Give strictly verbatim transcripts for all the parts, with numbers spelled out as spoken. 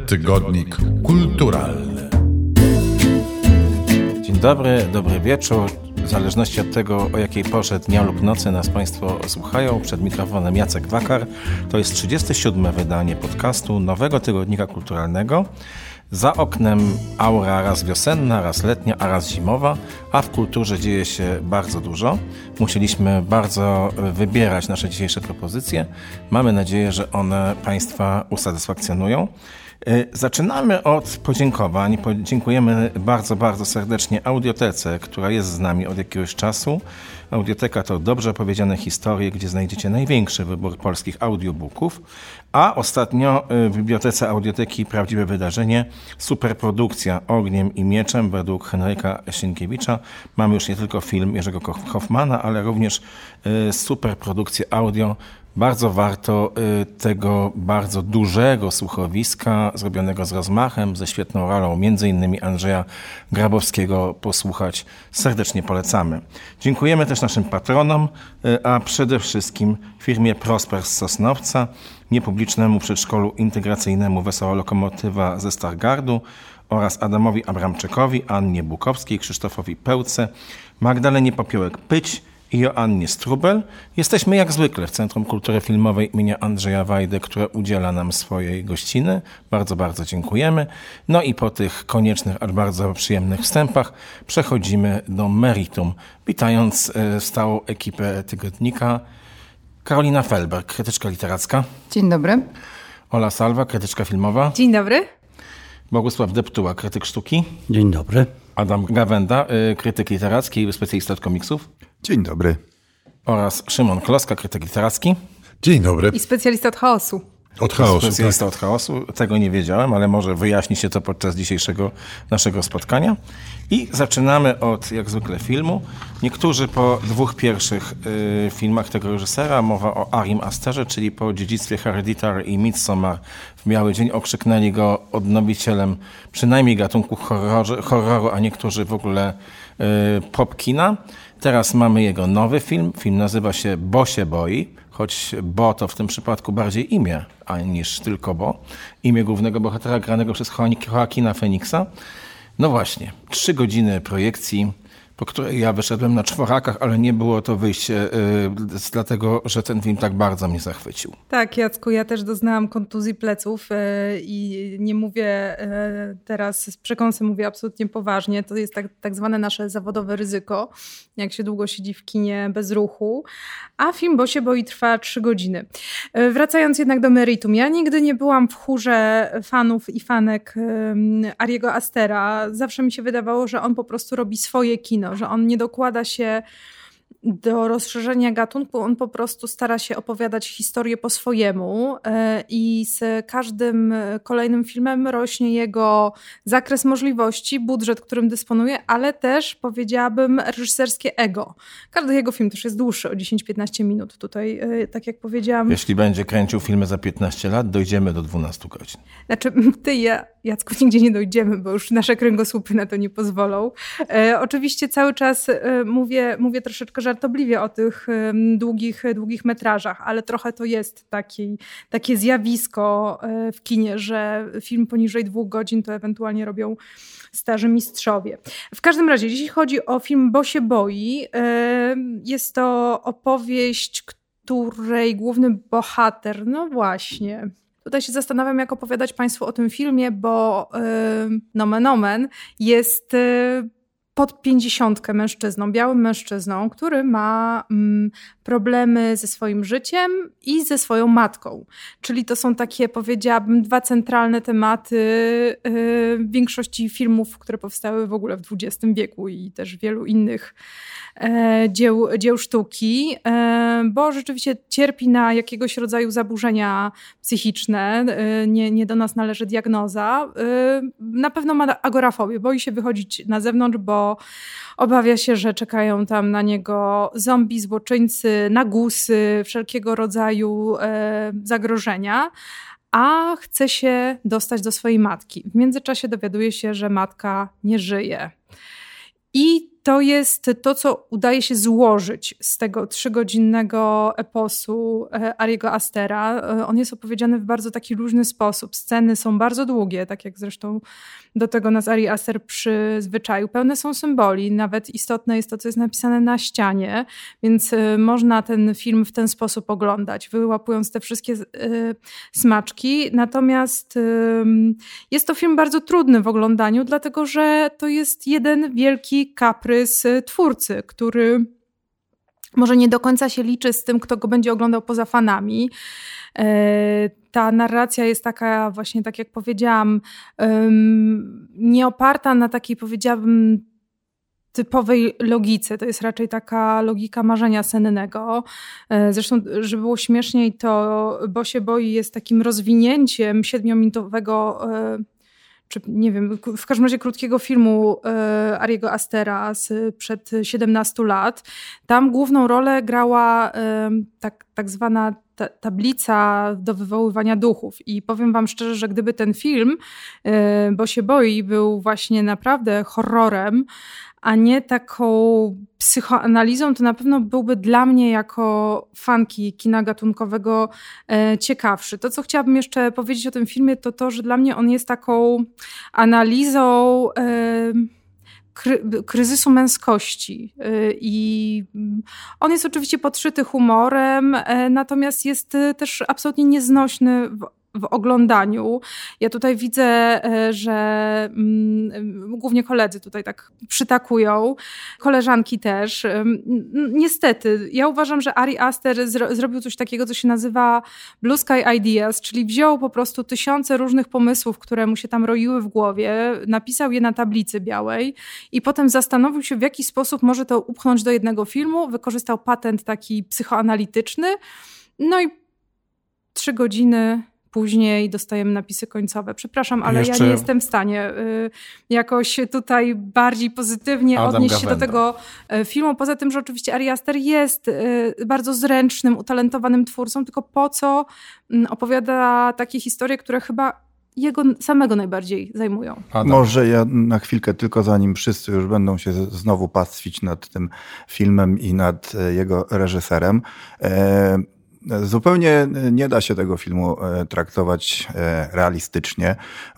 Tygodnik Kulturalny. Dzień dobry, dobry wieczór. W zależności od tego, o jakiej porze dnia lub nocy nas Państwo słuchają, przed mikrofonem Jacek Wakar. To jest trzydzieste siódme wydanie podcastu Nowego Tygodnika Kulturalnego. Za oknem aura raz wiosenna, raz letnia, a raz zimowa, a w kulturze dzieje się bardzo dużo. Musieliśmy bardzo wybierać nasze dzisiejsze propozycje. Mamy nadzieję, że one Państwa usatysfakcjonują. Zaczynamy od podziękowań. Dziękujemy bardzo, bardzo serdecznie Audiotece, która jest z nami od jakiegoś czasu. Audioteka to dobrze opowiedziane historie, gdzie znajdziecie największy wybór polskich audiobooków. A ostatnio w Bibliotece Audioteki Prawdziwe Wydarzenie, superprodukcja Ogniem i Mieczem według Henryka Sienkiewicza. Mamy już nie tylko film Jerzego Hoffmana, ale również superprodukcję audio. Bardzo warto tego bardzo dużego słuchowiska, zrobionego z rozmachem, ze świetną rolą między innymi Andrzeja Grabowskiego posłuchać. Serdecznie polecamy. Dziękujemy też naszym patronom, a przede wszystkim firmie Prosper z Sosnowca, niepublicznemu przedszkolu integracyjnemu Wesoła Lokomotywa ze Stargardu oraz Adamowi Abramczykowi, Annie Bukowskiej, Krzysztofowi Pełce, Magdalenie Popiołek-Pyć i Joannie Strubel. Jesteśmy jak zwykle w Centrum Kultury Filmowej imienia Andrzeja Wajdy, które udziela nam swojej gościny. Bardzo, bardzo dziękujemy. No i po tych koniecznych, aż bardzo przyjemnych wstępach przechodzimy do meritum. Witając stałą ekipę tygodnika, Karolina Felberg, krytyczka literacka. Dzień dobry. Ola Salwa, krytyczka filmowa. Dzień dobry. Bogusław Deptuła, krytyk sztuki. Dzień dobry. Adam Gawenda, krytyk literacki i specjalista od komiksów. Dzień dobry. Oraz Szymon Kloska, krytyk literacki. Dzień dobry. I specjalista od chaosu. Od chaosu. Specjalista tak. od chaosu. Tego nie wiedziałem, ale może wyjaśni się to podczas dzisiejszego naszego spotkania. I zaczynamy od, jak zwykle, filmu. Niektórzy po dwóch pierwszych y, filmach tego reżysera, mowa o Arim Asterze, czyli po Dziedzictwie Hereditary i Midsommar w Biały Dzień, okrzyknęli go odnowicielem przynajmniej gatunku horroru, horroru a niektórzy w ogóle y, pop kina. Teraz mamy jego nowy film. Film nazywa się Bo się boi, choć Bo to w tym przypadku bardziej imię, a niż tylko Bo. Imię głównego bohatera granego przez Joaquina Phoenixa. No właśnie, trzy godziny projekcji, po której ja wyszedłem na czworakach, ale nie było to wyjście, yy, dlatego że ten film tak bardzo mnie zachwycił. Tak, Jacku, ja też doznałam kontuzji pleców yy, i nie mówię yy, teraz z przekąsem, mówię absolutnie poważnie. To jest tak, tak zwane nasze zawodowe ryzyko, jak się długo siedzi w kinie bez ruchu. A film Bo się boi trwa trzy godziny. Yy, wracając jednak do meritum, ja nigdy nie byłam w chórze fanów i fanek yy, Ariego Astera. Zawsze mi się wydawało, że on po prostu robi swoje kino, że on nie dokłada się do rozszerzenia gatunku, on po prostu stara się opowiadać historię po swojemu i z każdym kolejnym filmem rośnie jego zakres możliwości, budżet, którym dysponuje, ale też powiedziałabym reżyserskie ego. Każdy jego film też jest dłuższy, o dziesięć do piętnastu minut. Tutaj, tak jak powiedziałam... Jeśli będzie kręcił filmy za piętnaście lat, dojdziemy do dwunastu godzin. Znaczy, ty i ja, Jacku, nigdzie nie dojdziemy, bo już nasze kręgosłupy na to nie pozwolą. E, oczywiście cały czas e, mówię, mówię troszeczkę żartobliwie o tych e, długich, długich metrażach, ale trochę to jest taki, takie zjawisko e, w kinie, że film poniżej dwóch godzin to ewentualnie robią starzy mistrzowie. W każdym razie, jeśli chodzi o film Bo się boi, e, jest to opowieść, której główny bohater, no właśnie... Tutaj się zastanawiam, jak opowiadać Państwu o tym filmie, bo yy, nomen omen jest yy, pod pięćdziesiątkę mężczyzną, białym mężczyzną, który ma mm, problemy ze swoim życiem i ze swoją matką. Czyli to są takie, powiedziałabym, dwa centralne tematy yy, w większości filmów, które powstały w ogóle w dwudziestym wieku i też wielu innych e, dzieł, dzieł sztuki, e, bo rzeczywiście cierpi na jakiegoś rodzaju zaburzenia psychiczne. E, nie, nie do nas należy diagnoza. E, na pewno ma agorafobię, boi się wychodzić na zewnątrz, bo obawia się, że czekają tam na niego zombie, złoczyńcy, nagusy, wszelkiego rodzaju e, zagrożenia, a chce się dostać do swojej matki. W międzyczasie dowiaduje się, że matka nie żyje. I to jest to, co udaje się złożyć z tego trzygodzinnego eposu Ariego Astera. On jest opowiedziany w bardzo taki luźny sposób. Sceny są bardzo długie, tak jak zresztą do tego nas Ari Aster przyzwyczaił. Pełne są symboli. Nawet istotne jest to, co jest napisane na ścianie, więc można ten film w ten sposób oglądać, wyłapując te wszystkie smaczki. Natomiast jest to film bardzo trudny w oglądaniu, dlatego że to jest jeden wielki kaprys twórcy, który może nie do końca się liczy z tym, kto go będzie oglądał poza fanami. Ta narracja jest taka właśnie, tak jak powiedziałam, nie oparta na takiej, powiedziałabym, typowej logice. To jest raczej taka logika marzenia sennego. Zresztą, żeby było śmieszniej, to Bo się boi jest takim rozwinięciem siedmiominutowego, czy nie wiem, w każdym razie krótkiego filmu e, Ariego Astera sprzed siedemnastu lat. Tam główną rolę grała e, tak, tak zwana ta, tablica do wywoływania duchów. I powiem wam szczerze, że gdyby ten film e, Bo się boi był właśnie naprawdę horrorem, a nie taką psychoanalizą, to na pewno byłby dla mnie jako fanki kina gatunkowego e, ciekawszy. To, co chciałabym jeszcze powiedzieć o tym filmie, to to, że dla mnie on jest taką analizą e, kry, kryzysu męskości. E, I on jest oczywiście podszyty humorem, e, natomiast jest też absolutnie nieznośny w w oglądaniu. Ja tutaj widzę, że mm, głównie koledzy tutaj tak przytakują, koleżanki też. Niestety, ja uważam, że Ari Aster zro- zrobił coś takiego, co się nazywa Blue Sky Ideas, czyli wziął po prostu tysiące różnych pomysłów, które mu się tam roiły w głowie, napisał je na tablicy białej i potem zastanowił się, w jaki sposób może to upchnąć do jednego filmu, wykorzystał patent taki psychoanalityczny, no i trzy godziny później dostajemy napisy końcowe. Przepraszam, ale Jeszcze... ja nie jestem w stanie y, jakoś tutaj bardziej pozytywnie Adam odnieść Gawenda. się do tego y, filmu. Poza tym, że oczywiście Ari Aster jest y, bardzo zręcznym, utalentowanym twórcą, tylko po co y, opowiada takie historie, które chyba jego samego najbardziej zajmują. Adam. Może ja na chwilkę, tylko zanim wszyscy już będą się znowu pastwić nad tym filmem i nad jego reżyserem. E- Zupełnie nie da się tego filmu traktować realistycznie,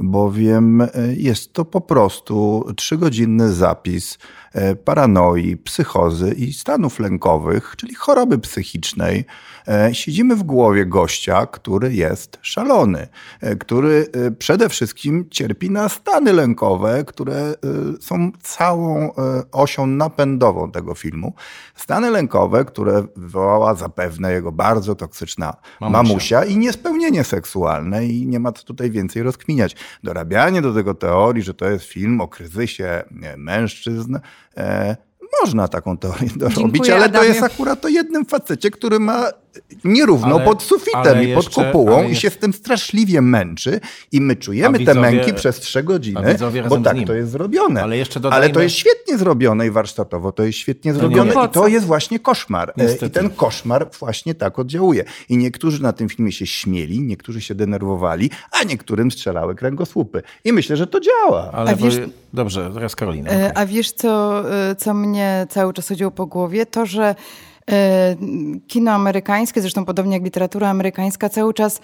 bowiem jest to po prostu trzygodzinny zapis paranoi, psychozy i stanów lękowych, czyli choroby psychicznej. Siedzimy w głowie gościa, który jest szalony, który przede wszystkim cierpi na stany lękowe, które są całą osią napędową tego filmu. Stany lękowe, które wywołała zapewne jego bardzo toksyczna mamusia. mamusia i niespełnienie seksualne i nie ma co tutaj więcej rozkminiać. Dorabianie do tego teorii, że to jest film o kryzysie mężczyzn, e, można taką teorię dorobić, Dziękuję, ale Adamie. To jest akurat o jednym facecie, który ma nierówno ale, pod sufitem i jeszcze, pod kopułą i jeszcze... się z tym straszliwie męczy i my czujemy widzowie, te męki przez trzy godziny, bo tak to jest zrobione. Ale, jeszcze dodajmy... ale to jest świetnie zrobione i warsztatowo to jest świetnie to zrobione i to jest właśnie koszmar. Niestety. I ten koszmar właśnie tak oddziałuje. I niektórzy na tym filmie się śmieli, niektórzy się denerwowali, a niektórym strzelały kręgosłupy. I myślę, że to działa. Ale wiesz... bo... Dobrze, teraz Karolina. Okay. A wiesz, co, co mnie cały czas chodziło po głowie? To, że kino amerykańskie, zresztą podobnie jak literatura amerykańska, cały czas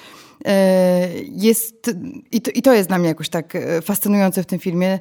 jest, i to, i to jest dla mnie jakoś tak fascynujące w tym filmie,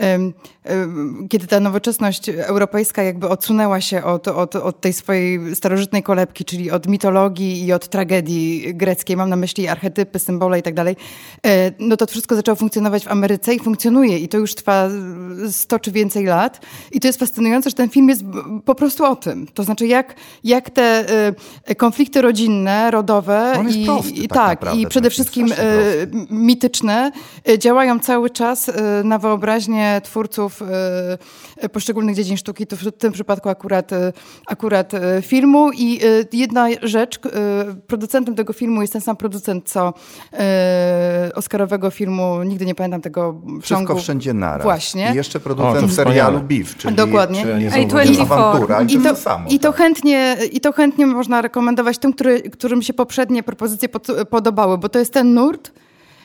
kiedy ta nowoczesność europejska jakby odsunęła się od, od, od tej swojej starożytnej kolebki, czyli od mitologii i od tragedii greckiej, mam na myśli archetypy, symbole i tak dalej, no to wszystko zaczęło funkcjonować w Ameryce i funkcjonuje i to już trwa sto czy więcej lat i to jest fascynujące, że ten film jest po prostu o tym. To znaczy jak, jak te konflikty rodzinne, rodowe i, prosty, i tak, tak i przede wszystkim mityczne działają cały czas na wyobraźnię twórców poszczególnych dziedzin sztuki, to w tym przypadku akurat, akurat filmu. I jedna rzecz, producentem tego filmu jest ten sam producent, co oscarowego filmu, nigdy nie pamiętam tego Wszystko ciągu. Wszędzie naraz. Właśnie. I jeszcze producent o, serialu Beef, czyli, Dokładnie. czyli awantura. I, I, to, to samo, i, to tak. chętnie, I to chętnie można rekomendować tym, który, którym się poprzednie propozycje pod, podobały, bo to jest ten nurt,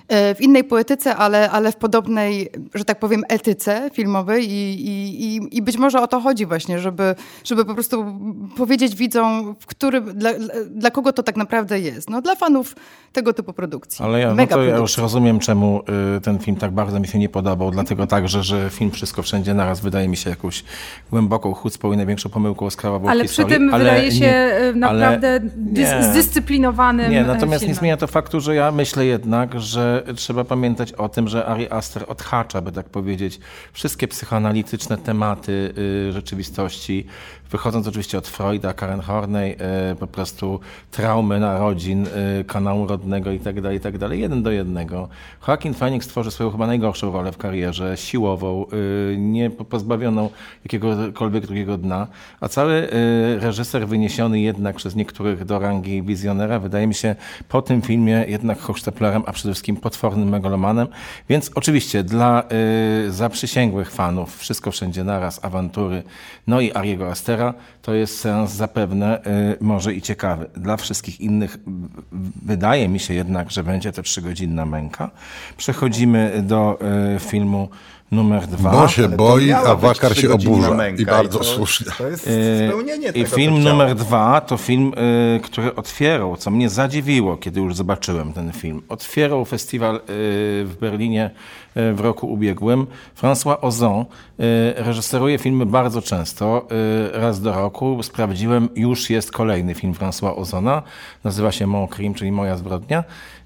w innej poetyce, ale, ale w podobnej, że tak powiem, etyce filmowej i, i, i być może o to chodzi właśnie, żeby, żeby po prostu powiedzieć widzom, w który, dla, dla kogo to tak naprawdę jest. No dla fanów tego typu produkcji. Ale ja, no to ja już rozumiem, czemu y, ten film tak bardzo mi się nie podobał, dlatego także, że film Wszystko Wszędzie Naraz wydaje mi się jakąś głęboką chucpą i największą pomyłką skrawową ale w historii. Przy tym ale wydaje się nie, naprawdę ale dys- zdyscyplinowanym Nie, natomiast filmem. nie zmienia to faktu, że ja myślę jednak, że trzeba pamiętać o tym, że Ari Aster odhacza, by tak powiedzieć, wszystkie psychoanalityczne tematy y, rzeczywistości, wychodząc oczywiście od Freuda, Karen Horney, y, po prostu traumy narodzin, y, kanału rodnego i tak dalej, i tak dalej, jeden do jednego. Joaquin Phoenix tworzy swoją chyba najgorszą rolę w karierze, siłową, y, nie pozbawioną jakiegokolwiek drugiego dna, a cały y, reżyser wyniesiony jednak przez niektórych do rangi wizjonera, wydaje mi się po tym filmie jednak hochsztaplerem, a przede wszystkim potwornym megalomanem, więc oczywiście dla y, zaprzysięgłych fanów Wszystko Wszędzie Naraz, awantury, no i Ariego Astera, to jest seans zapewne y, może i ciekawy. Dla wszystkich innych y, wydaje mi się jednak, że będzie to trzygodzinna męka. Przechodzimy do y, filmu numer dwa. Bo się boi, a Wakar się oburza. Męka, I bardzo i to, słusznie. To jest spełnienie I tego, film co numer dwa to film, y, który otwierał, co mnie zadziwiło, kiedy już zobaczyłem ten film. Otwierał festiwal y, w Berlinie y, w roku ubiegłym. François Ozon y, reżyseruje filmy bardzo często, y, raz do roku. Sprawdziłem, już jest kolejny film François Ozona. Nazywa się Mon Crime, czyli Moja zbrodnia.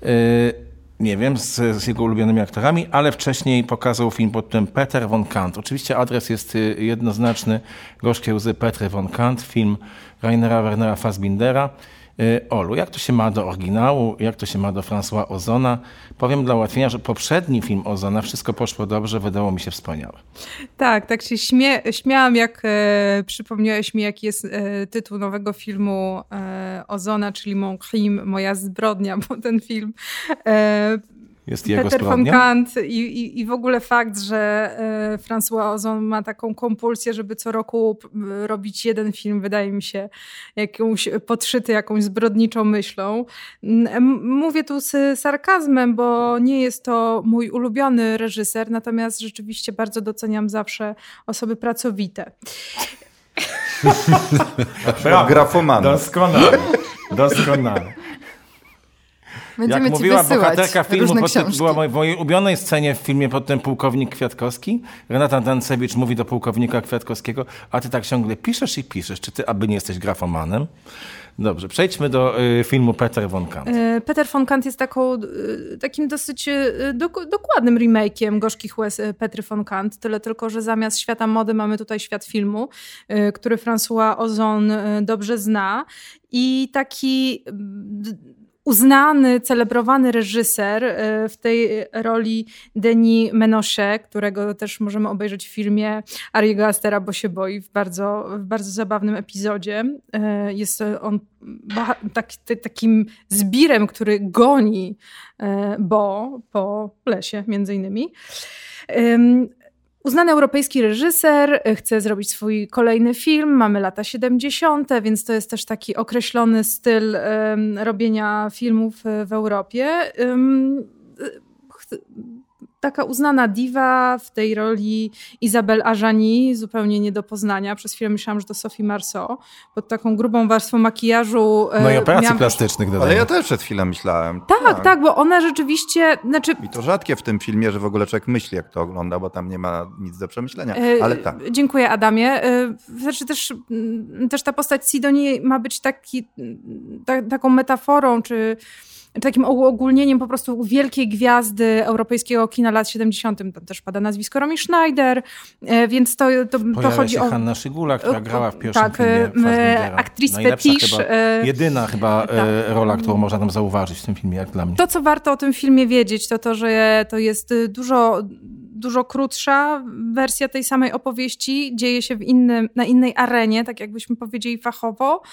Y, Nie wiem, z, z jego ulubionymi aktorami, ale wcześniej pokazał film pod tytułem Peter von Kant. Oczywiście adres jest jednoznaczny. Gorzkie łzy Petry von Kant, film Rainera Wernera Fassbindera. Olu, jak to się ma do oryginału, jak to się ma do François Ozona? Powiem dla ułatwienia, że poprzedni film Ozona, Wszystko poszło dobrze, wydało mi się wspaniałe. Tak, tak się śmie- śmiałam, jak e, przypomniałeś mi, jaki jest e, tytuł nowego filmu e, Ozona, czyli Mon Crime, Moja zbrodnia, bo ten film e, Jest jego Peter von zbrodnią? Kant i, i, i w ogóle fakt, że e, François Ozon ma taką kompulsję, żeby co roku p- robić jeden film, wydaje mi się jakąś podszyty jakąś zbrodniczą myślą. M- mówię tu z sarkazmem, bo nie jest to mój ulubiony reżyser, natomiast rzeczywiście bardzo doceniam zawsze osoby pracowite. grafomana. Doskonale, doskonale. Będziemy Jak ci mówiła wysyłać bohaterka filmu, różne pod tym, książki. była w mojej ulubionej scenie w filmie pod tym Pułkownik Kwiatkowski. Renata Dancewicz mówi do pułkownika Kwiatkowskiego, a ty tak ciągle piszesz i piszesz. Czy ty aby nie jesteś grafomanem? Dobrze, przejdźmy do y, filmu Peter von Kant. Peter von Kant jest taką, takim dosyć dok- dokładnym remake'iem Gorzkich łez Petry von Kant. Tyle tylko, że zamiast świata mody mamy tutaj świat filmu, który François Ozon dobrze zna. I taki uznany, celebrowany reżyser w tej roli Denis Ménochet, którego też możemy obejrzeć w filmie Ariego Astera, bo się boi, w bardzo, w bardzo zabawnym epizodzie. Jest on tak, takim zbirem, który goni Bo po lesie między innymi. Uznany europejski reżyser, chce zrobić swój kolejny film, mamy lata siedemdziesiąte, więc to jest też taki określony styl um, robienia filmów w Europie. Um, taka uznana diwa w tej roli Isabelle Adjani, zupełnie nie do poznania. Przez chwilę myślałam, że to Sophie Marceau. Pod taką grubą warstwą makijażu. No i operacji miałam... plastycznych dodajmy. Ale ja też przed chwilą myślałem. Tak, tak, tak, bo ona rzeczywiście... Znaczy... I to rzadkie w tym filmie, że w ogóle człowiek myśli, jak to ogląda, bo tam nie ma nic do przemyślenia. Ale tak. Dziękuję, Adamie. Znaczy też, też ta postać Sidonie ma być taki, ta, taką metaforą, czy takim uogólnieniem po prostu wielkiej gwiazdy europejskiego kina lat siedemdziesiątych. Tam też pada nazwisko Romy Schneider, więc to, to, to chodzi się o... Hanna Szygula, która grała w pierwszym tak, filmie Fassbindera. Actrice Najlepsza Fetiche. chyba, jedyna chyba tak. rola, którą można tam zauważyć w tym filmie, jak dla mnie. To, co warto o tym filmie wiedzieć, to to, że to jest dużo dużo krótsza wersja tej samej opowieści, dzieje się w innym, na innej arenie, tak jakbyśmy powiedzieli fachowo.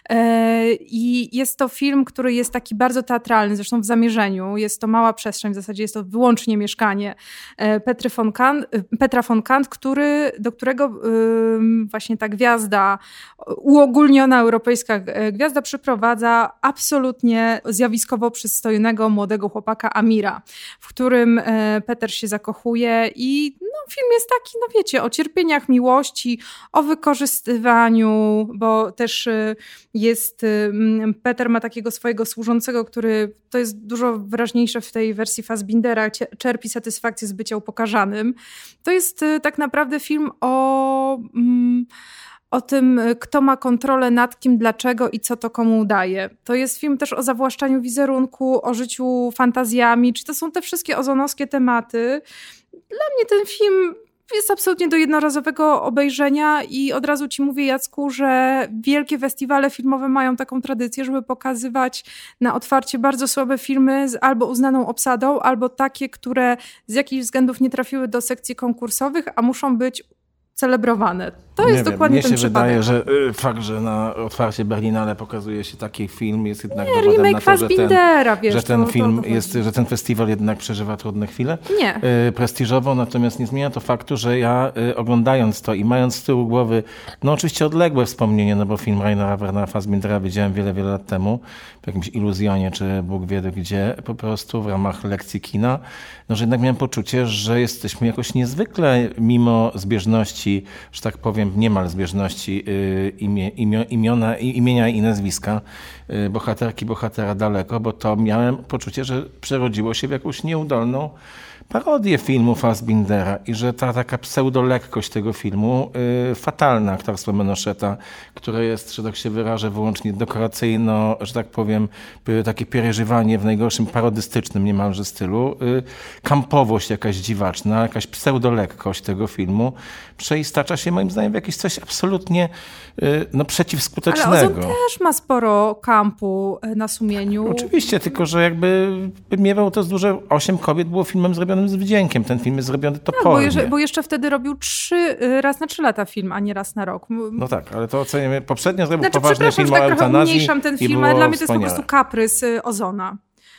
I jest to film, który jest taki bardzo teatralny, zresztą w zamierzeniu. Jest to mała przestrzeń, w zasadzie jest to wyłącznie mieszkanie Petry von Kant, Petra von Kant, który, do którego właśnie ta gwiazda, uogólniona europejska gwiazda przyprowadza absolutnie zjawiskowo przystojnego młodego chłopaka Amira, w którym Peter się zakochuje i no, film jest taki, no wiecie, o cierpieniach miłości, o wykorzystywaniu, bo też jest, Peter ma takiego swojego służącego, który, to jest dużo wyraźniejsze w tej wersji Fassbindera, czerpi satysfakcję z bycia upokarzanym. To jest tak naprawdę film o... Mm, o tym, kto ma kontrolę nad kim, dlaczego i co to komu daje. To jest film też o zawłaszczaniu wizerunku, o życiu fantazjami, czy to są te wszystkie ozonowskie tematy. Dla mnie ten film jest absolutnie do jednorazowego obejrzenia i od razu ci mówię, Jacku, że wielkie festiwale filmowe mają taką tradycję, żeby pokazywać na otwarcie bardzo słabe filmy z albo uznaną obsadą, albo takie, które z jakichś względów nie trafiły do sekcji konkursowych, a muszą być celebrowane. To jest nie dokładnie wiem, ten mnie się przypadek. wydaje, że y, fakt, że na otwarcie Berlinale pokazuje się taki film, jest jednak nie, dowodem na to, że ten, wiesz, że ten to, film to, to jest, że ten festiwal jednak przeżywa trudne chwile. Nie. Y, prestiżowo, natomiast nie zmienia to faktu, że ja y, oglądając to i mając z tyłu głowy, no oczywiście odległe wspomnienie, no bo film Rainera Wernera Fassbindera widziałem wiele, wiele lat temu, w jakimś Iluzjonie, czy Bóg wie gdzie, po prostu w ramach lekcji kina, no że jednak miałem poczucie, że jesteśmy jakoś niezwykle, mimo zbieżności, że tak powiem, niemal zbieżności y, imię, imio, imiona, imienia i nazwiska y, bohaterki, bohatera daleko, bo to miałem poczucie, że przerodziło się w jakąś nieudolną parodię filmu Fassbindera i że ta taka pseudolekkość tego filmu, y, fatalne aktorstwo Menocheta, które jest, że tak się wyrażę, wyłącznie dekoracyjno, że tak powiem, y, takie przeżywanie w najgorszym parodystycznym niemalże stylu, y, kampowość jakaś dziwaczna, jakaś pseudolekkość tego filmu przeistacza się moim zdaniem w jakieś coś absolutnie y, no, przeciwskutecznego. Ale Ozon też ma sporo kampu na sumieniu. Oczywiście, tylko że jakby miewał to z duże osiem kobiet było filmem zrobionym z wdziękiem. Ten film jest zrobiony topornie. Tak, bo, jeszcze, bo jeszcze wtedy robił trzy, raz na trzy lata film, a nie raz na rok. No tak, ale to oceniamy. Poprzednio zrobił znaczy, poważny film że tak o trochę eutanazji. umniejszam ten film, ale dla mnie to jest po prostu kaprys Ozona.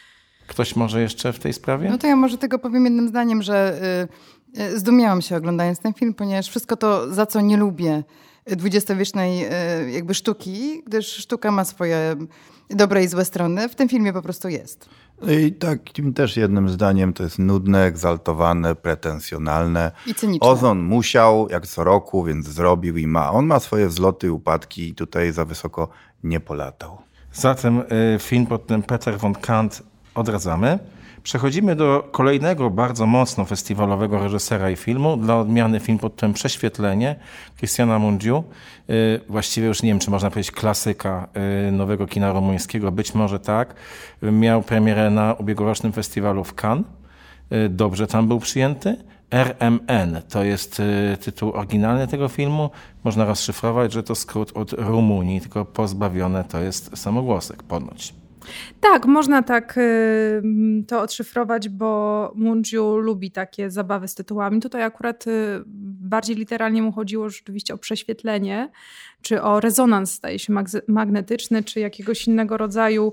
Ktoś może jeszcze w tej sprawie? No to ja może tego powiem jednym zdaniem, że y, y, zdumiałam się oglądając ten film, ponieważ wszystko to, za co nie lubię dwudziestowiecznej y, jakby sztuki, gdyż sztuka ma swoje dobre i złe strony, w tym filmie po prostu jest. I takim też jednym zdaniem to jest nudne, egzaltowane, pretensjonalne. I cyniczne. Ozon musiał, jak co roku, więc zrobił i ma. On ma swoje wzloty i upadki i tutaj za wysoko nie polatał. Zatem y, film pod tym Peter von Kant odradzamy. Przechodzimy do kolejnego bardzo mocno festiwalowego reżysera i filmu. Dla odmiany film pod tym Prześwietlenie Cristiana Mungiu. Właściwie już nie wiem, czy można powiedzieć klasyka nowego kina rumuńskiego. Być może tak. Miał premierę na ubiegłorocznym festiwalu w Cannes. Dobrze tam był przyjęty. R M N to jest tytuł oryginalny tego filmu. Można rozszyfrować, że to skrót od Rumunii, tylko pozbawione to jest samogłosek ponoć. Tak, można tak y, to odszyfrować, bo Mungiu lubi takie zabawy z tytułami. Tutaj akurat y, bardziej literalnie mu chodziło rzeczywiście o prześwietlenie, czy o rezonans, staje się magnetyczny, czy jakiegoś innego rodzaju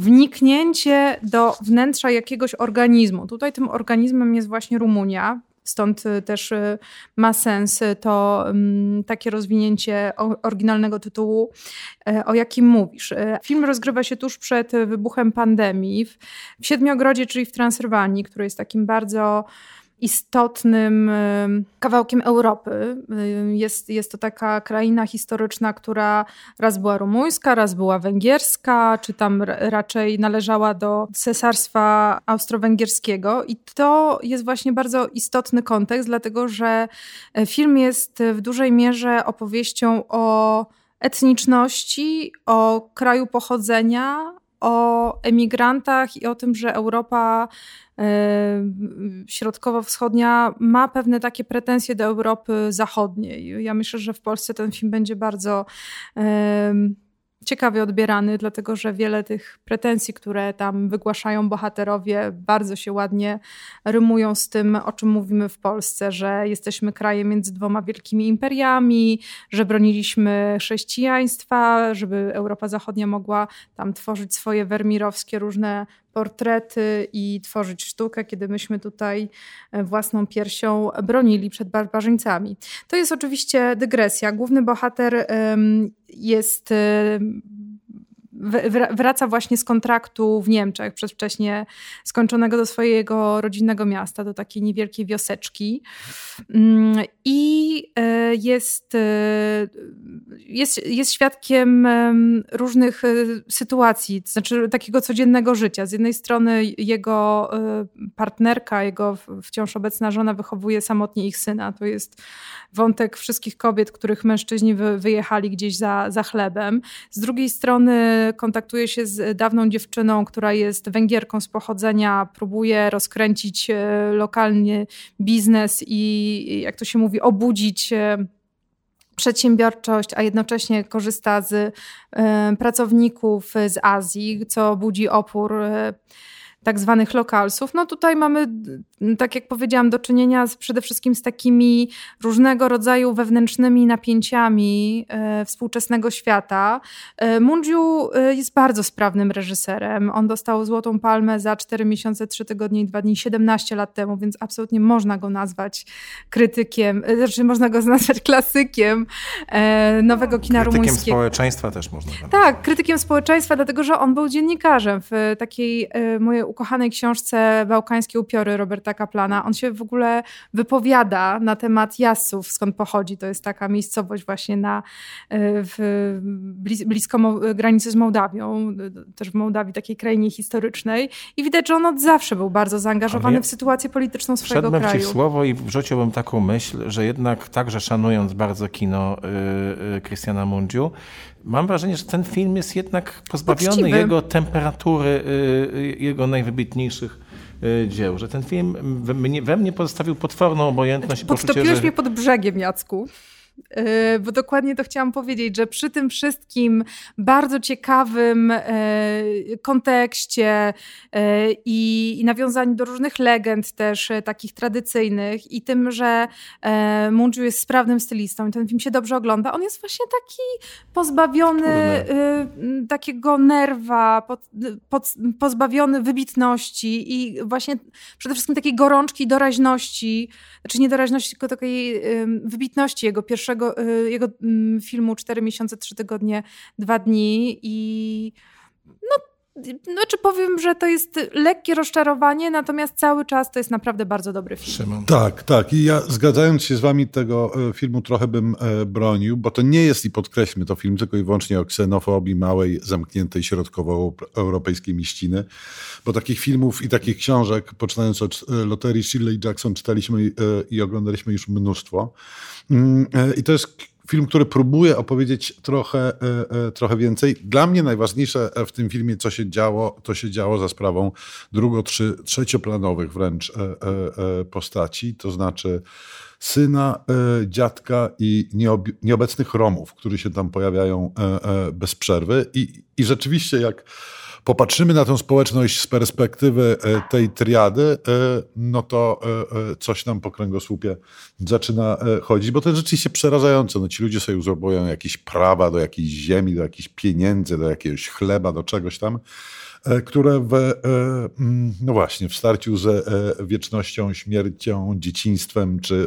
wniknięcie do wnętrza jakiegoś organizmu. Tutaj tym organizmem jest właśnie Rumunia. Stąd też ma sens to takie rozwinięcie oryginalnego tytułu, o jakim mówisz. Film rozgrywa się tuż przed wybuchem pandemii w Siedmiogrodzie, czyli w Transylwanii, który jest takim bardzo istotnym kawałkiem Europy. Jest, jest to taka kraina historyczna, która raz była rumuńska, raz była węgierska, czy tam raczej należała do Cesarstwa Austro-Węgierskiego. I to jest właśnie bardzo istotny kontekst, dlatego że film jest w dużej mierze opowieścią o etniczności, o kraju pochodzenia, o emigrantach i o tym, że Europa środkowo-wschodnia ma pewne takie pretensje do Europy zachodniej. Ja myślę, że w Polsce ten film będzie bardzo um, ciekawie odbierany, dlatego że wiele tych pretensji, które tam wygłaszają bohaterowie, bardzo się ładnie rymują z tym, o czym mówimy w Polsce, że jesteśmy krajem między dwoma wielkimi imperiami, że broniliśmy chrześcijaństwa, żeby Europa Zachodnia mogła tam tworzyć swoje wermirowskie różne portrety i tworzyć sztukę, kiedy myśmy tutaj własną piersią bronili przed barbarzyńcami. To jest oczywiście dygresja. Główny bohater jest... wraca właśnie z kontraktu w Niemczech, przedwcześnie skończonego, do swojego rodzinnego miasta, do takiej niewielkiej wioseczki. I jest, jest, jest świadkiem różnych sytuacji, to znaczy takiego codziennego życia. Z jednej strony jego partnerka, jego wciąż obecna żona wychowuje samotnie ich syna. To jest wątek wszystkich kobiet, których mężczyźni wyjechali gdzieś za, za chlebem. Z drugiej strony kontaktuje się z dawną dziewczyną, która jest Węgierką z pochodzenia, próbuje rozkręcić lokalny biznes i, jak to się mówi, obudzić przedsiębiorczość, a jednocześnie korzysta z pracowników z Azji, co budzi opór tak zwanych lokalsów. No tutaj mamy, tak jak powiedziałam, do czynienia z, przede wszystkim z takimi różnego rodzaju wewnętrznymi napięciami e, współczesnego świata. E, Mungiu jest bardzo sprawnym reżyserem. On dostał Złotą Palmę za cztery miesiące, trzy tygodnie i dwa dni, siedemnaście lat temu, więc absolutnie można go nazwać krytykiem, e, znaczy można go nazwać klasykiem e, nowego kina krytykiem rumuńskiego. Krytykiem społeczeństwa też można go nazwać. Tak, krytykiem społeczeństwa, dlatego że on był dziennikarzem w takiej e, mojej ukochanej książce Bałkańskie upiory Roberta Kaplana. On się w ogóle wypowiada na temat Jassów, skąd pochodzi. To jest taka miejscowość właśnie na, w, blisko granicy z Mołdawią, też w Mołdawii, takiej krainie historycznej. I widać, że on od zawsze był bardzo zaangażowany ja w sytuację polityczną swojego kraju. Wszedłem ci w słowo i wrzuciłbym taką myśl, że jednak także szanując bardzo kino Christiana Mungiu, mam wrażenie, że ten film jest jednak pozbawiony Poczciwy. jego temperatury, jego najwybitniejszych dzieł. Że ten film we mnie, we mnie pozostawił potworną obojętność. Podtopiłeś poczucie, że... mnie pod brzegiem, Jacku. Bo dokładnie to chciałam powiedzieć, że przy tym wszystkim bardzo ciekawym kontekście i nawiązaniu do różnych legend też takich tradycyjnych i tym, że Mungiu jest sprawnym stylistą i ten film się dobrze ogląda, on jest właśnie taki pozbawiony Trudne. takiego nerwa, pozbawiony wybitności i właśnie przede wszystkim takiej gorączki, doraźności, znaczy nie doraźności, tylko takiej wybitności jego pierwszego jego filmu cztery miesiące, trzy tygodnie, dwa dni i no, znaczy powiem, że to jest lekkie rozczarowanie, natomiast cały czas to jest naprawdę bardzo dobry film. Szymon. Tak, tak. I ja zgadzając się z wami tego filmu trochę bym bronił, bo to nie jest, i podkreślmy, to film tylko i wyłącznie o ksenofobii małej, zamkniętej środkowoeuropejskiej mieściny, bo takich filmów i takich książek, poczynając od Loterii Shirley Jackson, czytaliśmy i oglądaliśmy już mnóstwo. I to jest film, który próbuje opowiedzieć trochę, trochę więcej. Dla mnie najważniejsze w tym filmie, co się działo, to się działo za sprawą drugo-, trzy, trzecioplanowych wręcz postaci, to znaczy syna, dziadka i nieobecnych Romów, którzy się tam pojawiają bez przerwy. I, i rzeczywiście jak popatrzymy na tę społeczność z perspektywy tej triady, no to coś nam po kręgosłupie zaczyna chodzić, bo to jest rzeczywiście przerażające. No ci ludzie sobie uzurpują jakieś prawa do jakiejś ziemi, do jakichś pieniędzy, do jakiegoś chleba, do czegoś tam, które w, no właśnie, w starciu z wiecznością, śmiercią, dzieciństwem czy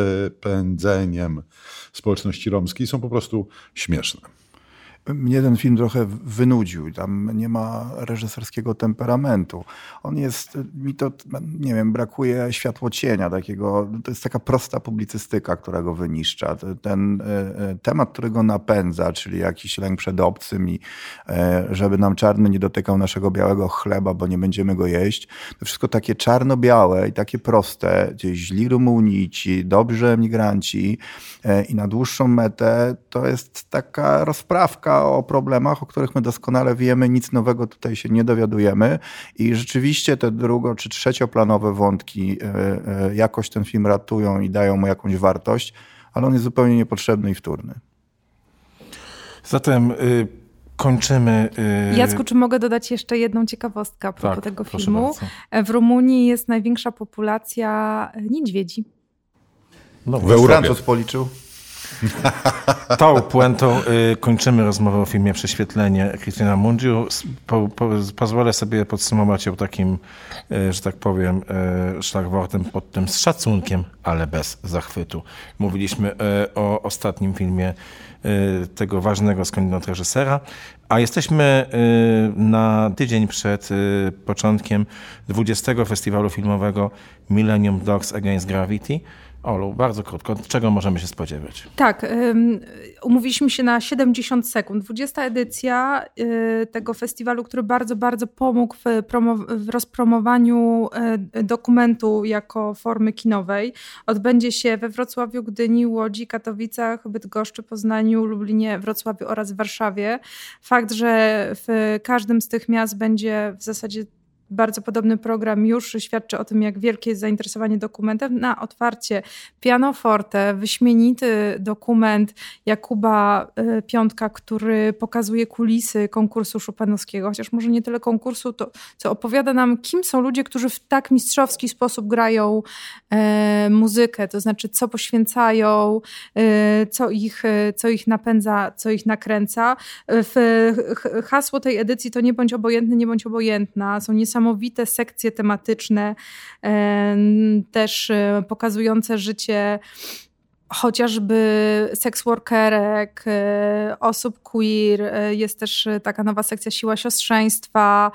wypędzeniem społeczności romskiej są po prostu śmieszne. Mnie ten film trochę wynudził. Tam nie ma reżyserskiego temperamentu. On jest, mi to, nie wiem, brakuje światłocienia takiego. To jest taka prosta publicystyka, która go wyniszcza. Ten temat, który go napędza, czyli jakiś lęk przed obcym i żeby nam czarny nie dotykał naszego białego chleba, bo nie będziemy go jeść. To wszystko takie czarno-białe i takie proste. Gdzieś źli Rumunici, dobrzy emigranci i na dłuższą metę to jest taka rozprawka o problemach, o których my doskonale wiemy, nic nowego tutaj się nie dowiadujemy i rzeczywiście te drugo- czy trzecioplanowe wątki jakoś ten film ratują i dają mu jakąś wartość, ale on jest zupełnie niepotrzebny i wtórny. Zatem kończymy. Yy... Jacku, czy mogę dodać jeszcze jedną ciekawostkę a propos tak, tego filmu? Bardzo. W Rumunii jest największa populacja niedźwiedzi. No, w Francuz policzył. Tą puentą y, kończymy rozmowę o filmie Prześwietlenie Krystiana Mungiu. Po, po, pozwolę sobie podsumować ją takim, y, że tak powiem, y, szlagwortem pod tym z szacunkiem, ale bez zachwytu. Mówiliśmy y, o ostatnim filmie y, tego ważnego skądinąd reżysera, a jesteśmy y, na tydzień przed y, początkiem dwudziestego festiwalu filmowego Millennium Dogs Against Gravity. Olu, bardzo krótko, czego możemy się spodziewać? Tak, um, umówiliśmy się na siedemdziesiąt sekund. dwudziesta edycja y, tego festiwalu, który bardzo, bardzo pomógł w, promo- w rozpromowaniu y, dokumentu jako formy kinowej. Odbędzie się we Wrocławiu, Gdyni, Łodzi, Katowicach, Bydgoszczy, Poznaniu, Lublinie, Wrocławiu oraz Warszawie. Fakt, że w każdym z tych miast będzie w zasadzie bardzo podobny program już świadczy o tym, jak wielkie jest zainteresowanie dokumentem. Na otwarcie Pianoforte, wyśmienity dokument Jakuba Piątka, który pokazuje kulisy konkursu Chopinowskiego, chociaż może nie tyle konkursu, to co opowiada nam, kim są ludzie, którzy w tak mistrzowski sposób grają e, muzykę, to znaczy co poświęcają, e, co, ich, co ich napędza, co ich nakręca. W, hasło tej edycji to nie bądź obojętny, nie bądź obojętna. Są niesamowite Niesamowite sekcje tematyczne, też pokazujące życie chociażby seksworkerek, osób queer. Jest też taka nowa sekcja Siła siostrzeństwa.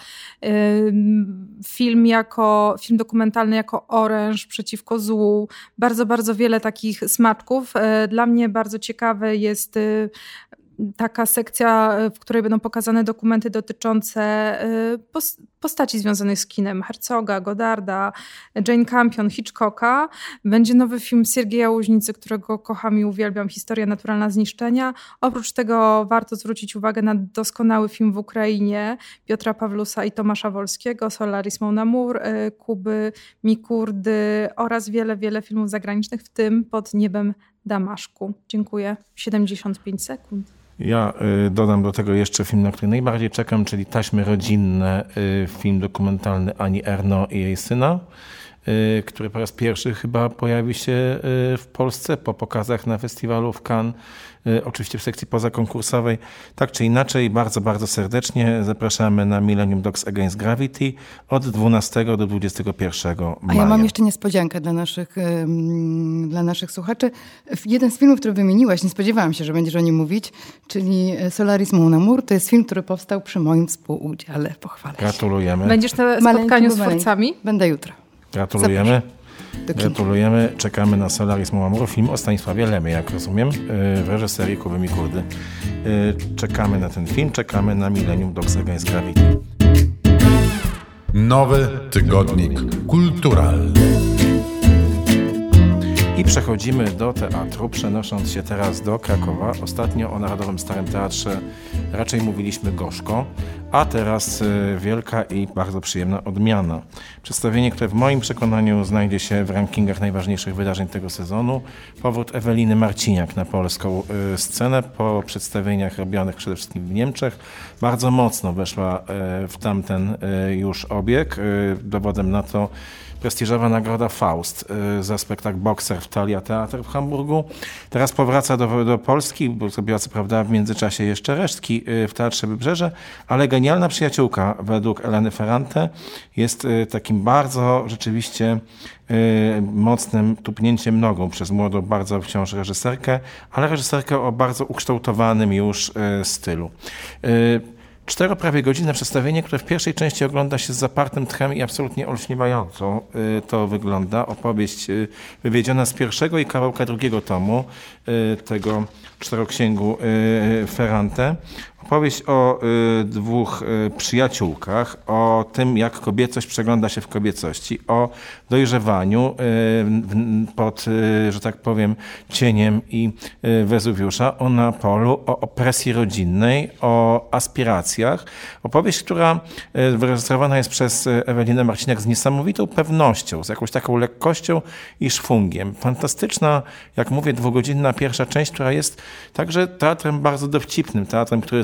Film, jako, film dokumentalny jako oręż przeciwko złu. Bardzo, bardzo wiele takich smaczków. Dla mnie bardzo ciekawe jest taka sekcja, w której będą pokazane dokumenty dotyczące postaci związanych z kinem. Herzoga, Godarda, Jane Campion, Hitchcocka. Będzie nowy film Siergieja Łuźnicy, którego kocham i uwielbiam, Historia naturalna zniszczenia. Oprócz tego warto zwrócić uwagę na doskonały film w Ukrainie Piotra Pawlusa i Tomasza Wolskiego, Solaris Mon Amour, Kuby Mikurdy oraz wiele, wiele filmów zagranicznych, w tym Pod niebem Damaszku. Dziękuję. siedemdziesiąt pięć sekund. Ja y, dodam do tego jeszcze film, na który najbardziej czekam, czyli Taśmy rodzinne, y, film dokumentalny Ani Ernaux i jej syna, y, który po raz pierwszy chyba pojawi się y, w Polsce po pokazach na festiwalu w Cannes, y, oczywiście w sekcji pozakonkursowej. Tak czy inaczej, bardzo, bardzo serdecznie zapraszamy na Millennium Dogs Against Gravity od dwunastego do dwudziestego pierwszego maja. A ja mam jeszcze niespodziankę dla naszych, um, dla naszych słuchaczy. Jeden z filmów, który wymieniłaś, nie spodziewałam się, że będziesz o nim mówić, czyli Solaris Mon Amour. To jest film, który powstał przy moim współudziale. Pochwalę się. Gratulujemy. Będziesz na spotkaniu z twórcami? Będę jutro. Gratulujemy. Gratulujemy. Czekamy na Solaris Mon Amour, film o Stanisławie Lemie, jak rozumiem, w reżyserii Kuby Mikurdy. Czekamy na ten film, czekamy na Millennium Dogs Against Gravity. Nowy tygodnik kulturalny. I przechodzimy do teatru, przenosząc się teraz do Krakowa. Ostatnio o Narodowym Starym Teatrze raczej mówiliśmy gorzko, a teraz wielka i bardzo przyjemna odmiana. Przedstawienie, które w moim przekonaniu znajdzie się w rankingach najważniejszych wydarzeń tego sezonu. Powrót Eweliny Marciniak na polską scenę po przedstawieniach robionych przede wszystkim w Niemczech. Bardzo mocno weszła w tamten już obieg. Dowodem na to prestiżowa nagroda Faust za spektakl Boxer w Thalia Teatr w Hamburgu. Teraz powraca do, do Polski, bo zrobiła co prawda w międzyczasie jeszcze resztki w Teatrze Wybrzeże, ale genialna przyjaciółka według Eleny Ferrante jest takim bardzo rzeczywiście mocnym tupnięciem nogą przez młodą, bardzo wciąż reżyserkę, ale reżyserkę o bardzo ukształtowanym już stylu. Cztero prawie godzinne przedstawienie, które w pierwszej części ogląda się z zapartym tchem i absolutnie olśniewająco to wygląda. Opowieść wywiedziona z pierwszego i kawałka drugiego tomu tego czteroksięgu Ferrante. Opowieść o y, dwóch y, przyjaciółkach, o tym, jak kobiecość przegląda się w kobiecości, o dojrzewaniu y, w, pod, y, że tak powiem, cieniem i y, Wezuwiusza, o Neapolu, o opresji rodzinnej, o aspiracjach. Opowieść, która y, wyrejestrowana jest przez Ewelinę Marciniak z niesamowitą pewnością, z jakąś taką lekkością i szwungiem. Fantastyczna, jak mówię, dwugodzinna pierwsza część, która jest także teatrem bardzo dowcipnym, teatrem, który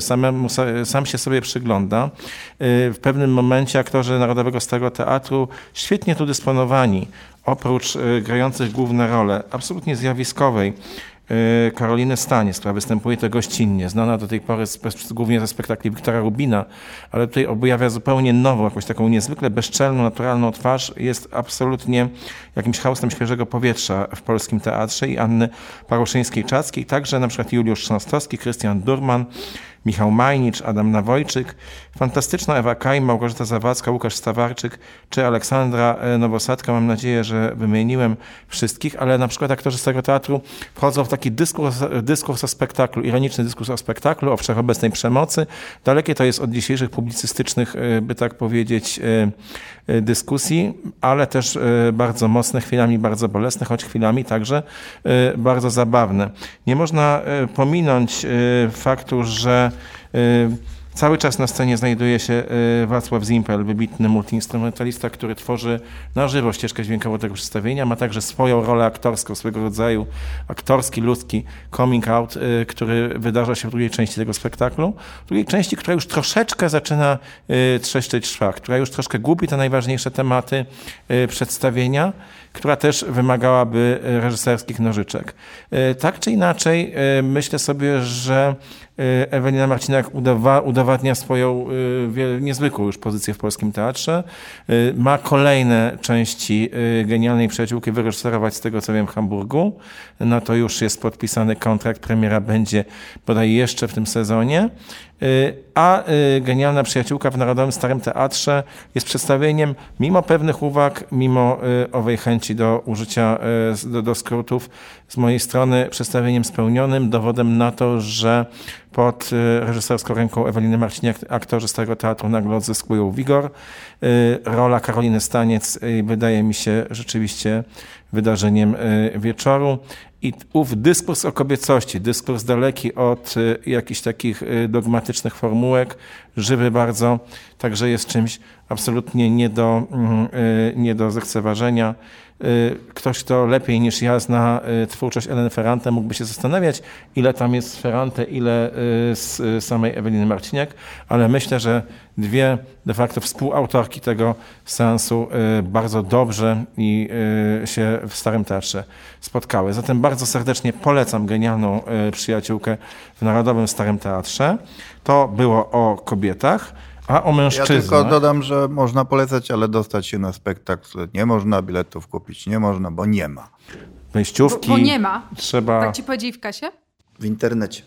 samemu, sam się sobie przygląda. W pewnym momencie aktorzy Narodowego Starego Teatru świetnie tu dysponowani, oprócz grających główne role, absolutnie zjawiskowej, Karoliny Staniec, która występuje to gościnnie, znana do tej pory z, głównie ze spektakli Wiktora Rubina, ale tutaj objawia zupełnie nową, jakąś taką niezwykle bezczelną, naturalną twarz. Jest absolutnie jakimś haustem świeżego powietrza w polskim teatrze i Anny Paruszyńskiej-Czackiej, także na przykład Juliusz Chrząstowski, Krystian Durman, Michał Majnicz, Adam Nawojczyk, fantastyczna Ewa Kajm, Małgorzata Zawadzka, Łukasz Stawarczyk czy Aleksandra Nowosadka. Mam nadzieję, że wymieniłem wszystkich, ale na przykład aktorzy z tego teatru wchodzą w taki dyskurs, dyskurs o spektaklu, ironiczny dyskurs o spektaklu, o wszechobecnej przemocy. Dalekie to jest od dzisiejszych publicystycznych, by tak powiedzieć, dyskusji, ale też bardzo mocne, chwilami bardzo bolesne, choć chwilami także bardzo zabawne. Nie można pominąć faktu, że cały czas na scenie znajduje się Wacław Zimpel, wybitny multiinstrumentalista, który tworzy na żywo ścieżkę dźwiękową tego przedstawienia. Ma także swoją rolę aktorską, swego rodzaju aktorski, ludzki coming out, który wydarza się w drugiej części tego spektaklu. W drugiej części, która już troszeczkę zaczyna trzeszczeć szwach, która już troszkę gubi te najważniejsze tematy przedstawienia, która też wymagałaby reżyserskich nożyczek. Tak czy inaczej, myślę sobie, że Ewelina Marciniak udowa, udowadnia swoją niezwykłą już pozycję w polskim teatrze. Ma kolejne części Genialnej Przyjaciółki wyreżyserować, z tego co wiem, w Hamburgu. No to już jest podpisany kontrakt, premiera będzie bodaj jeszcze w tym sezonie. A Genialna Przyjaciółka w Narodowym Starym Teatrze jest przedstawieniem, mimo pewnych uwag, mimo owej chęci do użycia do, do skrótów z mojej strony, przedstawieniem spełnionym, dowodem na to, że pod reżyserską ręką Eweliny Marciniak aktorzy Starego Teatru nagle odzyskują wigor. Rola Karoliny Staniec wydaje mi się rzeczywiście wydarzeniem wieczoru. I ów dyskurs o kobiecości, dyskurs daleki od jakichś takich dogmatycznych formułek, żywy bardzo, także jest czymś absolutnie nie do, nie do zlekceważenia. Ktoś, kto lepiej niż ja zna twórczość Eleny Ferrante, mógłby się zastanawiać, ile tam jest z Ferrante, ile z samej Eweliny Marciniak, ale myślę, że dwie de facto współautorki tego seansu bardzo dobrze i się w Starym Teatrze spotkały. Zatem bardzo serdecznie polecam Genialną Przyjaciółkę w Narodowym Starym Teatrze. To było o kobietach. A o mężczyznach? Ja tylko dodam, że można polecać, ale dostać się na spektakl nie można, biletów kupić nie można, bo nie ma. Wejściówki bo, bo nie ma. Trzeba... Tak ci powiedzieli w kasie? W internecie.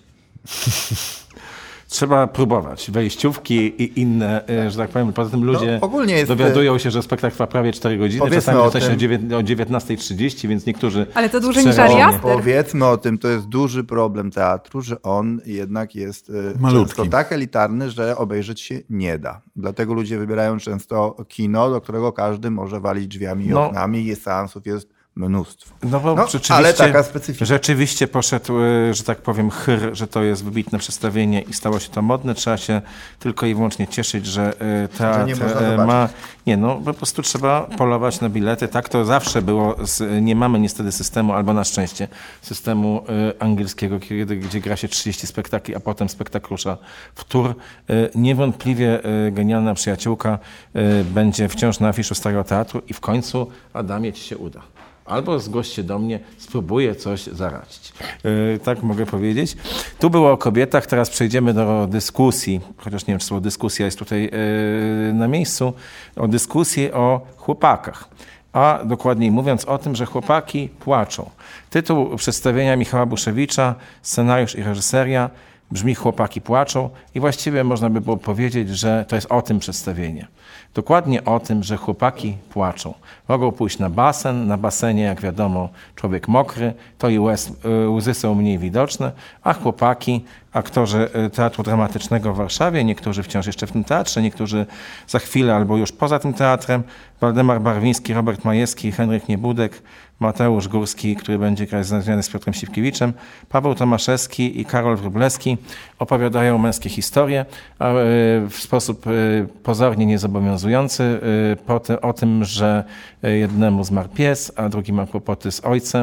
Trzeba próbować. Wejściówki i inne, że tak powiem. Poza tym ludzie no, ogólnie jest... dowiadują się, że spektakl trwa prawie cztery godziny. Czasami zaczyna się o dziewiętnasta trzydzieści, więc niektórzy... Ale to dłużej niż Ari Aster. Powiedzmy o tym, to jest duży problem teatru, że on jednak jest malutki, często tak elitarny, że obejrzeć się nie da. Dlatego ludzie wybierają często kino, do którego każdy może walić drzwiami i no. oknami i seansów jest mnóstwo. No, bo no ale taka specyfika. Rzeczywiście poszedł, że tak powiem, chyr, że to jest wybitne przedstawienie i stało się to modne. Trzeba się tylko i wyłącznie cieszyć, że teatr że nie ma... Nie, no po prostu trzeba polować na bilety. Tak to zawsze było. Nie mamy niestety systemu, albo na szczęście, systemu angielskiego, kiedy, gdzie gra się trzydzieści spektakli, a potem spektakl rusza w tur. Niewątpliwie Genialna Przyjaciółka będzie wciąż na afiszu Starego Teatru i w końcu, Adamie, ci się uda. Albo zgłoś się do mnie, spróbuję coś zaradzić. Yy, tak mogę powiedzieć. Tu było o kobietach, teraz przejdziemy do dyskusji, chociaż nie wiem, czy słowo dyskusja jest tutaj yy, na miejscu, o dyskusji o chłopakach. A dokładniej mówiąc o tym, że chłopaki płaczą. Tytuł przedstawienia Michała Buszewicza, scenariusz i reżyseria brzmi Chłopaki płaczą i właściwie można by było powiedzieć, że to jest o tym przedstawienie. Dokładnie o tym, że chłopaki płaczą. Mogą pójść na basen, na basenie, jak wiadomo, człowiek mokry, to i łez, łzy są mniej widoczne, a chłopaki, aktorzy Teatru Dramatycznego w Warszawie, niektórzy wciąż jeszcze w tym teatrze, niektórzy za chwilę albo już poza tym teatrem, Waldemar Barwiński, Robert Majewski, Henryk Niebudek, Mateusz Górski, który będzie grać za zmianę z Piotrem Siwkiewiczem, Paweł Tomaszewski i Karol Wróblewski opowiadają męskie historie a w sposób pozornie niezobowiązujący o tym, że jednemu zmarł pies, a drugi ma kłopoty z ojcem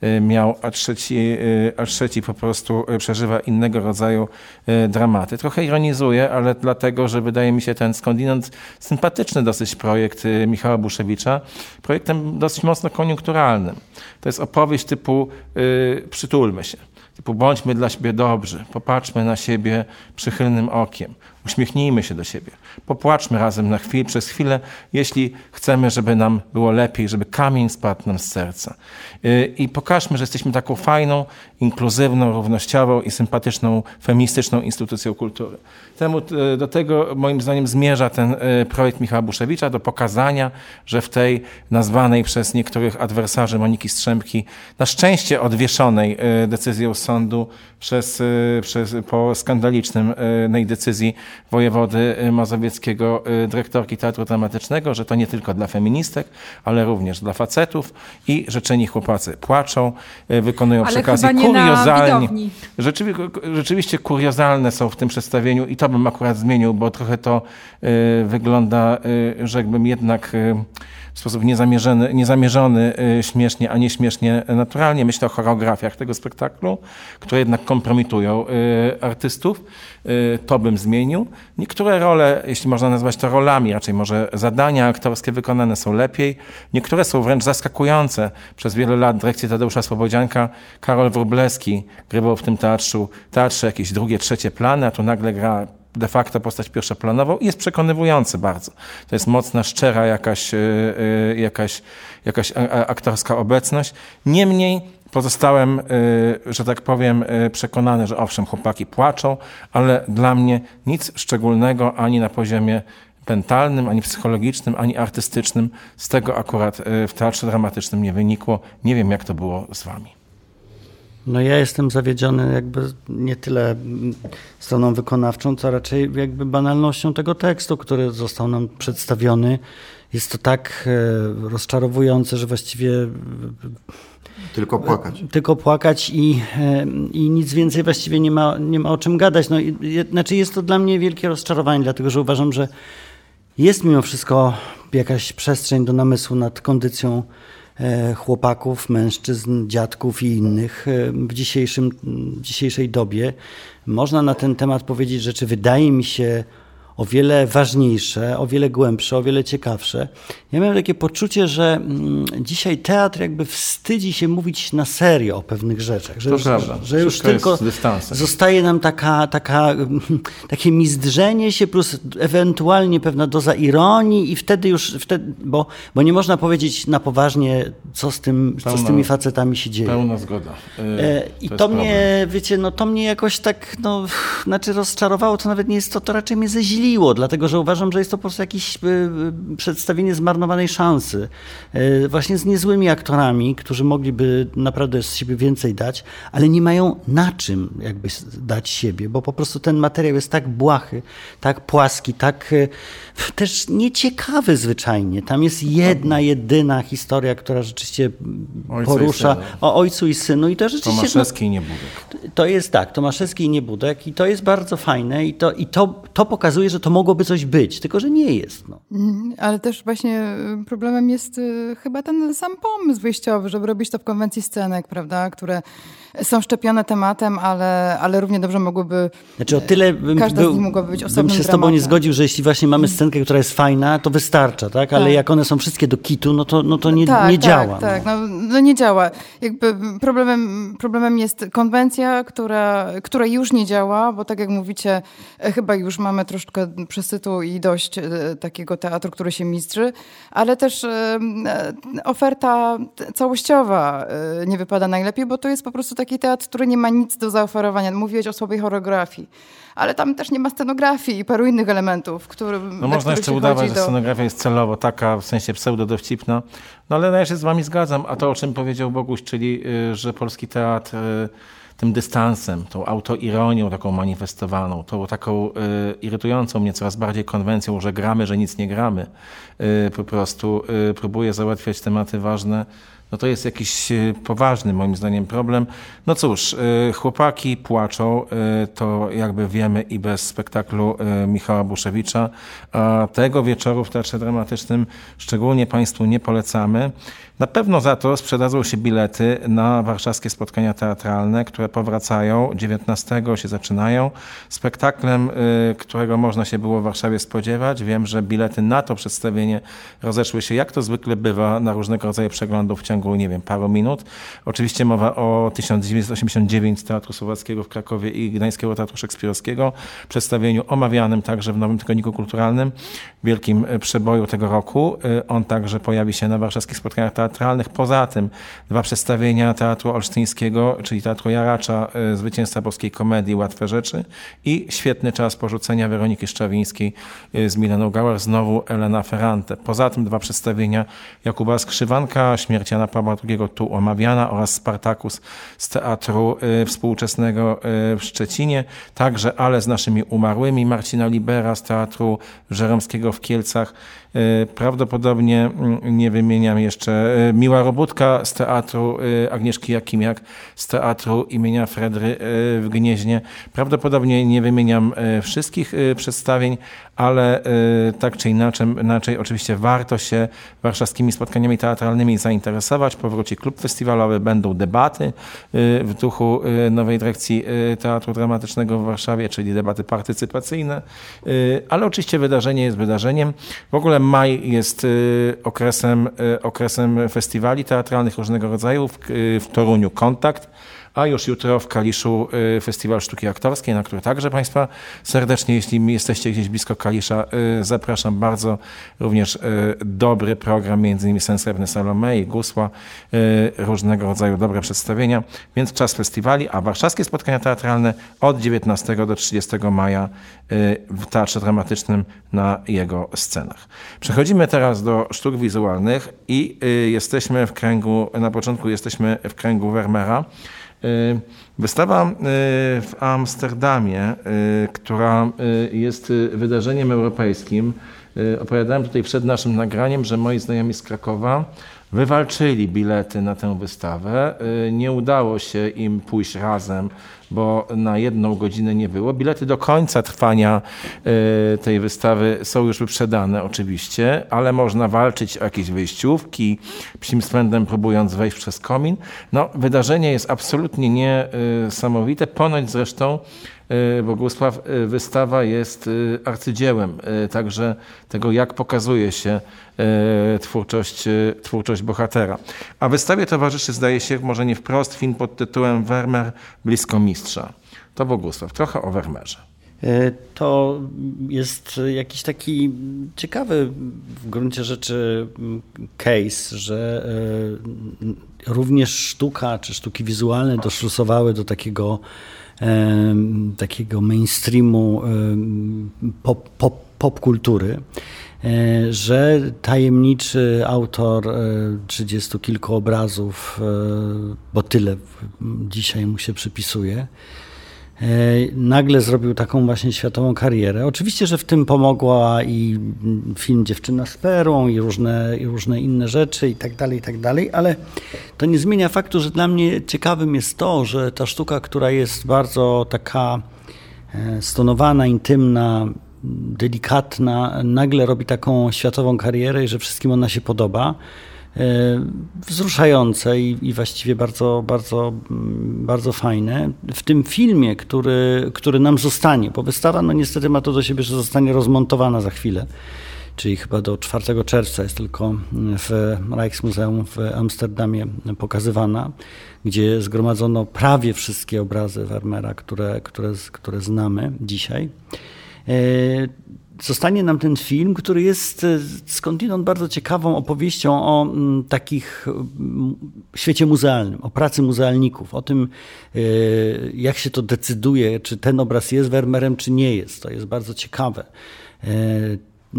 miał, a trzeci, a trzeci po prostu przeżywa innego rodzaju dramaty. Trochę ironizuję, ale dlatego, że wydaje mi się ten skądinąd sympatyczny dosyć projekt Michała Buszewicza projektem dosyć mocno koniunkturalnym. To jest opowieść typu yy, przytulmy się, typu bądźmy dla siebie dobrzy, popatrzmy na siebie przychylnym okiem, uśmiechnijmy się do siebie, popłaczmy razem na chwilę, przez chwilę, jeśli chcemy, żeby nam było lepiej, żeby kamień spadł nam z serca. Yy, I pokażmy, że jesteśmy taką fajną, inkluzywną, równościową i sympatyczną, feministyczną instytucją kultury. Temu, yy, do tego moim zdaniem zmierza ten yy, projekt Michała Buszewicza, do pokazania, że w tej nazwanej przez niektórych adwersarzy Moniki Strzemki, na szczęście odwieszonej yy, decyzją sądu przez, yy, przez, po skandalicznej decyzji wojewody mazowieckiego, dyrektorki Teatru Dramatycznego, że to nie tylko dla feministek, ale również dla facetów i życzeni chłopacy płaczą, wykonują przy okazji kuriozalnie. Rzeczywi, rzeczywiście kuriozalne są w tym przedstawieniu i to bym akurat zmienił, bo trochę to y, wygląda, y, rzekłbym jednak y, w sposób niezamierzony, niezamierzony y, śmiesznie, a nie śmiesznie naturalnie. Myślę o choreografiach tego spektaklu, które jednak kompromitują y, artystów. Y, to bym zmienił. Niektóre role, jeśli można nazwać to rolami, raczej może zadania aktorskie wykonane są lepiej. Niektóre są wręcz zaskakujące. Przez wiele lat w dyrekcji Tadeusza Słobodzianka Karol Wróblewski grywał w tym teatrzu, teatrze jakieś drugie, trzecie plany, a tu nagle gra de facto postać pierwszoplanową i jest przekonywujący bardzo. To jest mocna, szczera jakaś, yy, jakaś, jakaś aktorska obecność. Niemniej pozostałem, yy, że tak powiem, yy, przekonany, że owszem, chłopaki płaczą, ale dla mnie nic szczególnego ani na poziomie mentalnym, ani psychologicznym, ani artystycznym z tego akurat yy, w teatrze dramatycznym nie wynikło. Nie wiem, jak to było z wami. No ja jestem zawiedziony jakby nie tyle stroną wykonawczą, co raczej jakby banalnością tego tekstu, który został nam przedstawiony. Jest to tak rozczarowujące, że właściwie tylko płakać. Tylko płakać i, i nic więcej właściwie nie ma, nie ma o czym gadać. No, znaczy jest to dla mnie wielkie rozczarowanie, dlatego że uważam, że jest mimo wszystko jakaś przestrzeń do namysłu nad kondycją chłopaków, mężczyzn, dziadków i innych w dzisiejszym, dzisiejszej dobie. Można na ten temat powiedzieć rzeczy, wydaje mi się, o wiele ważniejsze, o wiele głębsze, o wiele ciekawsze. Ja miałem takie poczucie, że dzisiaj teatr jakby wstydzi się mówić na serio o pewnych rzeczach. Że to już, prawda. Że już tylko zostaje nam taka, taka, takie mizdrzenie się plus ewentualnie pewna doza ironii i wtedy już, wtedy, bo, bo nie można powiedzieć na poważnie, co z, tym, pełna, co z tymi facetami się dzieje. Pełna zgoda. Yy, e, I to, to mnie, wiecie, no to mnie jakoś tak, no, znaczy rozczarowało, to nawet nie jest to, to raczej mnie zeziliło. Dlatego, że uważam, że jest to po prostu jakieś przedstawienie zmarnowanej szansy. Właśnie z niezłymi aktorami, którzy mogliby naprawdę z siebie więcej dać, ale nie mają na czym jakby dać siebie, bo po prostu ten materiał jest tak błahy, tak płaski, tak też nieciekawy zwyczajnie. Tam jest jedna, jedyna historia, która rzeczywiście Ojcu porusza o ojcu i synu. I to rzeczywiście, Tomaszewski i Niebudek. To jest tak, Tomaszewski i Niebudek i to jest bardzo fajne i to, i to, to pokazuje, że to mogłoby coś być, tylko że nie jest. No. Ale też właśnie problemem jest chyba ten sam pomysł wyjściowy, żeby robić to w konwencji scenek, prawda, które są szczepione tematem, ale, ale równie dobrze mogłyby... Znaczy o tyle bym, każda był, z nich mogła być osobnym bym się z tobą dramatem. nie zgodził, że jeśli właśnie mamy scenkę, która jest fajna, to wystarcza, tak? Ale tak. Jak one są wszystkie do kitu, no to, no to nie, tak, nie tak, działa. Tak, no. No, no nie działa. Jakby problemem, problemem jest konwencja, która, która już nie działa, bo tak jak mówicie, chyba już mamy troszkę przesytu i dość takiego teatru, który się mistrzy, ale też e, oferta całościowa nie wypada najlepiej, bo to jest po prostu taki teatr, który nie ma nic do zaoferowania. Mówiłeś o słabej choreografii, ale tam też nie ma scenografii i paru innych elementów, które, no można jeszcze udawać, do... że scenografia jest celowo taka, w sensie pseudo-dowcipna, no ale ja się z wami zgadzam, a to, o czym powiedział Boguś, czyli że polski teatr tym dystansem, tą autoironią taką manifestowaną, tą taką y, irytującą mnie coraz bardziej konwencją, że gramy, że nic nie gramy, y, po prostu y, próbuje załatwiać tematy ważne, no to jest jakiś poważny moim zdaniem problem. No cóż, chłopaki płaczą, to jakby wiemy i bez spektaklu Michała Buszewicza, a tego wieczoru w Teatrze Dramatycznym szczególnie Państwu nie polecamy. Na pewno za to sprzedadzą się bilety na warszawskie spotkania teatralne, które powracają, dziewiętnastego się zaczynają. Spektaklem, którego można się było w Warszawie spodziewać. Wiem, że bilety na to przedstawienie rozeszły się, jak to zwykle bywa, na różnego rodzaju przeglądów w ciągu, nie wiem, paru minut. Oczywiście mowa o tysiąc dziewięćset osiemdziesiątym dziewiątym Teatru Słowackiego w Krakowie i Gdańskiego Teatru Szekspirowskiego. Przedstawieniu omawianym także w Nowym Tygodniku Kulturalnym, wielkim przeboju tego roku. On także pojawi się na warszawskich spotkaniach teatralnych. Poza tym dwa przedstawienia Teatru Olsztyńskiego, czyli Teatru Jaracza, zwycięzca polskiej komedii Łatwe Rzeczy i Świetny czas porzucenia Weroniki Szczawińskiej z Mileną Gauer, znowu Elena Ferrante. Poza tym dwa przedstawienia Jakuba Skrzywanka, Śmierć Jana Pawła drugiego tu omawiana oraz Spartakus z Teatru Współczesnego w Szczecinie. Także Ale z naszymi umarłymi Marcina Libera z Teatru Żeromskiego w Kielcach. Prawdopodobnie nie wymieniam jeszcze Miła Robótka z Teatru Agnieszki Jakimiak, z Teatru imienia Fredry w Gnieźnie. Prawdopodobnie nie wymieniam wszystkich przedstawień, ale tak czy inaczej, inaczej oczywiście warto się warszawskimi spotkaniami teatralnymi zainteresować. Powróci klub festiwalowy, będą debaty w duchu nowej dyrekcji Teatru Dramatycznego w Warszawie, czyli debaty partycypacyjne, ale oczywiście wydarzenie jest wydarzeniem. W ogóle maj jest okresem, okresem festiwali teatralnych różnego rodzaju. W, w Toruniu Kontakt, a już jutro w Kaliszu Festiwal Sztuki Aktorskiej, na który także Państwa serdecznie, jeśli jesteście gdzieś blisko Kalisza, zapraszam bardzo. Również dobry program, między innymi Sen Srebrny Salomei, Gusła, różnego rodzaju dobre przedstawienia, więc czas festiwali, a warszawskie spotkania teatralne od dziewiętnastego do trzydziestego maja w Teatrze Dramatycznym na jego scenach. Przechodzimy teraz do sztuk wizualnych i jesteśmy w kręgu, na początku jesteśmy w kręgu Vermeera. Wystawa w Amsterdamie, która jest wydarzeniem europejskim. Opowiadałem tutaj przed naszym nagraniem, że moi znajomi z Krakowa wywalczyli bilety na tę wystawę. Nie udało się im pójść razem, bo na jedną godzinę nie było. Bilety do końca trwania tej wystawy są już wyprzedane oczywiście, ale można walczyć o jakieś wejściówki, psim swędem próbując wejść przez komin. No, wydarzenie jest absolutnie niesamowite. Ponoć zresztą Bogusław, wystawa jest arcydziełem także tego, jak pokazuje się twórczość, twórczość bohatera. A wystawie towarzyszy, zdaje się, może nie wprost, film pod tytułem Vermeer blisko mistrza. To Bogusław, trochę o Vermeerze. To jest jakiś taki ciekawy w gruncie rzeczy case, że również sztuka czy sztuki wizualne doszlusowały do takiego takiego mainstreamu pop, pop, pop kultury, że tajemniczy autor trzydziestu kilku obrazów, bo tyle dzisiaj mu się przypisuje, nagle zrobił taką właśnie światową karierę. Oczywiście, że w tym pomogła i film Dziewczyna z perłą i różne, i różne inne rzeczy i tak dalej, i tak dalej, ale to nie zmienia faktu, że dla mnie ciekawym jest to, że ta sztuka, która jest bardzo taka stonowana, intymna, delikatna, nagle robi taką światową karierę i że wszystkim ona się podoba. Wzruszające i, i właściwie bardzo, bardzo, bardzo fajne. W tym filmie, który, który nam zostanie, bo wystawa no niestety ma to do siebie, że zostanie rozmontowana za chwilę, czyli chyba do czwartego czerwca jest tylko w Rijksmuseum w Amsterdamie pokazywana, gdzie zgromadzono prawie wszystkie obrazy Vermeera, które, które, które znamy dzisiaj. Zostanie nam ten film, który jest skądinąd bardzo ciekawą opowieścią o m, takich m, świecie muzealnym, o pracy muzealników, o tym, y, jak się to decyduje, czy ten obraz jest Vermeerem, czy nie jest. To jest bardzo ciekawe. Y, y,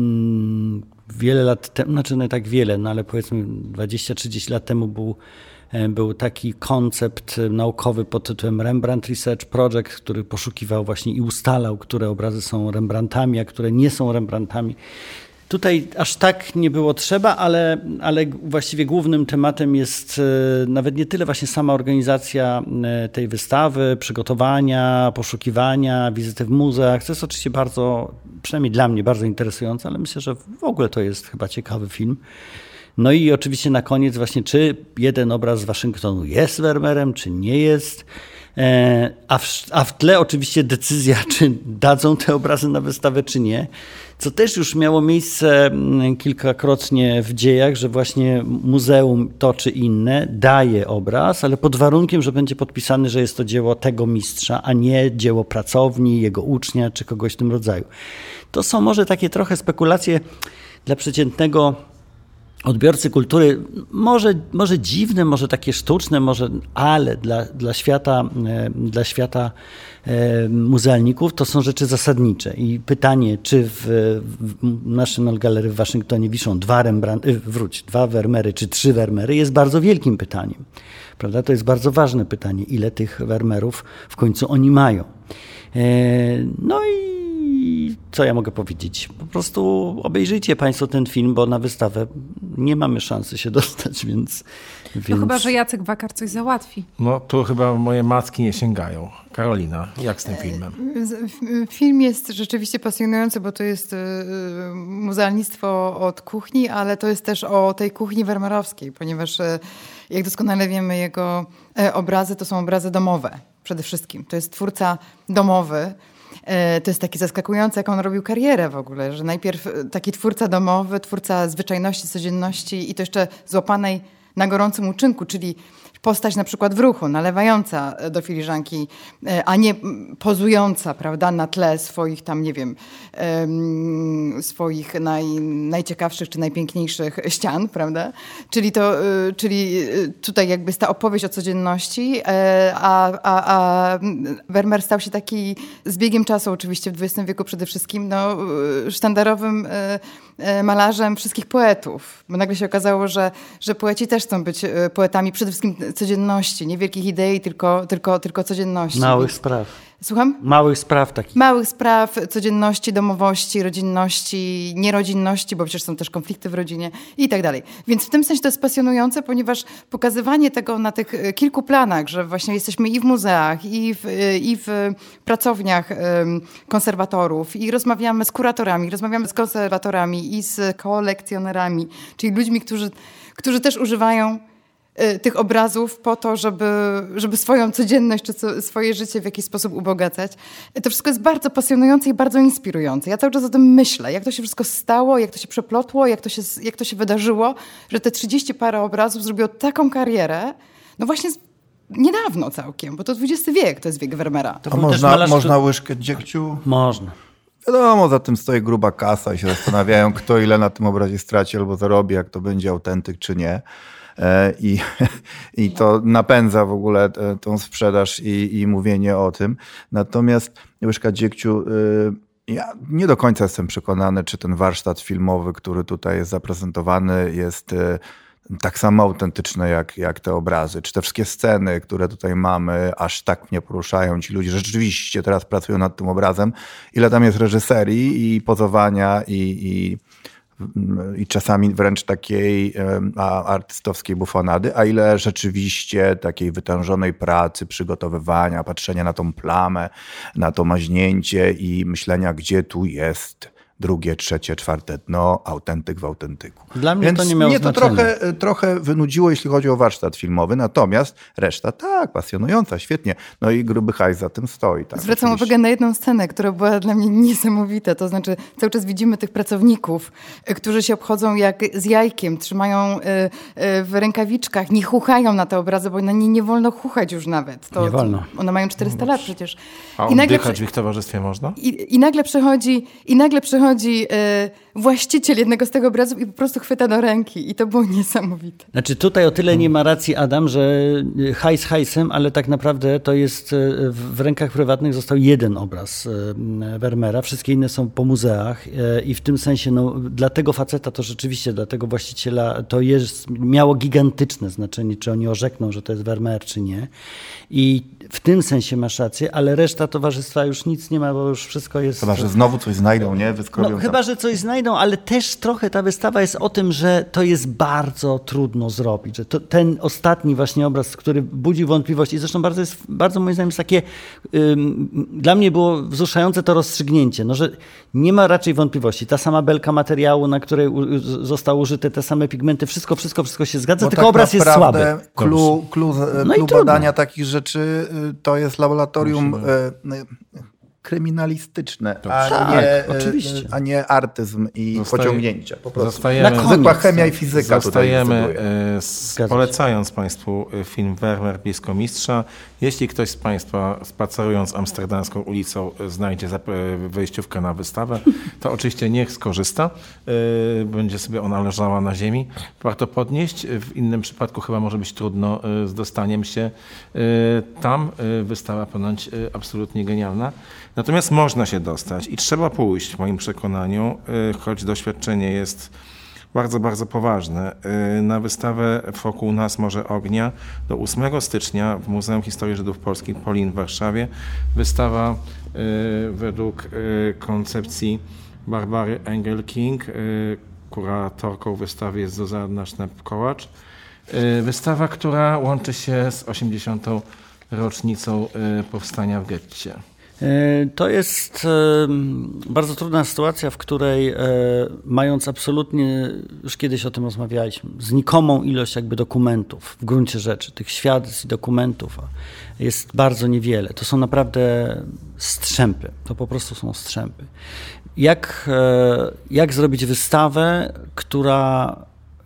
wiele lat temu, znaczy nie tak wiele, no ale powiedzmy dwadzieścia trzydzieści lat temu był Był taki koncept naukowy pod tytułem Rembrandt Research Project, który poszukiwał właśnie i ustalał, które obrazy są Rembrandtami, a które nie są Rembrandtami. Tutaj aż tak nie było trzeba, ale, ale właściwie głównym tematem jest nawet nie tyle właśnie sama organizacja tej wystawy, przygotowania, poszukiwania, wizyty w muzeach. To jest oczywiście bardzo, przynajmniej dla mnie, bardzo interesujące, ale myślę, że w ogóle to jest chyba ciekawy film. No i oczywiście na koniec właśnie, czy jeden obraz z Waszyngtonu jest Vermeerem, czy nie jest. A w, a w tle oczywiście decyzja, czy dadzą te obrazy na wystawę, czy nie. Co też już miało miejsce kilkakrotnie w dziejach, że właśnie muzeum to czy inne daje obraz, ale pod warunkiem, że będzie podpisany, że jest to dzieło tego mistrza, a nie dzieło pracowni, jego ucznia, czy kogoś w tym rodzaju. To są może takie trochę spekulacje dla przeciętnego odbiorcy kultury, może, może dziwne, może takie sztuczne, może, ale dla, dla świata, dla świata muzealników to są rzeczy zasadnicze. I pytanie, czy w, w National Gallery w Waszyngtonie wiszą dwa Rembrandt, wróć, dwa Vermeery, czy trzy Vermeery, jest bardzo wielkim pytaniem. Prawda? To jest bardzo ważne pytanie, ile tych Vermeerów w końcu oni mają. No i I co ja mogę powiedzieć? Po prostu obejrzyjcie Państwo ten film, bo na wystawę nie mamy szansy się dostać, więc... więc... No chyba, że Jacek Wakar coś załatwi. No tu chyba moje macki nie sięgają. Karolina, jak z tym filmem? Film jest rzeczywiście pasjonujący, bo to jest muzealnictwo od kuchni, ale to jest też o tej kuchni vermeerowskiej, ponieważ jak doskonale wiemy, jego obrazy to są obrazy domowe przede wszystkim. To jest twórca domowy. To jest takie zaskakujące, jak on robił karierę w ogóle, że najpierw taki twórca domowy, twórca zwyczajności, codzienności i to jeszcze złapanej na gorącym uczynku, czyli postać na przykład w ruchu, nalewająca do filiżanki, a nie pozująca, prawda, na tle swoich tam, nie wiem, swoich naj, najciekawszych czy najpiękniejszych ścian, prawda? Czyli to, czyli tutaj jakby jest ta opowieść o codzienności, a, a, a Vermeer stał się taki z biegiem czasu, oczywiście w dwudziestym wieku przede wszystkim, no, sztandarowym malarzem wszystkich poetów, bo nagle się okazało, że, że poeci też chcą być poetami przede wszystkim codzienności, nie wielkich idei, tylko, tylko, tylko codzienności. Małych spraw. Słucham? Małych spraw takich. Małych spraw, codzienności, domowości, rodzinności, nierodzinności, bo przecież są też konflikty w rodzinie i tak dalej. Więc w tym sensie to jest pasjonujące, ponieważ pokazywanie tego na tych kilku planach, że właśnie jesteśmy i w muzeach, i w, i w pracowniach konserwatorów, i rozmawiamy z kuratorami, rozmawiamy z konserwatorami i z kolekcjonerami, czyli ludźmi, którzy, którzy też używają tych obrazów po to, żeby, żeby swoją codzienność czy co, swoje życie w jakiś sposób ubogacać. To wszystko jest bardzo pasjonujące i bardzo inspirujące. Ja cały czas o tym myślę, jak to się wszystko stało, jak to się przeplotło, jak to się, jak to się wydarzyło, że te trzydzieści parę obrazów zrobiło taką karierę, no właśnie z, niedawno całkiem, bo to dwudziesty wiek, to jest wiek Vermeera. A można, można łyżkę dziegciu? Można. Wiadomo, za tym stoi gruba kasa i się zastanawiają, kto ile na tym obrazie straci albo zarobi, jak to będzie autentyk czy nie. I, i to napędza w ogóle tą sprzedaż i, i mówienie o tym. Natomiast łyżka dziegciu, ja nie do końca jestem przekonany, czy ten warsztat filmowy, który tutaj jest zaprezentowany, jest tak samo autentyczny jak, jak te obrazy. Czy te wszystkie sceny, które tutaj mamy, aż tak mnie poruszają. Ci ludzie rzeczywiście teraz pracują nad tym obrazem. Ile tam jest reżyserii i pozowania i, i i czasami wręcz takiej a, artystowskiej bufonady, a ile rzeczywiście takiej wytężonej pracy, przygotowywania, patrzenia na tą plamę, na to maźnięcie i myślenia, gdzie tu jest drugie, trzecie, czwarte dno, autentyk w autentyku. Dla mnie Więc to nie miało mnie to znaczenia. trochę, trochę wynudziło, jeśli chodzi o warsztat filmowy, natomiast reszta tak, pasjonująca, świetnie. No i gruby hajs za tym stoi. Tak, Zwracam oczywiście. uwagę na jedną scenę, która była dla mnie niesamowita. To znaczy cały czas widzimy tych pracowników, którzy się obchodzą jak z jajkiem, trzymają w rękawiczkach, nie chuchają na te obrazy, bo na nie nie wolno chuchać już nawet. To, Nie wolno. One mają czterysta lat przecież. A I nagle oddychać w ich towarzystwie można? I, i nagle przychodzi, i nagle przychodzi e, właściciel jednego z tych obrazów i po prostu chwyta do ręki. I to było niesamowite. Znaczy tutaj o tyle nie ma racji Adam, że hajs hajsem, ale tak naprawdę to jest w rękach prywatnych został jeden obraz Vermeera. Wszystkie inne są po muzeach i w tym sensie no, dla tego faceta to rzeczywiście, dla tego właściciela to jest, miało gigantyczne znaczenie, czy oni orzekną, że to jest Vermeer, czy nie. I w tym sensie masz rację, ale reszta towarzystwa już nic nie ma, bo już wszystko jest... Chyba, że znowu coś znajdą, nie? Wyskoczy skrobią. No, chyba, że coś znajdą, ale też trochę ta wystawa jest o tym, że to jest bardzo trudno zrobić, że to, ten ostatni właśnie obraz, który budzi wątpliwość i zresztą bardzo jest, bardzo moim zdaniem jest takie, ym, dla mnie było wzruszające to rozstrzygnięcie, no, że nie ma raczej wątpliwości. Ta sama belka materiału, na której u, zostały użyte te same pigmenty, wszystko, wszystko, wszystko się zgadza, Bo tylko tak obraz jest słaby. Clue, clue, no clue badania takich rzeczy to jest laboratorium Musimy. kryminalistyczne, a, tak, nie, oczywiście. a nie artyzm i Zostaje, pociągnięcia. Po prostu. Zostajemy, zwykła chemia i fizyka zostajemy, tutaj decyduje. polecając Państwu film Vermeer Blisko Mistrza. Jeśli ktoś z Państwa spacerując amsterdamską ulicą znajdzie wejściówkę na wystawę, to oczywiście niech skorzysta. Będzie sobie ona leżała na ziemi. Warto podnieść. W innym przypadku chyba może być trudno z dostaniem się tam. Wystawa ponoć absolutnie genialna. Natomiast można się dostać i trzeba pójść w moim przekonaniu, choć doświadczenie jest bardzo, bardzo poważne. Na wystawę Wokół nas Morze Ognia do ósmego stycznia w Muzeum Historii Żydów Polskich Polin w Warszawie. Wystawa według koncepcji Barbary Engelking. Kuratorką wystawy jest Zuzanna Sznep-Kołacz. Wystawa, która łączy się z osiemdziesiątą rocznicą powstania w getcie. To jest bardzo trudna sytuacja, w której mając absolutnie, już kiedyś o tym rozmawialiśmy, znikomą ilość jakby dokumentów w gruncie rzeczy, tych świadectw i dokumentów jest bardzo niewiele. To są naprawdę strzępy, to po prostu są strzępy. Jak, jak zrobić wystawę, która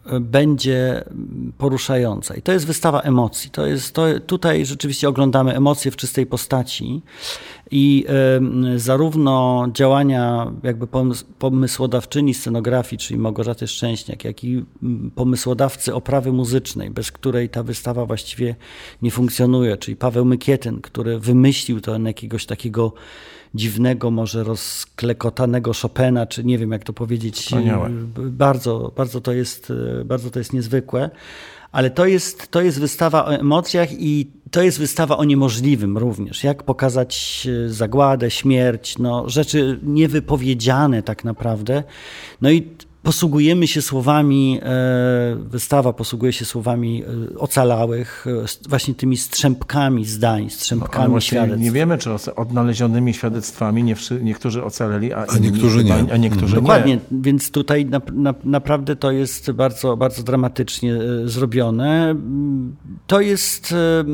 będzie poruszająca. I to jest wystawa emocji. To jest, to, tutaj rzeczywiście oglądamy emocje w czystej postaci i y, zarówno działania jakby pomysłodawczyni scenografii, czyli Małgorzaty Szczęśniak, jak i pomysłodawcy oprawy muzycznej, bez której ta wystawa właściwie nie funkcjonuje, czyli Paweł Mykietyn, który wymyślił to jakiegoś takiego dziwnego, może rozklekotanego Chopina, czy nie wiem jak to powiedzieć. Bardzo, bardzo to jest, bardzo to jest niezwykłe, ale to jest, to jest wystawa o emocjach i to jest wystawa o niemożliwym również. Jak pokazać zagładę, śmierć, no, rzeczy niewypowiedziane tak naprawdę. No i posługujemy się słowami, wystawa posługuje się słowami ocalałych, właśnie tymi strzępkami zdań, strzępkami no, świadectw. Nie wiemy, czy odnalezionymi świadectwami nie, niektórzy ocaleli, a, a niektórzy nie. A niektórzy nie. Dokładnie, więc tutaj na, na, naprawdę to jest bardzo, bardzo dramatycznie zrobione. To jest...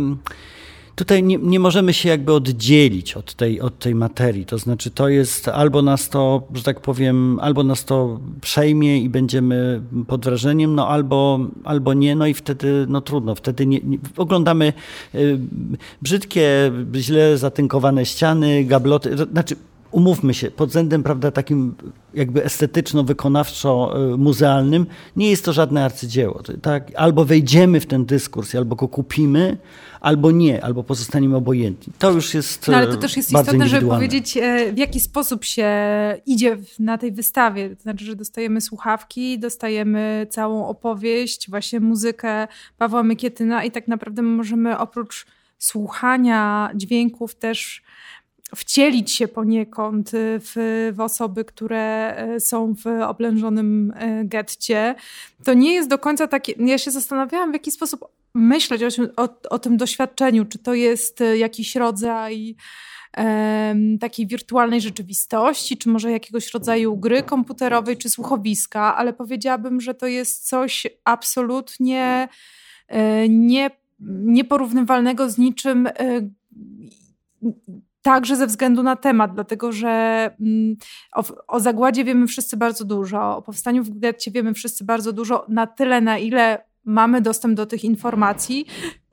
Tutaj nie, nie możemy się jakby oddzielić od tej, od tej materii, to znaczy to jest albo nas to, że tak powiem, albo nas to przejmie i będziemy pod wrażeniem, no albo, albo nie, no i wtedy no trudno, wtedy nie, nie, oglądamy y, brzydkie, źle zatynkowane ściany, gabloty, znaczy umówmy się, pod względem, prawda, takim jakby estetyczno-wykonawczo-muzealnym nie jest to żadne arcydzieło. Tak? Albo wejdziemy w ten dyskurs, albo go kupimy, albo nie, albo pozostaniemy obojętni. To już jest No ale to też jest bardzo istotne, żeby powiedzieć, w jaki sposób się idzie na tej wystawie. To znaczy, że dostajemy słuchawki, dostajemy całą opowieść, właśnie muzykę Pawła Mykietyna i tak naprawdę możemy oprócz słuchania dźwięków też wcielić się poniekąd w, w osoby, które są w oblężonym getcie. To nie jest do końca takie... Ja się zastanawiałam, w jaki sposób myśleć o, o, o tym doświadczeniu. Czy to jest jakiś rodzaj e, takiej wirtualnej rzeczywistości, czy może jakiegoś rodzaju gry komputerowej, czy słuchowiska, ale powiedziałabym, że to jest coś absolutnie e, nie, nieporównywalnego z niczym e, także ze względu na temat, dlatego że o, o zagładzie wiemy wszyscy bardzo dużo, o powstaniu w getcie wiemy wszyscy bardzo dużo, na tyle, na ile mamy dostęp do tych informacji.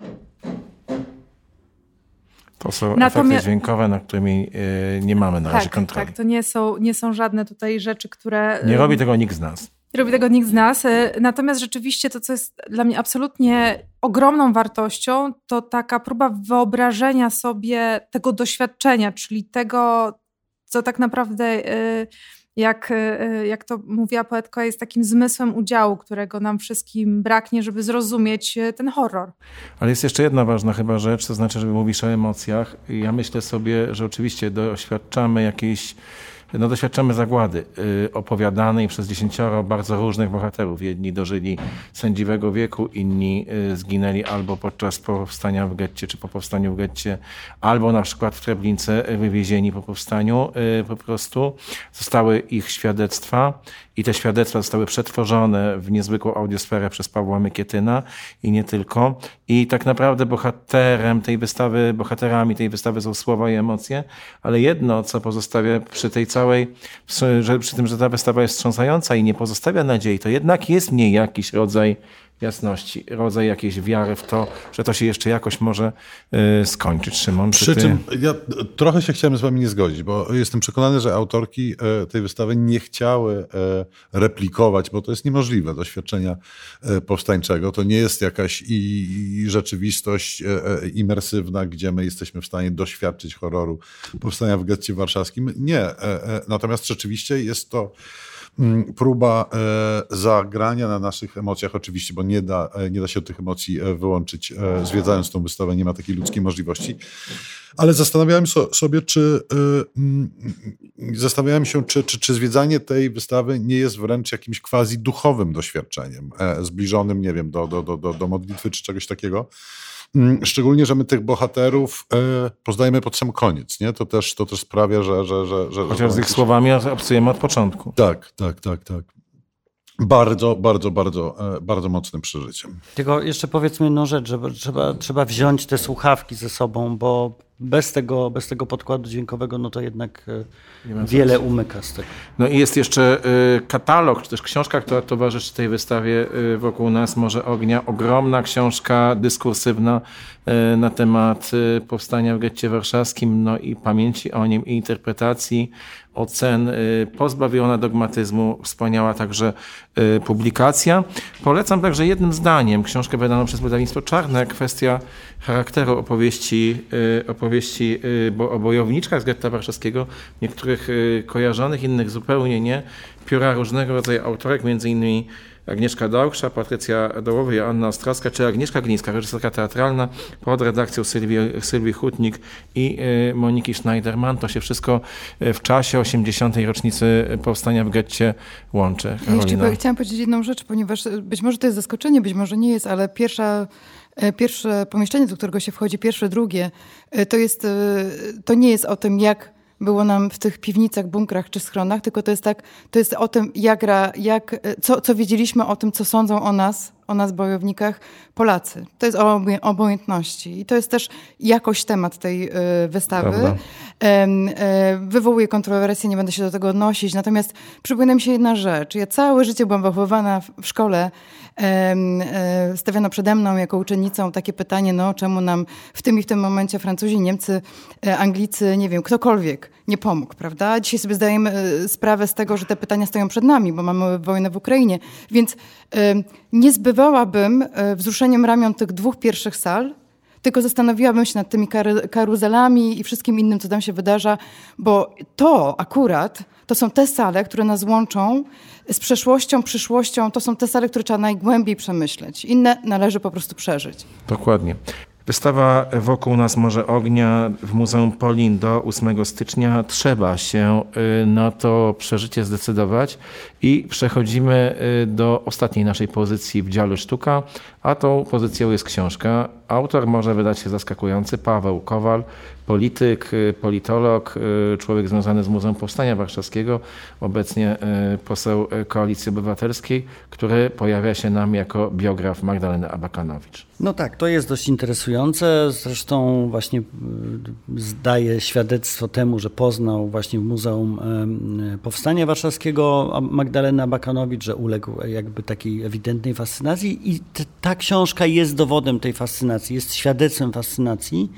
To są Natomiast... efekty dźwiękowe, nad którymi yy, nie mamy na razie tak, kontroli. Tak, to nie są, nie są żadne tutaj rzeczy, które... Nie robi tego nikt z nas. Nie robi tego nikt z nas. Natomiast rzeczywiście to, co jest dla mnie absolutnie ogromną wartością, to taka próba wyobrażenia sobie tego doświadczenia, czyli tego, co tak naprawdę, jak, jak to mówiła poetka, jest takim zmysłem udziału, którego nam wszystkim braknie, żeby zrozumieć ten horror. Ale jest jeszcze jedna ważna chyba rzecz, to znaczy, że mówisz o emocjach. Ja myślę sobie, że oczywiście doświadczamy jakiejś no, doświadczamy zagłady opowiadanej przez dziesięcioro bardzo różnych bohaterów. Jedni dożyli sędziwego wieku, inni zginęli albo podczas powstania w getcie, czy po powstaniu w getcie, albo na przykład w Treblince wywiezieni po powstaniu po prostu. Zostały ich świadectwa i te świadectwa zostały przetworzone w niezwykłą audiosferę przez Pawła Mykietyna i nie tylko. I tak naprawdę bohaterem tej wystawy, bohaterami tej wystawy są słowa i emocje, ale jedno, co pozostawia przy tej całej, że, przy tym, że ta wystawa jest wstrząsająca i nie pozostawia nadziei, to jednak jest w niej jakiś rodzaj jasności, rodzaj jakiejś wiary w to, że to się jeszcze jakoś może y, skończyć. Szymon, Przy ty... czym ja trochę się chciałem z wami nie zgodzić, bo jestem przekonany, że autorki tej wystawy nie chciały replikować, bo to jest niemożliwe, doświadczenia powstańczego. To nie jest jakaś i, i rzeczywistość imersywna, gdzie my jesteśmy w stanie doświadczyć horroru powstania w getcie warszawskim. Nie. Natomiast rzeczywiście jest to próba e, zagrania na naszych emocjach, oczywiście, bo nie da, nie da się od tych emocji wyłączyć. E, zwiedzając tą wystawę, nie ma takiej ludzkiej możliwości. Ale zastanawiałem so, sobie, czy y, zastanawiałem się, czy, czy, czy zwiedzanie tej wystawy nie jest wręcz jakimś quasi duchowym doświadczeniem, e, zbliżonym, nie wiem, do, do, do, do, do modlitwy czy czegoś takiego. Szczególnie, że my tych bohaterów e, poznajemy pod sam koniec, nie? To też, to też sprawia, że... że, że, że Chociaż z ich słowami obcujemy od początku. Tak, tak, tak, tak. Bardzo, bardzo, bardzo, e, bardzo mocnym przeżyciem. Tylko jeszcze powiedzmy jedną rzecz, że trzeba, trzeba wziąć te słuchawki ze sobą, bo bez tego, bez tego podkładu dźwiękowego, no to jednak wiele umyka z tego. No i jest jeszcze y, katalog, czy też książka, która towarzyszy tej wystawie y, wokół nas, Morze Ognia. Ogromna książka dyskursywna y, na temat y, powstania w getcie warszawskim, no i pamięci o nim i interpretacji, ocen, y, pozbawiona dogmatyzmu. Wspaniała także y, publikacja. Polecam także jednym zdaniem książkę wydaną przez wydawnictwo Czarne, kwestia charakteru opowieści, y, opowieści y, bo, o bojowniczkach z getta warszawskiego, niektórych y, kojarzonych, innych zupełnie nie. Pióra różnego rodzaju autorek, między innymi Agnieszka Dałksza, Patrycja Dołowa, Joanna Ostrowska, czy Agnieszka Glińska, reżyserka teatralna, pod redakcją Sylwii, Sylwii Hutnik i y, Moniki Schneiderman. To się wszystko w czasie osiemdziesiątej rocznicy powstania w getcie łączy. Karolina. Jeszcze chciałam powiedzieć jedną rzecz, ponieważ być może to jest zaskoczenie, być może nie jest, ale pierwsza Pierwsze pomieszczenie, do którego się wchodzi, pierwsze, drugie, to, jest, to nie jest o tym, jak było nam w tych piwnicach, bunkrach czy schronach, tylko to jest tak, to jest o tym, jak, jak, co, co wiedzieliśmy o tym, co sądzą o nas, o nas bojownikach Polacy. To jest o obojętności i to jest też jakoś temat tej y, wystawy. Y, wywołuje kontrowersje, nie będę się do tego odnosić, natomiast przypomina mi się jedna rzecz. Ja całe życie byłam wychowywana w, w szkole, y, y, stawiano przede mną jako uczennicą takie pytanie, no czemu nam w tym i w tym momencie Francuzi, Niemcy, y, Anglicy, nie wiem, ktokolwiek nie pomógł, prawda? Dzisiaj sobie zdajemy y, sprawę z tego, że te pytania stoją przed nami, bo mamy wojnę w Ukrainie, więc y, nie zbywałabym wzruszeniem ramion tych dwóch pierwszych sal, tylko zastanowiłabym się nad tymi kar- karuzelami i wszystkim innym, co tam się wydarza, bo to akurat, to są te sale, które nas łączą z przeszłością, przyszłością, to są te sale, które trzeba najgłębiej przemyśleć. Inne należy po prostu przeżyć. Dokładnie. Wystawa Wokół nas Morze Ognia w Muzeum Polin do ósmego stycznia. Trzeba się na to przeżycie zdecydować i przechodzimy do ostatniej naszej pozycji w dziale sztuka, a tą pozycją jest książka. Autor może wydać się zaskakujący, Paweł Kowal, polityk, politolog, człowiek związany z Muzeum Powstania Warszawskiego, obecnie poseł Koalicji Obywatelskiej, który pojawia się nam jako biograf Magdaleny Abakanowicz. No tak, to jest dość interesujące. Zresztą właśnie zdaje świadectwo temu, że poznał właśnie w Muzeum Powstania Warszawskiego Magdalenę Abakanowicz, że uległ jakby takiej ewidentnej fascynacji i t- ta książka jest dowodem tej fascynacji, jest świadectwem fascynacji.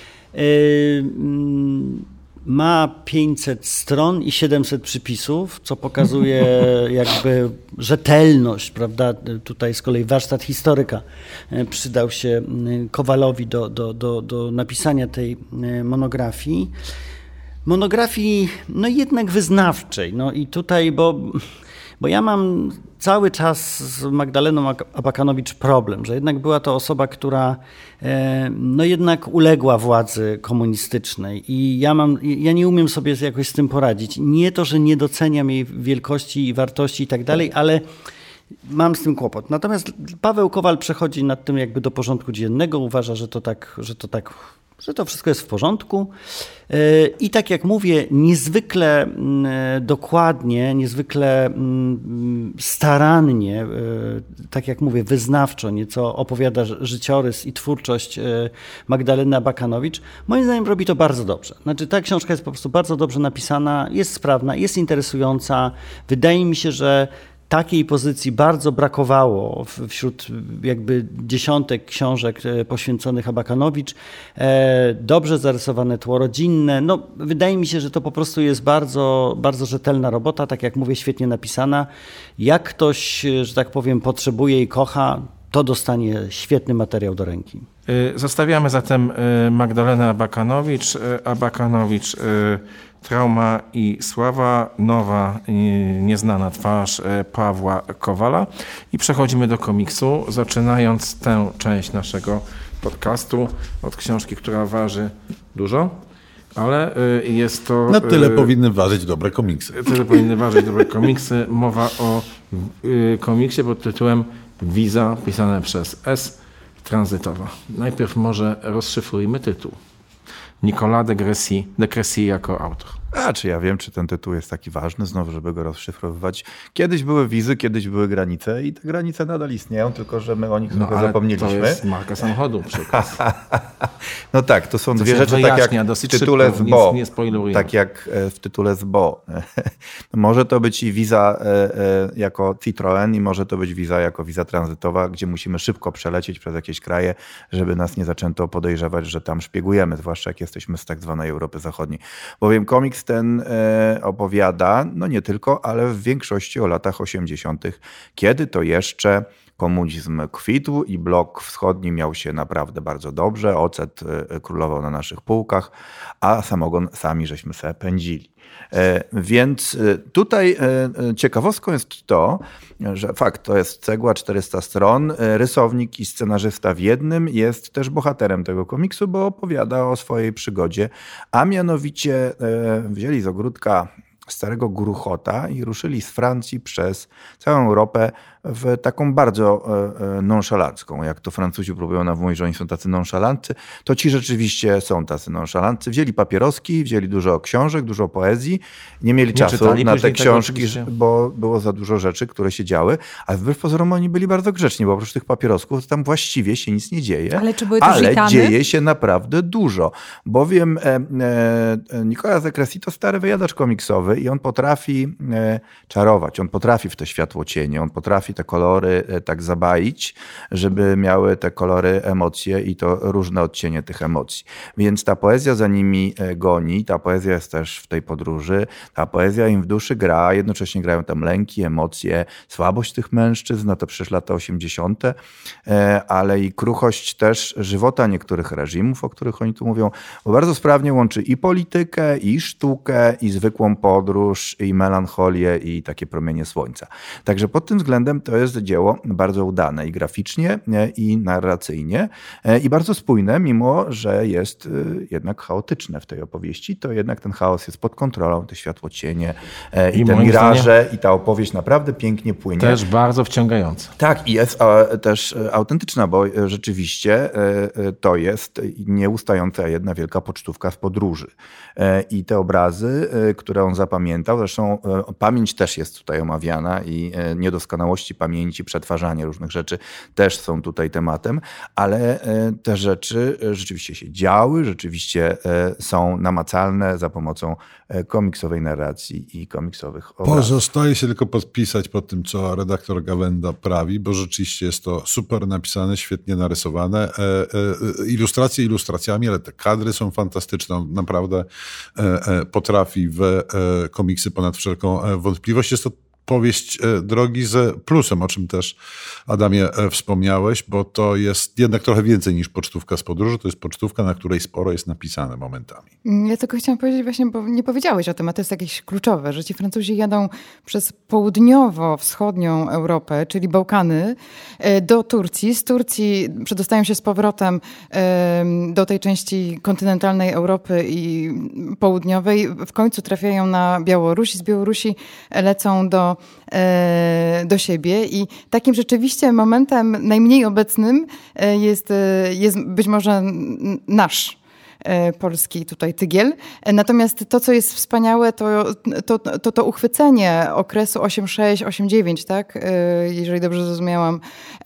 Ma pięćset stron i siedemset przypisów, co pokazuje jakby rzetelność, prawda? Tutaj z kolei warsztat historyka przydał się Kowalowi do, do, do, do napisania tej monografii. Monografii, no jednak wyznawczej. No i tutaj, bo bo ja mam cały czas z Magdaleną Abakanowicz problem, że jednak była to osoba, która no jednak uległa władzy komunistycznej i ja mam, ja nie umiem sobie jakoś z tym poradzić. Nie to, że nie doceniam jej wielkości i wartości i tak dalej, ale mam z tym kłopot. Natomiast Paweł Kowal przechodzi nad tym jakby do porządku dziennego, uważa, że to tak, że to tak, że to wszystko jest w porządku. I tak jak mówię, niezwykle dokładnie, niezwykle starannie, tak jak mówię, wyznawczo nieco opowiada życiorys i twórczość Magdaleny Abakanowicz. Moim zdaniem robi to bardzo dobrze. Znaczy ta książka jest po prostu bardzo dobrze napisana, jest sprawna, jest interesująca. Wydaje mi się, że takiej pozycji bardzo brakowało wśród jakby dziesiątek książek poświęconych Abakanowicz. Dobrze zarysowane tło rodzinne. No, wydaje mi się, że to po prostu jest bardzo, bardzo rzetelna robota, tak jak mówię, świetnie napisana. Jak ktoś, że tak powiem, potrzebuje i kocha, to dostanie świetny materiał do ręki. Zostawiamy zatem Magdalenę Abakanowicz. Abakanowicz Trauma i sława, nowa, nieznana twarz Pawła Kowala. I przechodzimy do komiksu, zaczynając tę część naszego podcastu od książki, która waży dużo, ale jest to... Na tyle powinny ważyć dobre komiksy. Tyle powinny ważyć dobre komiksy. Mowa o komiksie pod tytułem Wiza, pisane przez S, tranzytowa. Najpierw może rozszyfrujmy tytuł. Nicolas de Crécy, de Crécy jako autor. A czy ja wiem, czy ten tytuł jest taki ważny, znowu, żeby go rozszyfrowywać. Kiedyś były wizy, kiedyś były granice i te granice nadal istnieją, tylko że my o nich no, trochę zapomnieliśmy. To jest marka samochodu przykaz. No tak, to są to dwie rzeczy, tak jak w tytule z Bo. Nie, nie tak jak w tytule z Bo. Może to być i wiza jako Citroën i może to być wiza jako wiza tranzytowa, gdzie musimy szybko przelecieć przez jakieś kraje, żeby nas nie zaczęto podejrzewać, że tam szpiegujemy, zwłaszcza jak jesteśmy z tak zwanej Europy Zachodniej. Bowiem komiks ten opowiada, no nie tylko, ale w większości o latach osiemdziesiątych, kiedy to jeszcze komunizm kwitł i blok wschodni miał się naprawdę bardzo dobrze, ocet królował na naszych półkach, a samogon sami żeśmy se pędzili. Więc tutaj ciekawostką jest to, że fakt, to jest cegła, czterysta stron, rysownik i scenarzysta w jednym jest też bohaterem tego komiksu, bo opowiada o swojej przygodzie, a mianowicie wzięli z ogródka starego gruchota i ruszyli z Francji przez całą Europę w taką bardzo nonszalancką. Jak to Francuzi próbują nam mówić, że oni są tacy nonszalantcy, to ci rzeczywiście są tacy nonszalantcy. Wzięli papieroski, wzięli dużo książek, dużo poezji, nie mieli nie czasu na te książki, bo było za dużo rzeczy, które się działy, ale wbrew pozorom oni byli bardzo grzeczni, bo oprócz tych papierosków to tam właściwie się nic nie dzieje. Ale czy były to ale żitany? Dzieje się naprawdę dużo, bowiem e, e, Nicolas de Crécy to stary wyjadacz komiksowy i on potrafi e, czarować, on potrafi w te światło cienie, on potrafi te kolory tak zabaić, żeby miały te kolory emocje i to różne odcienie tych emocji. Więc ta poezja za nimi goni, ta poezja jest też w tej podróży, ta poezja im w duszy gra, jednocześnie grają tam lęki, emocje, słabość tych mężczyzn, no to przecież lata osiemdziesiąte, ale i kruchość też żywota niektórych reżimów, o których oni tu mówią, bo bardzo sprawnie łączy i politykę, i sztukę, i zwykłą podróż, i melancholię, i takie promienie słońca. Także pod tym względem to jest dzieło bardzo udane i graficznie, i narracyjnie, i bardzo spójne, mimo że jest jednak chaotyczne w tej opowieści. To jednak ten chaos jest pod kontrolą, te światłocienie i, i te miraże, i ta opowieść naprawdę pięknie płynie. Też bardzo wciągająca. Tak, i jest też autentyczna, bo rzeczywiście to jest nieustająca jedna wielka pocztówka z podróży. I te obrazy, które on zapamiętał, zresztą pamięć też jest tutaj omawiana i niedoskonałości pamięci, przetwarzanie różnych rzeczy też są tutaj tematem, ale te rzeczy rzeczywiście się działy, rzeczywiście są namacalne za pomocą komiksowej narracji i komiksowych obrazów. Pozostaje się tylko podpisać pod tym, co redaktor Gawenda prawi, bo rzeczywiście jest to super napisane, świetnie narysowane. Ilustracje ilustracjami, ale te kadry są fantastyczne. On naprawdę potrafi w komiksy ponad wszelką wątpliwość. Jest to powieść drogi z plusem, o czym też, Adamie, wspomniałeś, bo to jest jednak trochę więcej niż pocztówka z podróży. To jest pocztówka, na której sporo jest napisane momentami. Ja tylko chciałam powiedzieć właśnie, bo nie powiedziałeś o tym, a to jest jakieś kluczowe, że ci Francuzi jadą przez południowo-wschodnią Europę, czyli Bałkany, do Turcji. Z Turcji przedostają się z powrotem do tej części kontynentalnej Europy i południowej. W końcu trafiają na Białoruś. Z Białorusi lecą do, do siebie i takim rzeczywiście momentem najmniej obecnym jest, jest być może nasz polski tutaj tygiel. Natomiast to, co jest wspaniałe, to to, to, to uchwycenie okresu osiemdziesiąt sześć osiemdziesiąt dziewięć, tak? Jeżeli dobrze zrozumiałam.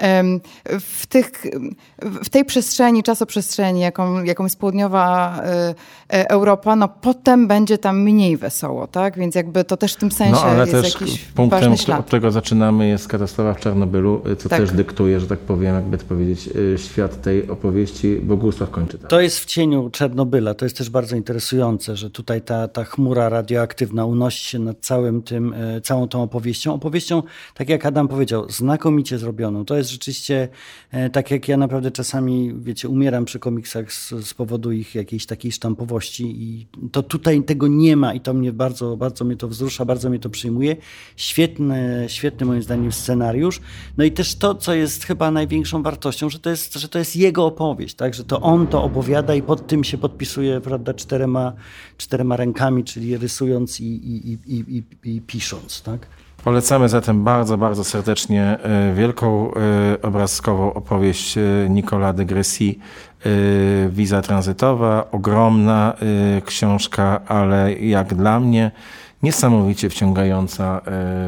W, tych, w tej przestrzeni, czasoprzestrzeni, jaką, jaką jest południowa Europa, no potem będzie tam mniej wesoło, tak? Więc jakby to też w tym sensie no, ale jest też jakiś punktem, ważny ślad. od którego zaczynamy, jest katastrofa w Czarnobylu, co tak. też dyktuje, że tak powiem, jakby to powiedzieć, świat tej opowieści. Bogusław kończy tak. To jest w cieniu Czarnobyla. To jest też bardzo interesujące, że tutaj ta, ta chmura radioaktywna unosi się nad całym tym, całą tą opowieścią. Opowieścią, tak jak Adam powiedział, znakomicie zrobioną. To jest rzeczywiście, tak jak ja naprawdę czasami, wiecie, umieram przy komiksach z, z powodu ich jakiejś takiej sztampowości i to tutaj tego nie ma i to mnie bardzo, bardzo mnie to wzrusza, bardzo mnie to przyjmuje. Świetny, świetny moim zdaniem scenariusz. No i też to, co jest chyba największą wartością, że to jest, że to jest jego opowieść, tak? Że to on to opowiada i pod tym się podpisuje, prawda, czterema, czterema rękami, czyli rysując i, i, i, i, i pisząc, tak? Polecamy zatem bardzo, bardzo serdecznie wielką obrazkową opowieść Nicolas de Grécy, Wiza tranzytowa, ogromna książka, ale jak dla mnie niesamowicie wciągająca,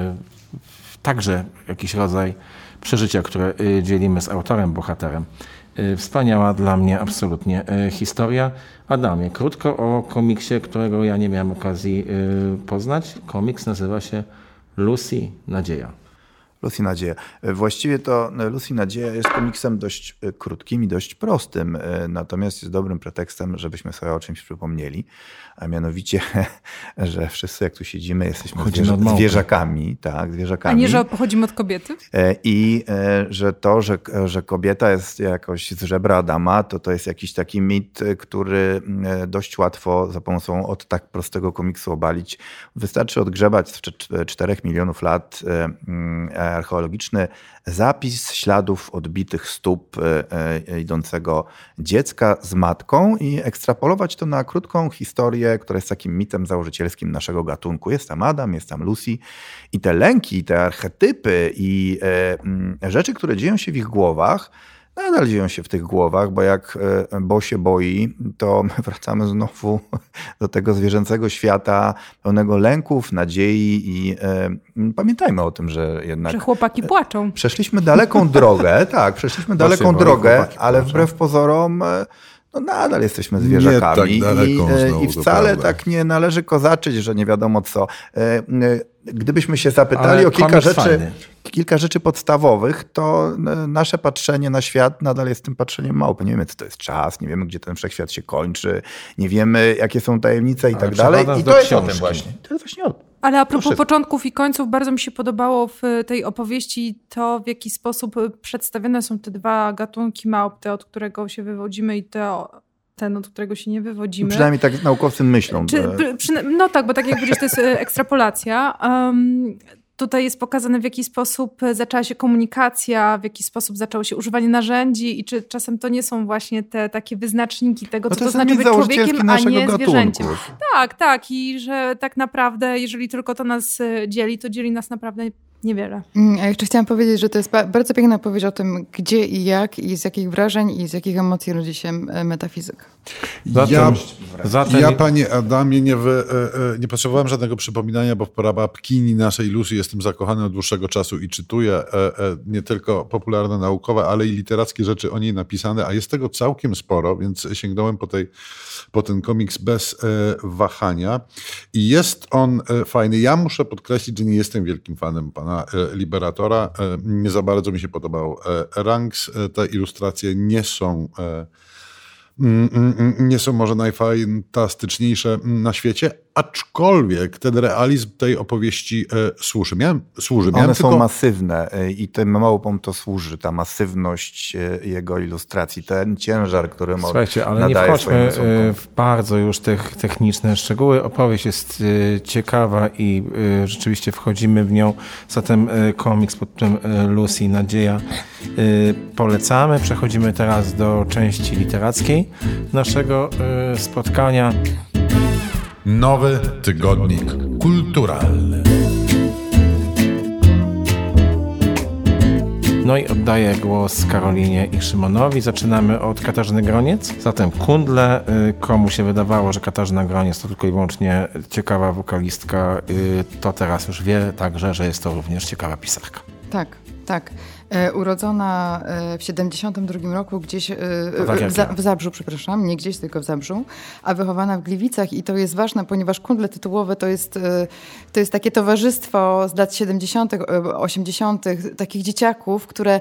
także jakiś rodzaj przeżycia, które dzielimy z autorem, bohaterem. Wspaniała dla mnie absolutnie historia. Adamie, krótko o komiksie, którego ja nie miałem okazji poznać. Komiks nazywa się Lucy Nadzieja. Lucy Nadzieja. Właściwie to Lucy Nadzieja jest komiksem dość krótkim i dość prostym, natomiast jest dobrym pretekstem, żebyśmy sobie o czymś przypomnieli, a mianowicie, że wszyscy jak tu siedzimy jesteśmy zwierzak, zwierzakami. Tak, zwierzakami. A nie, że pochodzimy od kobiety? I że to, że, że kobieta jest jakoś z żebra Adama, to to jest jakiś taki mit, który dość łatwo za pomocą od tak prostego komiksu obalić. Wystarczy odgrzebać z czterech milionów lat archeologiczny zapis śladów odbitych stóp idącego dziecka z matką i ekstrapolować to na krótką historię, która jest takim mitem założycielskim naszego gatunku. Jest tam Adam, jest tam Lucy i te lęki, te archetypy i rzeczy, które dzieją się w ich głowach, nadal dzieją się w tych głowach, bo jak Bo się boi, to my wracamy znowu do tego zwierzęcego świata pełnego lęków, nadziei i e, pamiętajmy o tym, że jednak... Że chłopaki płaczą. Przeszliśmy daleką drogę, tak, przeszliśmy daleką drogę, ale wbrew pozorom... No nadal jesteśmy zwierzakami tak i, znowu, i wcale prawda. tak nie należy kozaczyć, że nie wiadomo co. Gdybyśmy się zapytali Ale o kilka rzeczy, fajny. kilka rzeczy podstawowych, to nasze patrzenie na świat nadal jest tym patrzeniem małpy. Nie wiemy, co to jest czas, nie wiemy, gdzie ten wszechświat się kończy, nie wiemy, jakie są tajemnice i Ale tak dalej. I do to jest o książki. tym właśnie. To jest właśnie o tym. Ale a propos Proszę. początków i końców, bardzo mi się podobało w tej opowieści to, w jaki sposób przedstawione są te dwa gatunki małp, te, od którego się wywodzimy i te, ten, od którego się nie wywodzimy. Przynajmniej tak naukowcy myślą. Czy, przy, przy, no tak, bo tak jak powiedzieć, to jest ekstrapolacja. Um, Tutaj jest pokazane, w jaki sposób zaczęła się komunikacja, w jaki sposób zaczęło się używanie narzędzi i czy czasem to nie są właśnie te takie wyznaczniki tego, co No to, to znaczy być człowiekiem, a nie gatunku. zwierzęciem. Tak, tak. I że tak naprawdę, jeżeli tylko to nas dzieli, to dzieli nas naprawdę niewiele. Ja jeszcze chciałam powiedzieć, że to jest bardzo piękna opowieść o tym, gdzie i jak i z jakich wrażeń i z jakich emocji rodzi się metafizyk. Zatem, Ja, zatem... ja, panie Adamie, nie, wy, nie potrzebowałem żadnego przypominania, bo w prababkini naszej Lucy jestem zakochany od dłuższego czasu i czytuję nie tylko popularne naukowe, ale i literackie rzeczy o niej napisane, a jest tego całkiem sporo, więc sięgnąłem po, tej, po ten komiks bez wahania. I jest on fajny. Ja muszę podkreślić, że nie jestem wielkim fanem pana Liberatora. Nie za bardzo mi się podobał Ranks. Te ilustracje nie są... nie są może najfantastyczniejsze na świecie, aczkolwiek ten realizm tej opowieści służy. Miałem, służy. Miałem One tylko... są masywne i tym małpom to służy, ta masywność jego ilustracji, ten ciężar, który Słuchajcie, ale nie wchodźmy w bardzo już te techniczne szczegóły. Opowieść jest ciekawa i rzeczywiście wchodzimy w nią. Zatem komiks pod tym Lucy, Nadzieja polecamy. Przechodzimy teraz do części literackiej naszego spotkania. Nowy tygodnik kulturalny. No i oddaję głos Karolinie i Szymonowi. Zaczynamy od Katarzyny Groniec. Zatem Kundle. Komu się wydawało, że Katarzyna Groniec to tylko i wyłącznie ciekawa wokalistka, to teraz już wie także, że jest to również ciekawa pisarka. Tak, tak. Urodzona w siedemdziesiątym drugim roku gdzieś tak w, Za, w Zabrzu, przepraszam, nie gdzieś, tylko w Zabrzu, a wychowana w Gliwicach i to jest ważne, ponieważ Kundle tytułowe to jest, to jest takie towarzystwo z lat siedemdziesiątych, osiemdziesiątych, takich dzieciaków, które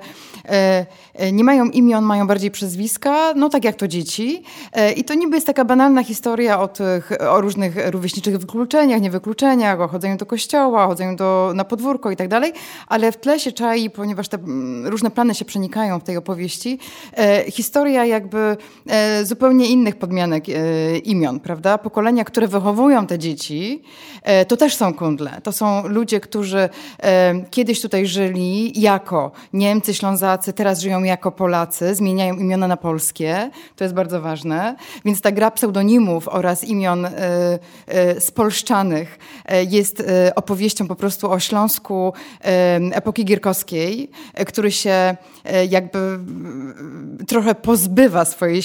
nie mają imion, mają bardziej przezwiska, no tak jak to dzieci. I to niby jest taka banalna historia o, tych, o różnych rówieśniczych wykluczeniach, niewykluczeniach, o chodzeniu do kościoła, o chodzeniu do, na podwórko i tak dalej, ale w tle się czai, ponieważ te różne plany się przenikają w tej opowieści. E, historia jakby e, zupełnie innych podmianek e, imion, prawda? Pokolenia, które wychowują te dzieci, e, to też są Kundle. To są ludzie, którzy e, kiedyś tutaj żyli jako Niemcy, Ślązacy, teraz żyją jako Polacy, zmieniają imiona na polskie. To jest bardzo ważne. Więc ta gra pseudonimów oraz imion e, e, spolszczanych e, jest e, opowieścią po prostu o Śląsku e, epoki gierkowskiej, który się jakby trochę pozbywa swojej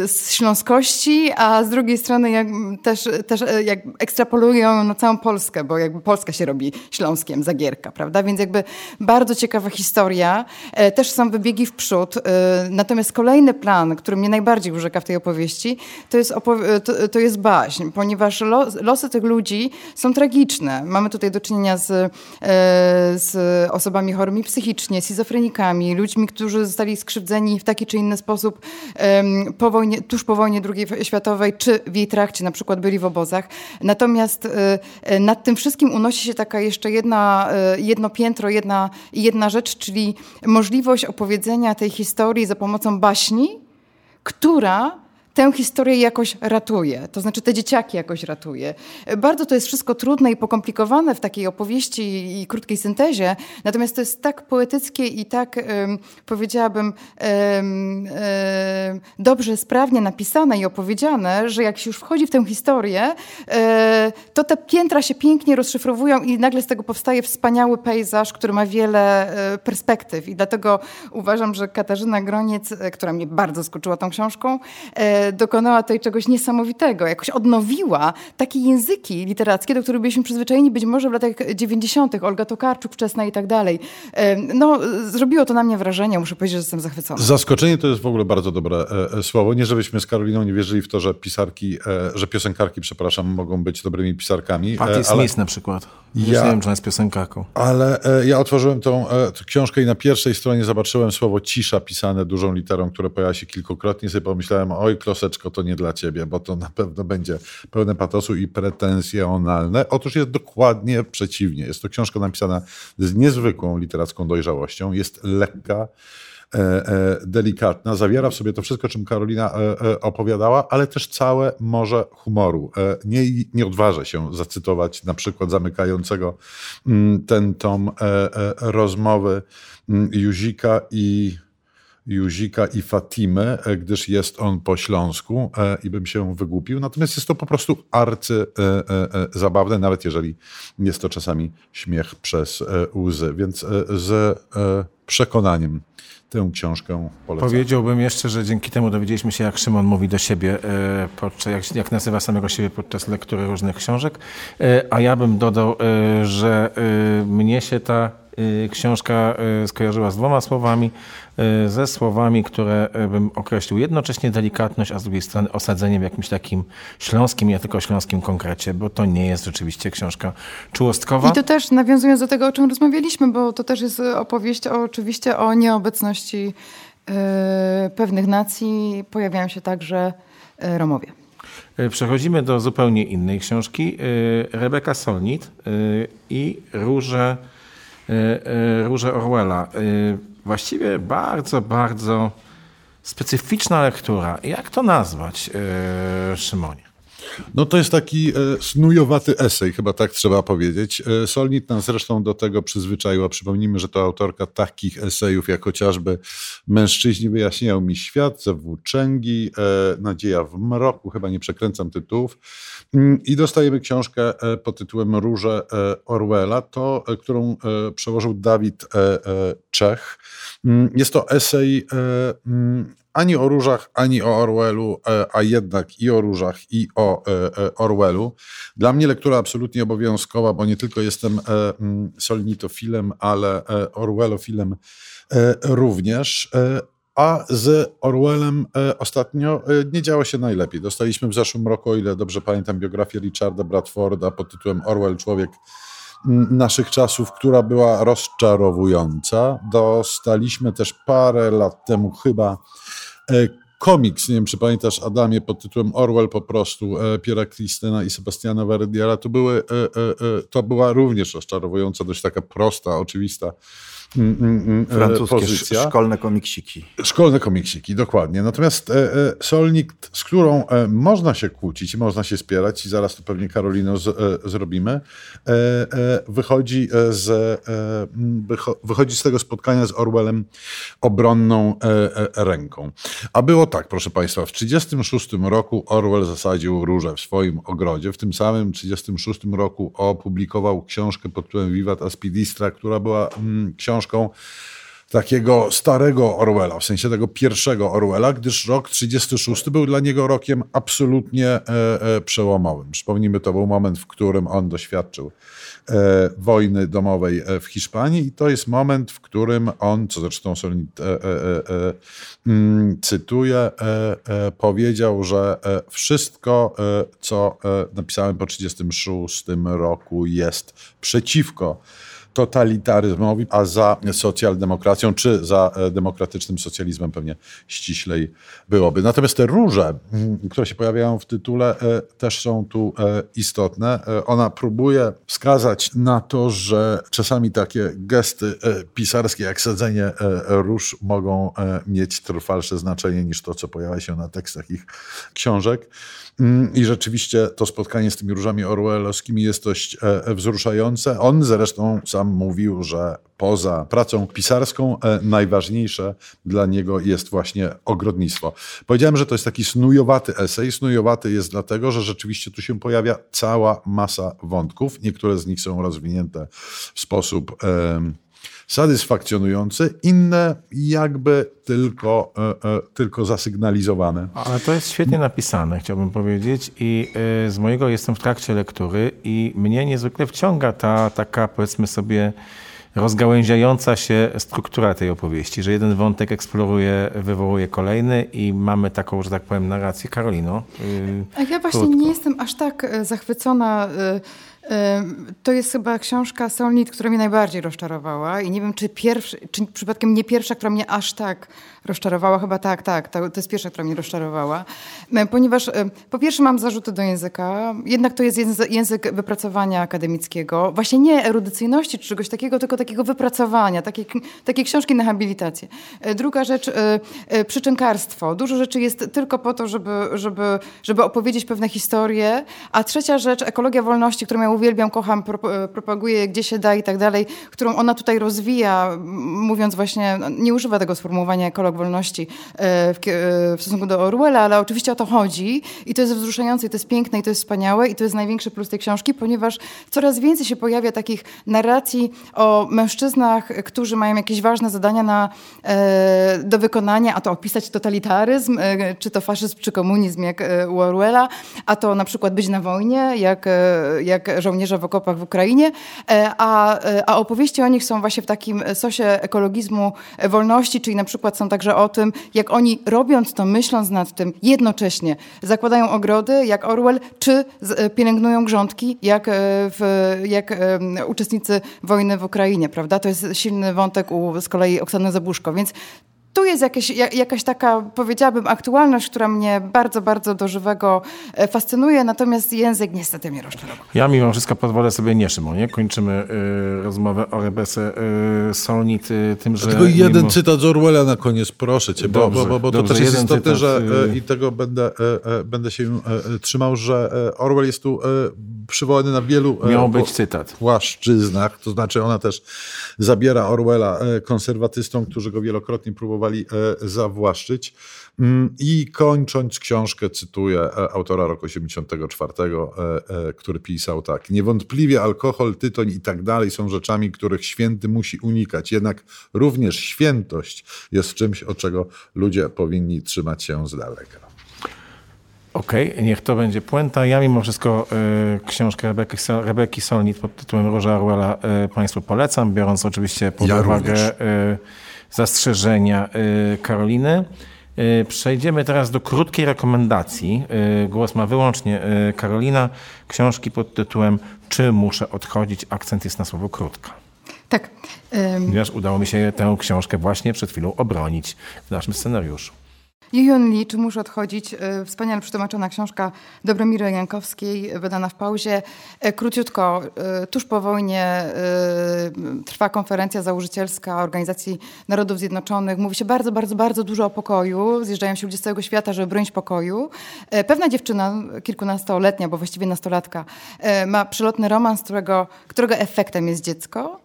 śląskości, a z drugiej strony jak też, też jak ekstrapolują na całą Polskę, bo jakby Polska się robi Śląskiem, Zagierka, prawda? Więc jakby bardzo ciekawa historia. Też są wybiegi w przód. Natomiast kolejny plan, który mnie najbardziej urzeka w tej opowieści, to jest, opow- to, to jest baśń, ponieważ los, losy tych ludzi są tragiczne. Mamy tutaj do czynienia z, z osobami chorymi psychicznie, schizofrenikami, ludźmi, którzy zostali skrzywdzeni w taki czy inny sposób um, po wojnie, tuż po wojnie drugiej światowej, czy w jej trakcie, na przykład byli w obozach. Natomiast y, nad tym wszystkim unosi się taka jeszcze jedna, y, jedno piętro, jedna, jedna rzecz, czyli możliwość opowiedzenia tej historii za pomocą baśni, która tę historię jakoś ratuje, to znaczy te dzieciaki jakoś ratuje. Bardzo to jest wszystko trudne i pokomplikowane w takiej opowieści i krótkiej syntezie, natomiast to jest tak poetyckie i tak, um, powiedziałabym, um, um, dobrze, sprawnie napisane i opowiedziane, że jak się już wchodzi w tę historię, um, to te piętra się pięknie rozszyfrowują i nagle z tego powstaje wspaniały pejzaż, który ma wiele um, perspektyw. I dlatego uważam, że Katarzyna Groniec, która mnie bardzo skoczyła tą książką, um, dokonała tutaj czegoś niesamowitego. Jakoś odnowiła takie języki literackie, do których byliśmy przyzwyczajeni być może w latach dziewięćdziesiątych. Olga Tokarczuk wczesna i tak dalej. No, zrobiło to na mnie wrażenie. Muszę powiedzieć, że jestem zachwycona. Zaskoczenie to jest w ogóle bardzo dobre e, słowo. Nie żebyśmy z Karoliną nie wierzyli w to, że pisarki, e, że piosenkarki, przepraszam, mogą być dobrymi pisarkami. Patti e, Smith na przykład. Ja nie wiem, czy ona jest piosenkarką. Ale e, ja otworzyłem tą e, książkę i na pierwszej stronie zobaczyłem słowo cisza pisane dużą literą, które pojawia się kilkukrotnie. Sobie pomyślałem, oj, Kloseczko, to nie dla ciebie, bo to na pewno będzie pełne patosu i pretensjonalne. Otóż jest dokładnie przeciwnie. Jest to książka napisana z niezwykłą literacką dojrzałością. Jest lekka, e, e, delikatna. Zawiera w sobie to wszystko, o czym Karolina e, e, opowiadała, ale też całe morze humoru. E, nie, nie odważę się zacytować na przykład zamykającego m, ten tom e, e, rozmowy m, Józika i Józika i Fatimy, gdyż jest on po śląsku e, i bym się wygłupił. Natomiast jest to po prostu arcy e, e, zabawne, nawet jeżeli jest to czasami śmiech przez e, łzy. Więc e, z e, przekonaniem tę książkę polecam. Powiedziałbym jeszcze, że dzięki temu dowiedzieliśmy się, jak Szymon mówi do siebie, e, podczas, jak, jak nazywa samego siebie podczas lektury różnych książek. E, a ja bym dodał, e, że e, mnie się ta e, książka e, skojarzyła z dwoma słowami. Ze słowami, które bym określił jednocześnie delikatność, a z drugiej strony osadzenie w jakimś takim śląskim, nie tylko śląskim konkrecie, bo to nie jest rzeczywiście książka czułostkowa. I to też nawiązując do tego, o czym rozmawialiśmy, bo to też jest opowieść o, oczywiście o nieobecności pewnych nacji pojawiają się także Romowie. Przechodzimy do zupełnie innej książki. Rebeka Solnit i Róże, Róże Orwella. Właściwie bardzo, bardzo specyficzna lektura. Jak to nazwać, Szymonie? No to jest taki e, snujowaty esej, chyba tak trzeba powiedzieć. E, Solnit nas zresztą do tego przyzwyczaiła. Przypomnijmy, że to autorka takich esejów, jak chociażby Mężczyźni wyjaśniają mi świat, ze Włóczęgi, e, Nadzieja w mroku, chyba nie przekręcam tytułów. Mm, I dostajemy książkę e, pod tytułem Róże e, Orwella, to, e, którą e, przełożył Dawid e, e, Czech. Mm, jest to esej e, mm, ani o różach, ani o Orwellu, a jednak i o różach, i o Orwellu. Dla mnie lektura absolutnie obowiązkowa, bo nie tylko jestem solnitofilem, ale orwellofilem również. A z Orwellem ostatnio nie działo się najlepiej. Dostaliśmy w zeszłym roku, o ile dobrze pamiętam, biografię Richarda Bradforda pod tytułem Orwell, człowiek naszych czasów, która była rozczarowująca. Dostaliśmy też parę lat temu chyba komiks, nie wiem czy pamiętasz, Adamie, pod tytułem Orwell po prostu, Pierre'a Christena i Sebastiana Verdiera. To, były, to była również rozczarowująca, dość taka prosta, oczywista francuskie pozycja. Szkolne komiksiki. Szkolne komiksiki, dokładnie. Natomiast e, e, Solnit, z którą e, można się kłócić i można się spierać, i zaraz to pewnie Karolino z, e, zrobimy, e, e, wychodzi, z, e, wycho, wychodzi z tego spotkania z Orwellem obronną e, e, ręką. A było tak, proszę Państwa, w tysiąc dziewięćset trzydziestym szóstym roku Orwell zasadził róże w swoim ogrodzie. W tym samym tysiąc dziewięćset trzydziestym szóstym roku opublikował książkę pod tytułem Vivat Aspidistra, która była mm, książką takiego starego Orwella, w sensie tego pierwszego Orwella, gdyż rok trzydziesty szósty był dla niego rokiem absolutnie e, e, przełomowym. Przypomnijmy, to był moment, w którym on doświadczył e, wojny domowej w Hiszpanii i to jest moment, w którym on, co zresztą Solnit e, e, e, mm, cytuje, e, e, powiedział, że e, wszystko, e, co e, napisałem po trzydziestym szóstym roku jest przeciwko totalitaryzmowi, a za socjaldemokracją, czy za demokratycznym socjalizmem pewnie ściślej byłoby. Natomiast te róże, które się pojawiają w tytule, też są tu istotne. Ona próbuje wskazać na to, że czasami takie gesty pisarskie, jak sadzenie róż, mogą mieć trwalsze znaczenie niż to, co pojawia się na tekstach ich książek. I rzeczywiście to spotkanie z tymi różami orwellowskimi jest dość wzruszające. On zresztą sam mówił, że poza pracą pisarską najważniejsze dla niego jest właśnie ogrodnictwo. Powiedziałem, że to jest taki snujowaty esej. Snujowaty jest dlatego, że rzeczywiście tu się pojawia cała masa wątków. Niektóre z nich są rozwinięte w sposób e, satysfakcjonujący, inne jakby tylko, e, e, tylko zasygnalizowane. Ale to jest świetnie napisane, chciałbym powiedzieć, i e, z mojego jestem w trakcie lektury i mnie niezwykle wciąga ta taka, powiedzmy sobie, rozgałęziająca się struktura tej opowieści, że jeden wątek eksploruje, wywołuje kolejny i mamy taką, że tak powiem, narrację. Karolino? Yy, A ja właśnie krótko. nie jestem aż tak zachwycona. To jest chyba książka Solnit, która mnie najbardziej rozczarowała i nie wiem, czy, pierwszy, czy przypadkiem nie pierwsza, która mnie aż tak rozczarowała. Chyba tak, tak. To, to jest pierwsza, która mnie rozczarowała. Ponieważ po pierwsze mam zarzuty do języka. Jednak to jest język wypracowania akademickiego. Właśnie nie erudycyjności czy czegoś takiego, tylko takiego wypracowania. Takiej, takiej książki na habilitację. Druga rzecz, przyczynkarstwo. Dużo rzeczy jest tylko po to, żeby, żeby, żeby opowiedzieć pewne historie. A trzecia rzecz, ekologia wolności, którą ja uwielbiam, kocham, propaguję gdzie się da i tak dalej, którą ona tutaj rozwija, mówiąc właśnie, nie używa tego sformułowania ekolog wolności w, w stosunku do Orwella, ale oczywiście o to chodzi i to jest wzruszające, i to jest piękne, i to jest wspaniałe, i to jest największy plus tej książki, ponieważ coraz więcej się pojawia takich narracji o mężczyznach, którzy mają jakieś ważne zadania na, do wykonania, a to opisać totalitaryzm, czy to faszyzm, czy komunizm, jak u Orwella, a to na przykład być na wojnie, jak, jak żołnierze w okopach w Ukrainie, a, a opowieści o nich są właśnie w takim sosie ekologizmu wolności, czyli na przykład są także o tym, jak oni robiąc to, myśląc nad tym, jednocześnie zakładają ogrody, jak Orwell, czy pielęgnują grządki, jak, w, jak uczestnicy wojny w Ukrainie, prawda? To jest silny wątek u z kolei Oksany Zabuszko, więc tu jest jakieś, jakaś taka, powiedziałabym, aktualność, która mnie bardzo, bardzo do żywego fascynuje, natomiast język niestety mnie rozczarował. Ja mimo wszystko pozwolę sobie nie, Szymonie. Kończymy y, rozmowę o Rebece y, Solnit y, tym, że... Tylko jeden mimo... cytat z Orwella na koniec, proszę cię, bo, Dobrze, bo, bo, bo to dobrze, też jest istotne, cytat, że y... i tego będę, e, będę się e, trzymał, że Orwell jest tu e, przywołany na wielu e, Miał być cytat. płaszczyznach, to znaczy ona też zabiera Orwella e, konserwatystom, którzy go wielokrotnie próbowali e, zawłaszczyć. I kończąc książkę cytuję autora roku osiemdziesiątego czwartego, który pisał tak: niewątpliwie alkohol, tytoń i tak dalej są rzeczami, których święty musi unikać, jednak również świętość jest czymś, od czego ludzie powinni trzymać się z daleka. Okej, okay, niech to będzie puenta. Ja mimo wszystko y, książkę Rebeki, Rebeki Solnit pod tytułem Róża Orwella y, Państwu polecam, biorąc oczywiście pod ja uwagę y, zastrzeżenia y, Karoliny. Y, przejdziemy teraz do krótkiej rekomendacji. Y, głos ma wyłącznie y, Karolina. Książki pod tytułem Czy muszę odchodzić? Akcent jest na słowo krótka. Tak. Um... Ponieważ udało mi się tę książkę właśnie przed chwilą obronić w naszym scenariuszu. Ju-Hyun Lee, Czy muszę odchodzić? Wspaniale przetłumaczona książka Dobromiry Jankowskiej, wydana w pauzie. Króciutko, tuż po wojnie trwa konferencja założycielska Organizacji Narodów Zjednoczonych. Mówi się bardzo, bardzo, bardzo dużo o pokoju. Zjeżdżają się ludzie z całego świata, żeby bronić pokoju. Pewna dziewczyna, kilkunastoletnia, bo właściwie nastolatka, ma przelotny romans, którego, którego efektem jest dziecko.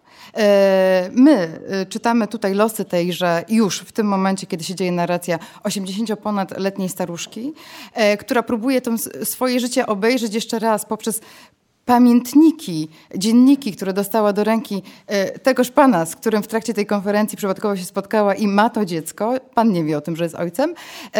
My czytamy tutaj losy tejże już w tym momencie, kiedy się dzieje narracja osiemdziesięcioponadletniej staruszki, która próbuje to swoje życie obejrzeć jeszcze raz poprzez pamiętniki, dzienniki, które dostała do ręki tegoż pana, z którym w trakcie tej konferencji przypadkowo się spotkała i ma to dziecko. Pan nie wie o tym, że jest ojcem.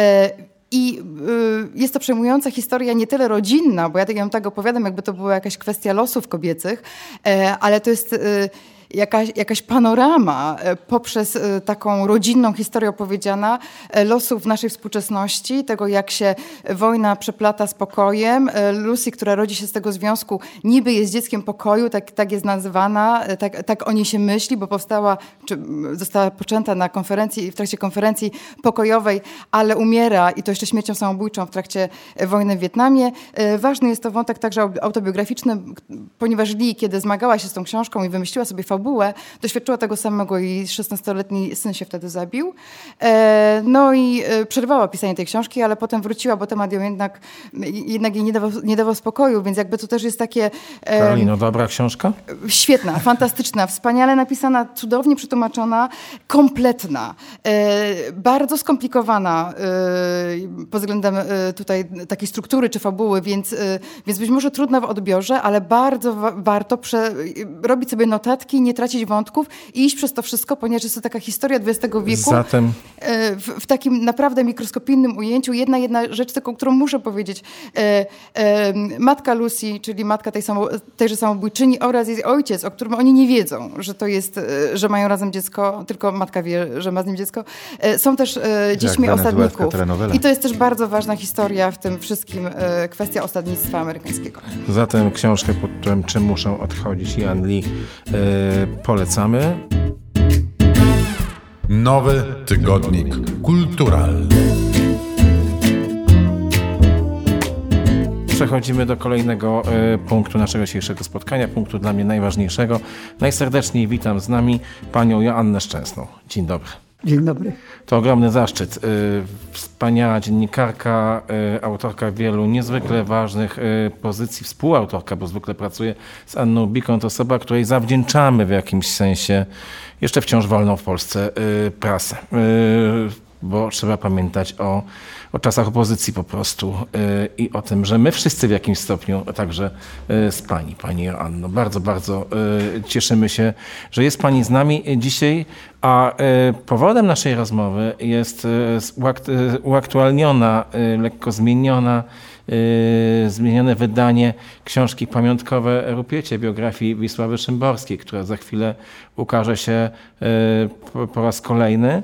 I y, jest to przejmująca historia nie tyle rodzinna, bo ja ją tak opowiadam, jakby to była jakaś kwestia losów kobiecych, e, ale to jest y, jakaś, jakaś panorama e, poprzez y, taką rodzinną historię opowiedziana e, losów naszej współczesności, tego jak się wojna przeplata z pokojem. E, Lucy, która rodzi się z tego związku, niby jest dzieckiem pokoju, tak, tak jest nazywana, e, tak, tak o niej się myśli, bo powstała, czy została poczęta na konferencji, w trakcie konferencji pokojowej, ale umiera i to jeszcze śmiercią samobójczą w trakcie wojny w Wietnamie. Ważny jest to wątek także autobiograficzny, ponieważ Lee, kiedy zmagała się z tą książką i wymyśliła sobie fabułę, doświadczyła tego samego i szesnastoletni syn się wtedy zabił. No i przerwała pisanie tej książki, ale potem wróciła, bo temat ją jednak, jednak jej nie dawał, nie dawał spokoju, więc jakby to też jest takie... Karolino, dobra książka? Świetna, fantastyczna, wspaniale napisana, cudownie przetłumaczona, kompletna, bardzo skomplikowana pod względem tutaj takiej struktury czy fabuły, więc, więc być może trudna w odbiorze, ale bardzo wa- warto prze- robić sobie notatki, nie tracić wątków i iść przez to wszystko, ponieważ jest to taka historia dwudziestego wieku. Zatem... W, w takim naprawdę mikroskopijnym ujęciu. Jedna, jedna rzecz, tylko, którą muszę powiedzieć. E, e, matka Lucy, czyli matka tej samo, tejże samobójczyni oraz jej ojciec, o którym oni nie wiedzą, że to jest, że mają razem dziecko, tylko matka wie, że ma z nim dziecko, e, są też e, dziećmi osadników. I to jest też bardzo ważna historia w tym wszystkim, e, kwestia osadnictwa amerykańskiego. Zatem książkę pod tytułem Czym muszę odchodzić Ju-Hyun Lee e, polecamy. Nowy tygodnik kulturalny. Przechodzimy do kolejnego y, punktu naszego dzisiejszego spotkania, punktu dla mnie najważniejszego. Najserdeczniej witam z nami panią Joannę Szczęsną. Dzień dobry. Dzień dobry. To ogromny zaszczyt. Y, wspaniała dziennikarka, y, autorka wielu niezwykle ważnych y, pozycji, współautorka, bo zwykle pracuje z Anną Bikont, osoba, której zawdzięczamy w jakimś sensie jeszcze wciąż wolną w Polsce y, prasę. Y, bo trzeba pamiętać o, o czasach opozycji po prostu yy, i o tym, że my wszyscy w jakimś stopniu, także yy, z pani, pani Joanno, bardzo, bardzo yy, cieszymy się, że jest pani z nami dzisiaj, a yy, powodem naszej rozmowy jest yy, uakt, yy, uaktualniona, yy, lekko zmieniona, Yy, zmienione wydanie książki pamiątkowe Rupiecie, biografii Wisławy Szymborskiej, która za chwilę ukaże się yy, po, po raz kolejny.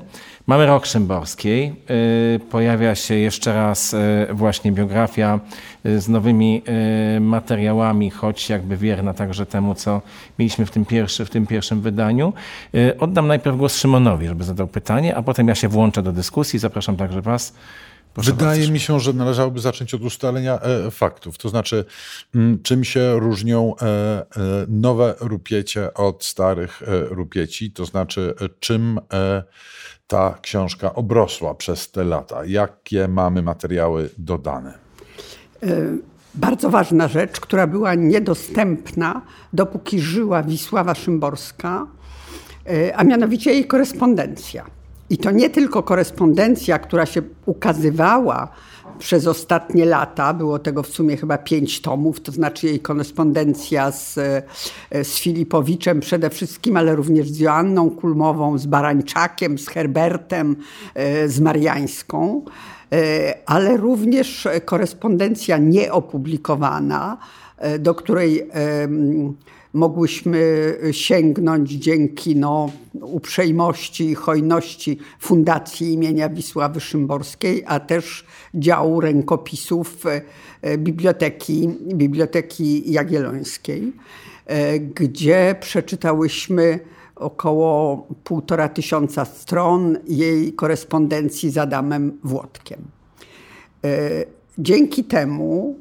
Mamy rok Szymborskiej. Pojawia się jeszcze raz właśnie biografia z nowymi materiałami, choć jakby wierna także temu, co mieliśmy w tym, pierwszy, w tym pierwszym wydaniu. Oddam najpierw głos Szymonowi, żeby zadał pytanie, a potem ja się włączę do dyskusji. Zapraszam także was. Proszę Wydaje bardzo. mi się, że należałoby zacząć od ustalenia e, faktów. To znaczy, m, czym się różnią e, e, nowe rupiecie od starych e, rupieci. To znaczy, e, czym e, ta książka obrosła przez te lata. Jakie mamy materiały dodane? Bardzo ważna rzecz, która była niedostępna, dopóki żyła Wisława Szymborska, a mianowicie jej korespondencja. I to nie tylko korespondencja, która się ukazywała przez ostatnie lata, było tego w sumie chyba pięć tomów, to znaczy jej korespondencja z, z Filipowiczem przede wszystkim, ale również z Joanną Kulmową, z Barańczakiem, z Herbertem, z Mariańską, ale również korespondencja nieopublikowana, do której mogłyśmy sięgnąć dzięki no, uprzejmości i hojności Fundacji imienia Wisławy Szymborskiej, a też działu rękopisów Biblioteki, Biblioteki Jagiellońskiej, gdzie przeczytałyśmy około półtora tysiąca stron jej korespondencji z Adamem Włodkiem. Dzięki temu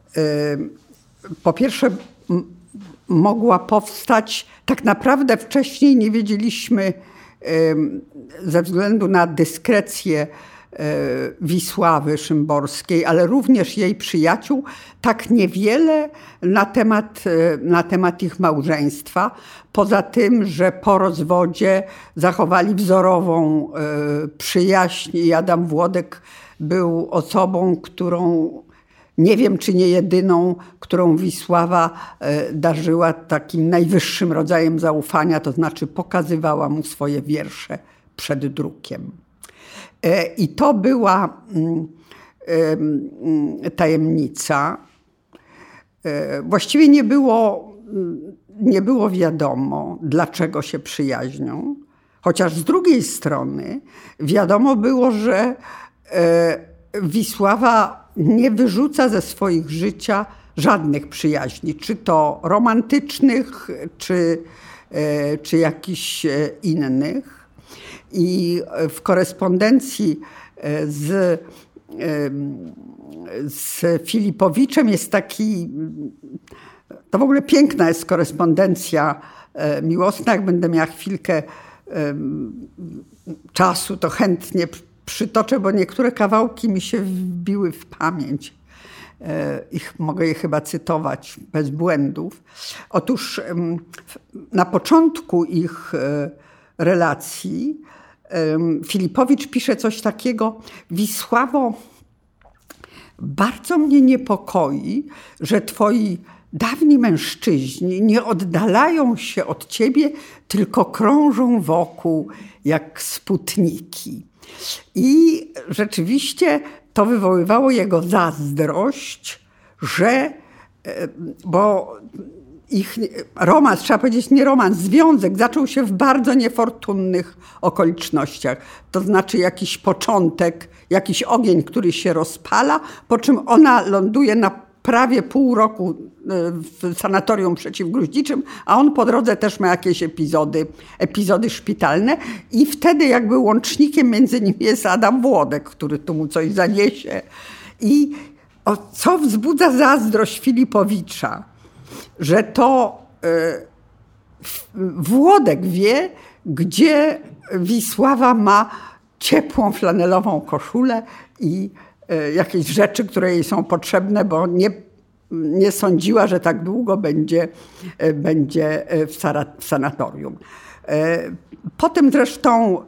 po pierwsze mogła powstać, tak naprawdę wcześniej nie wiedzieliśmy ze względu na dyskrecję Wisławy Szymborskiej, ale również jej przyjaciół, tak niewiele na temat, na temat ich małżeństwa. Poza tym, że po rozwodzie zachowali wzorową przyjaźń i Adam Włodek był osobą, którą nie wiem, czy nie jedyną, którą Wisława darzyła takim najwyższym rodzajem zaufania, to znaczy pokazywała mu swoje wiersze przed drukiem. I to była tajemnica. Właściwie nie było, nie było wiadomo, dlaczego się przyjaźnią, chociaż z drugiej strony wiadomo było, że Wisława nie wyrzuca ze swoich życia żadnych przyjaźni, czy to romantycznych, czy, czy jakichś innych. I w korespondencji z, z Filipowiczem jest taki, to w ogóle piękna jest korespondencja miłosna. Jak będę miała chwilkę czasu, to chętnie przytoczę, bo niektóre kawałki mi się wbiły w pamięć. Ich, mogę je chyba cytować bez błędów. Otóż na początku ich relacji Filipowicz pisze coś takiego: Wisławo, bardzo mnie niepokoi, że twoi dawni mężczyźni nie oddalają się od ciebie, tylko krążą wokół jak sputniki. I rzeczywiście to wywoływało jego zazdrość, że, bo ich romans, trzeba powiedzieć nie romans, związek zaczął się w bardzo niefortunnych okolicznościach. To znaczy jakiś początek, jakiś ogień, który się rozpala, po czym ona ląduje na prawie pół roku w sanatorium przeciwgruździczym, a on po drodze też ma jakieś epizody, epizody szpitalne i wtedy jakby łącznikiem między nimi jest Adam Włodek, który tu mu coś zaniesie. I o, co wzbudza zazdrość Filipowicza, że to y, Włodek wie, gdzie Wisława ma ciepłą flanelową koszulę i jakieś rzeczy, które jej są potrzebne, bo nie, nie sądziła, że tak długo będzie, będzie w, sara, w sanatorium. Potem zresztą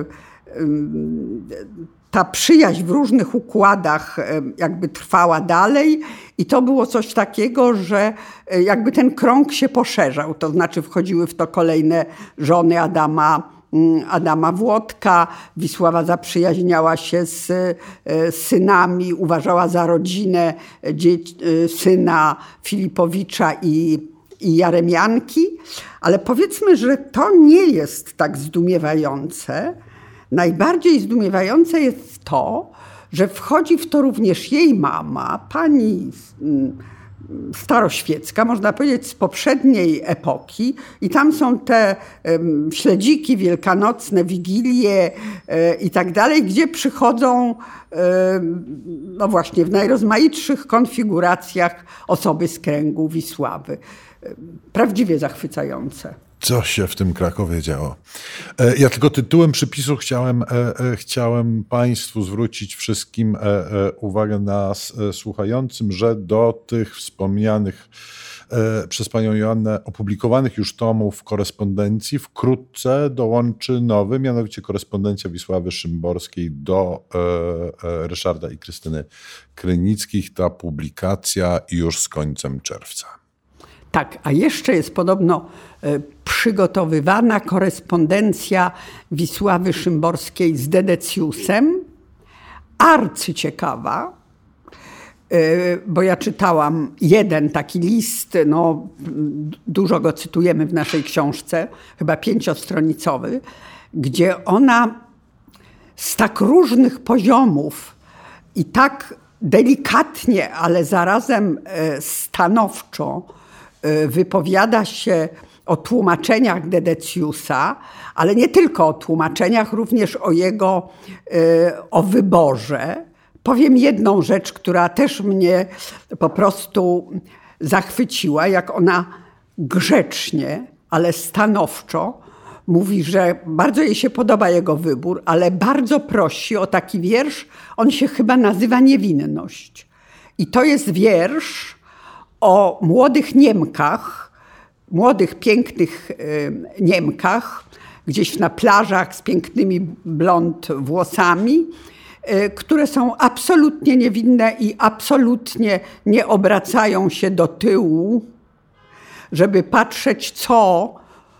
ta przyjaźń w różnych układach jakby trwała dalej i to było coś takiego, że jakby ten krąg się poszerzał. To znaczy wchodziły w to kolejne żony Adama Adama Włodka. Wisława zaprzyjaźniała się z synami, uważała za rodzinę syna Filipowicza i, i Jaremianki. Ale powiedzmy, że to nie jest tak zdumiewające, najbardziej zdumiewające jest to, że wchodzi w to również jej mama, pani staroświecka, można powiedzieć z poprzedniej epoki, i tam są te um, śledziki wielkanocne, wigilie e, i tak dalej, gdzie przychodzą e, no właśnie w najrozmaitszych konfiguracjach osoby z kręgu Wisławy. E, prawdziwie zachwycające. Co się w tym Krakowie działo? Ja tylko tytułem przypisu chciałem, chciałem Państwu zwrócić wszystkim uwagę, nas słuchającym, że do tych wspomnianych przez panią Joannę opublikowanych już tomów korespondencji wkrótce dołączy nowy, mianowicie korespondencja Wisławy Szymborskiej do Ryszarda i Krystyny Krynickich. Ta publikacja już z końcem czerwca. Tak, a jeszcze jest podobno przygotowywana korespondencja Wisławy Szymborskiej z Dedecjusem. Arcyciekawa, bo ja czytałam jeden taki list, no, dużo go cytujemy w naszej książce, chyba pięciostronicowy, gdzie ona z tak różnych poziomów i tak delikatnie, ale zarazem stanowczo wypowiada się o tłumaczeniach Dedecjusa, ale nie tylko o tłumaczeniach, również o jego, o wyborze. Powiem jedną rzecz, która też mnie po prostu zachwyciła, jak ona grzecznie, ale stanowczo mówi, że bardzo jej się podoba jego wybór, ale bardzo prosi o taki wiersz, on się chyba nazywa Niewinność. I to jest wiersz o młodych Niemkach, młodych, pięknych Niemkach, gdzieś na plażach z pięknymi blond włosami, które są absolutnie niewinne i absolutnie nie obracają się do tyłu, żeby patrzeć, co,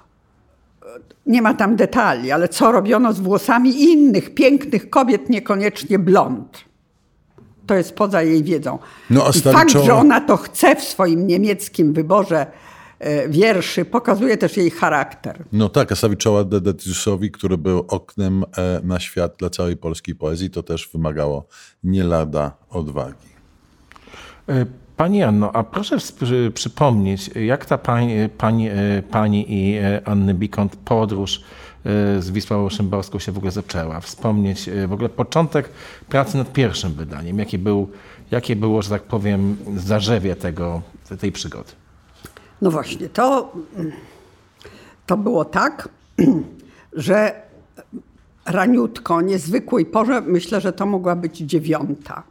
nie ma tam detali, ale co robiono z włosami innych pięknych kobiet, niekoniecznie blond. To jest poza jej wiedzą. No, I fakt, że ona to chce w swoim niemieckim wyborze wierszy, pokazuje też jej charakter. No tak, a stawi czoła Dedecjusowi, który był oknem na świat dla całej polskiej poezji, to też wymagało nie lada odwagi. Pani Anno, a proszę przypomnieć, jak ta pani, pani, pani i Anny Bikont podróż z Wisławą Szymborską się w ogóle zaczęła? Wspomnieć w ogóle początek pracy nad pierwszym wydaniem. Jakie, był, jakie było, że tak powiem, zarzewie tego, tej przygody? No właśnie, to, to było tak, że raniutko, niezwykłej porze, myślę, że to mogła być dziewiąta.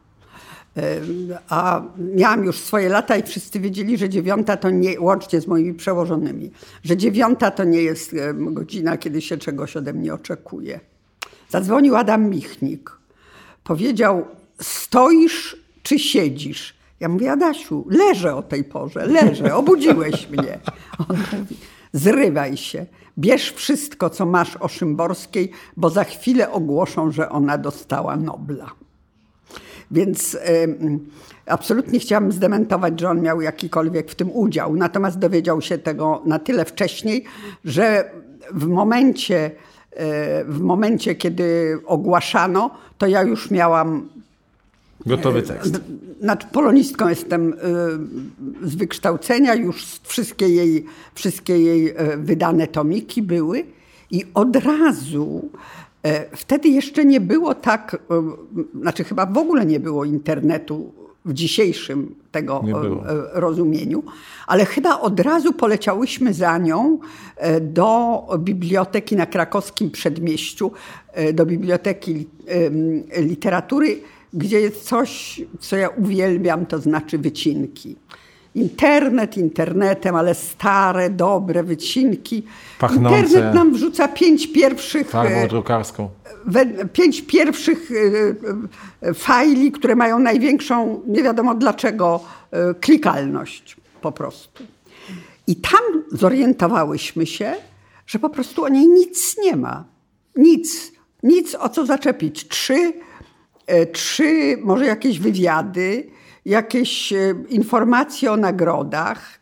A miałam już swoje lata i wszyscy wiedzieli, że dziewiąta to nie, łącznie z moimi przełożonymi, że dziewiąta to nie jest godzina, kiedy się czegoś ode mnie oczekuje. Zadzwonił Adam Michnik. Powiedział, stoisz czy siedzisz? Ja mówię, Adasiu, leżę o tej porze, leżę, obudziłeś mnie. On mówi, zrywaj się, bierz wszystko, co masz o Szymborskiej, bo za chwilę ogłoszą, że ona dostała Nobla. Więc y, absolutnie chciałam zdementować, że on miał jakikolwiek w tym udział. Natomiast dowiedział się tego na tyle wcześniej, że w momencie, y, w momencie kiedy ogłaszano, to ja już miałam gotowy tekst. Znaczy, polonistką jestem z wykształcenia, już wszystkie jej, wszystkie jej wydane tomiki były i od razu, wtedy jeszcze nie było tak, znaczy chyba w ogóle nie było internetu w dzisiejszym tego rozumieniu, ale chyba od razu poleciałyśmy za nią do biblioteki na krakowskim Przedmieściu, do Biblioteki Literatury, gdzie jest coś, co ja uwielbiam, to znaczy wycinki. Internet internetem, ale stare, dobre wycinki. Pachnące. Internet nam wrzuca pięć pierwszych... Farbą drukarską. Pięć pierwszych fajli, które mają największą, nie wiadomo dlaczego, klikalność po prostu. I tam zorientowałyśmy się, że po prostu o niej nic nie ma. Nic. Nic o co zaczepić. Trzy... Trzy, może jakieś wywiady, jakieś informacje o nagrodach,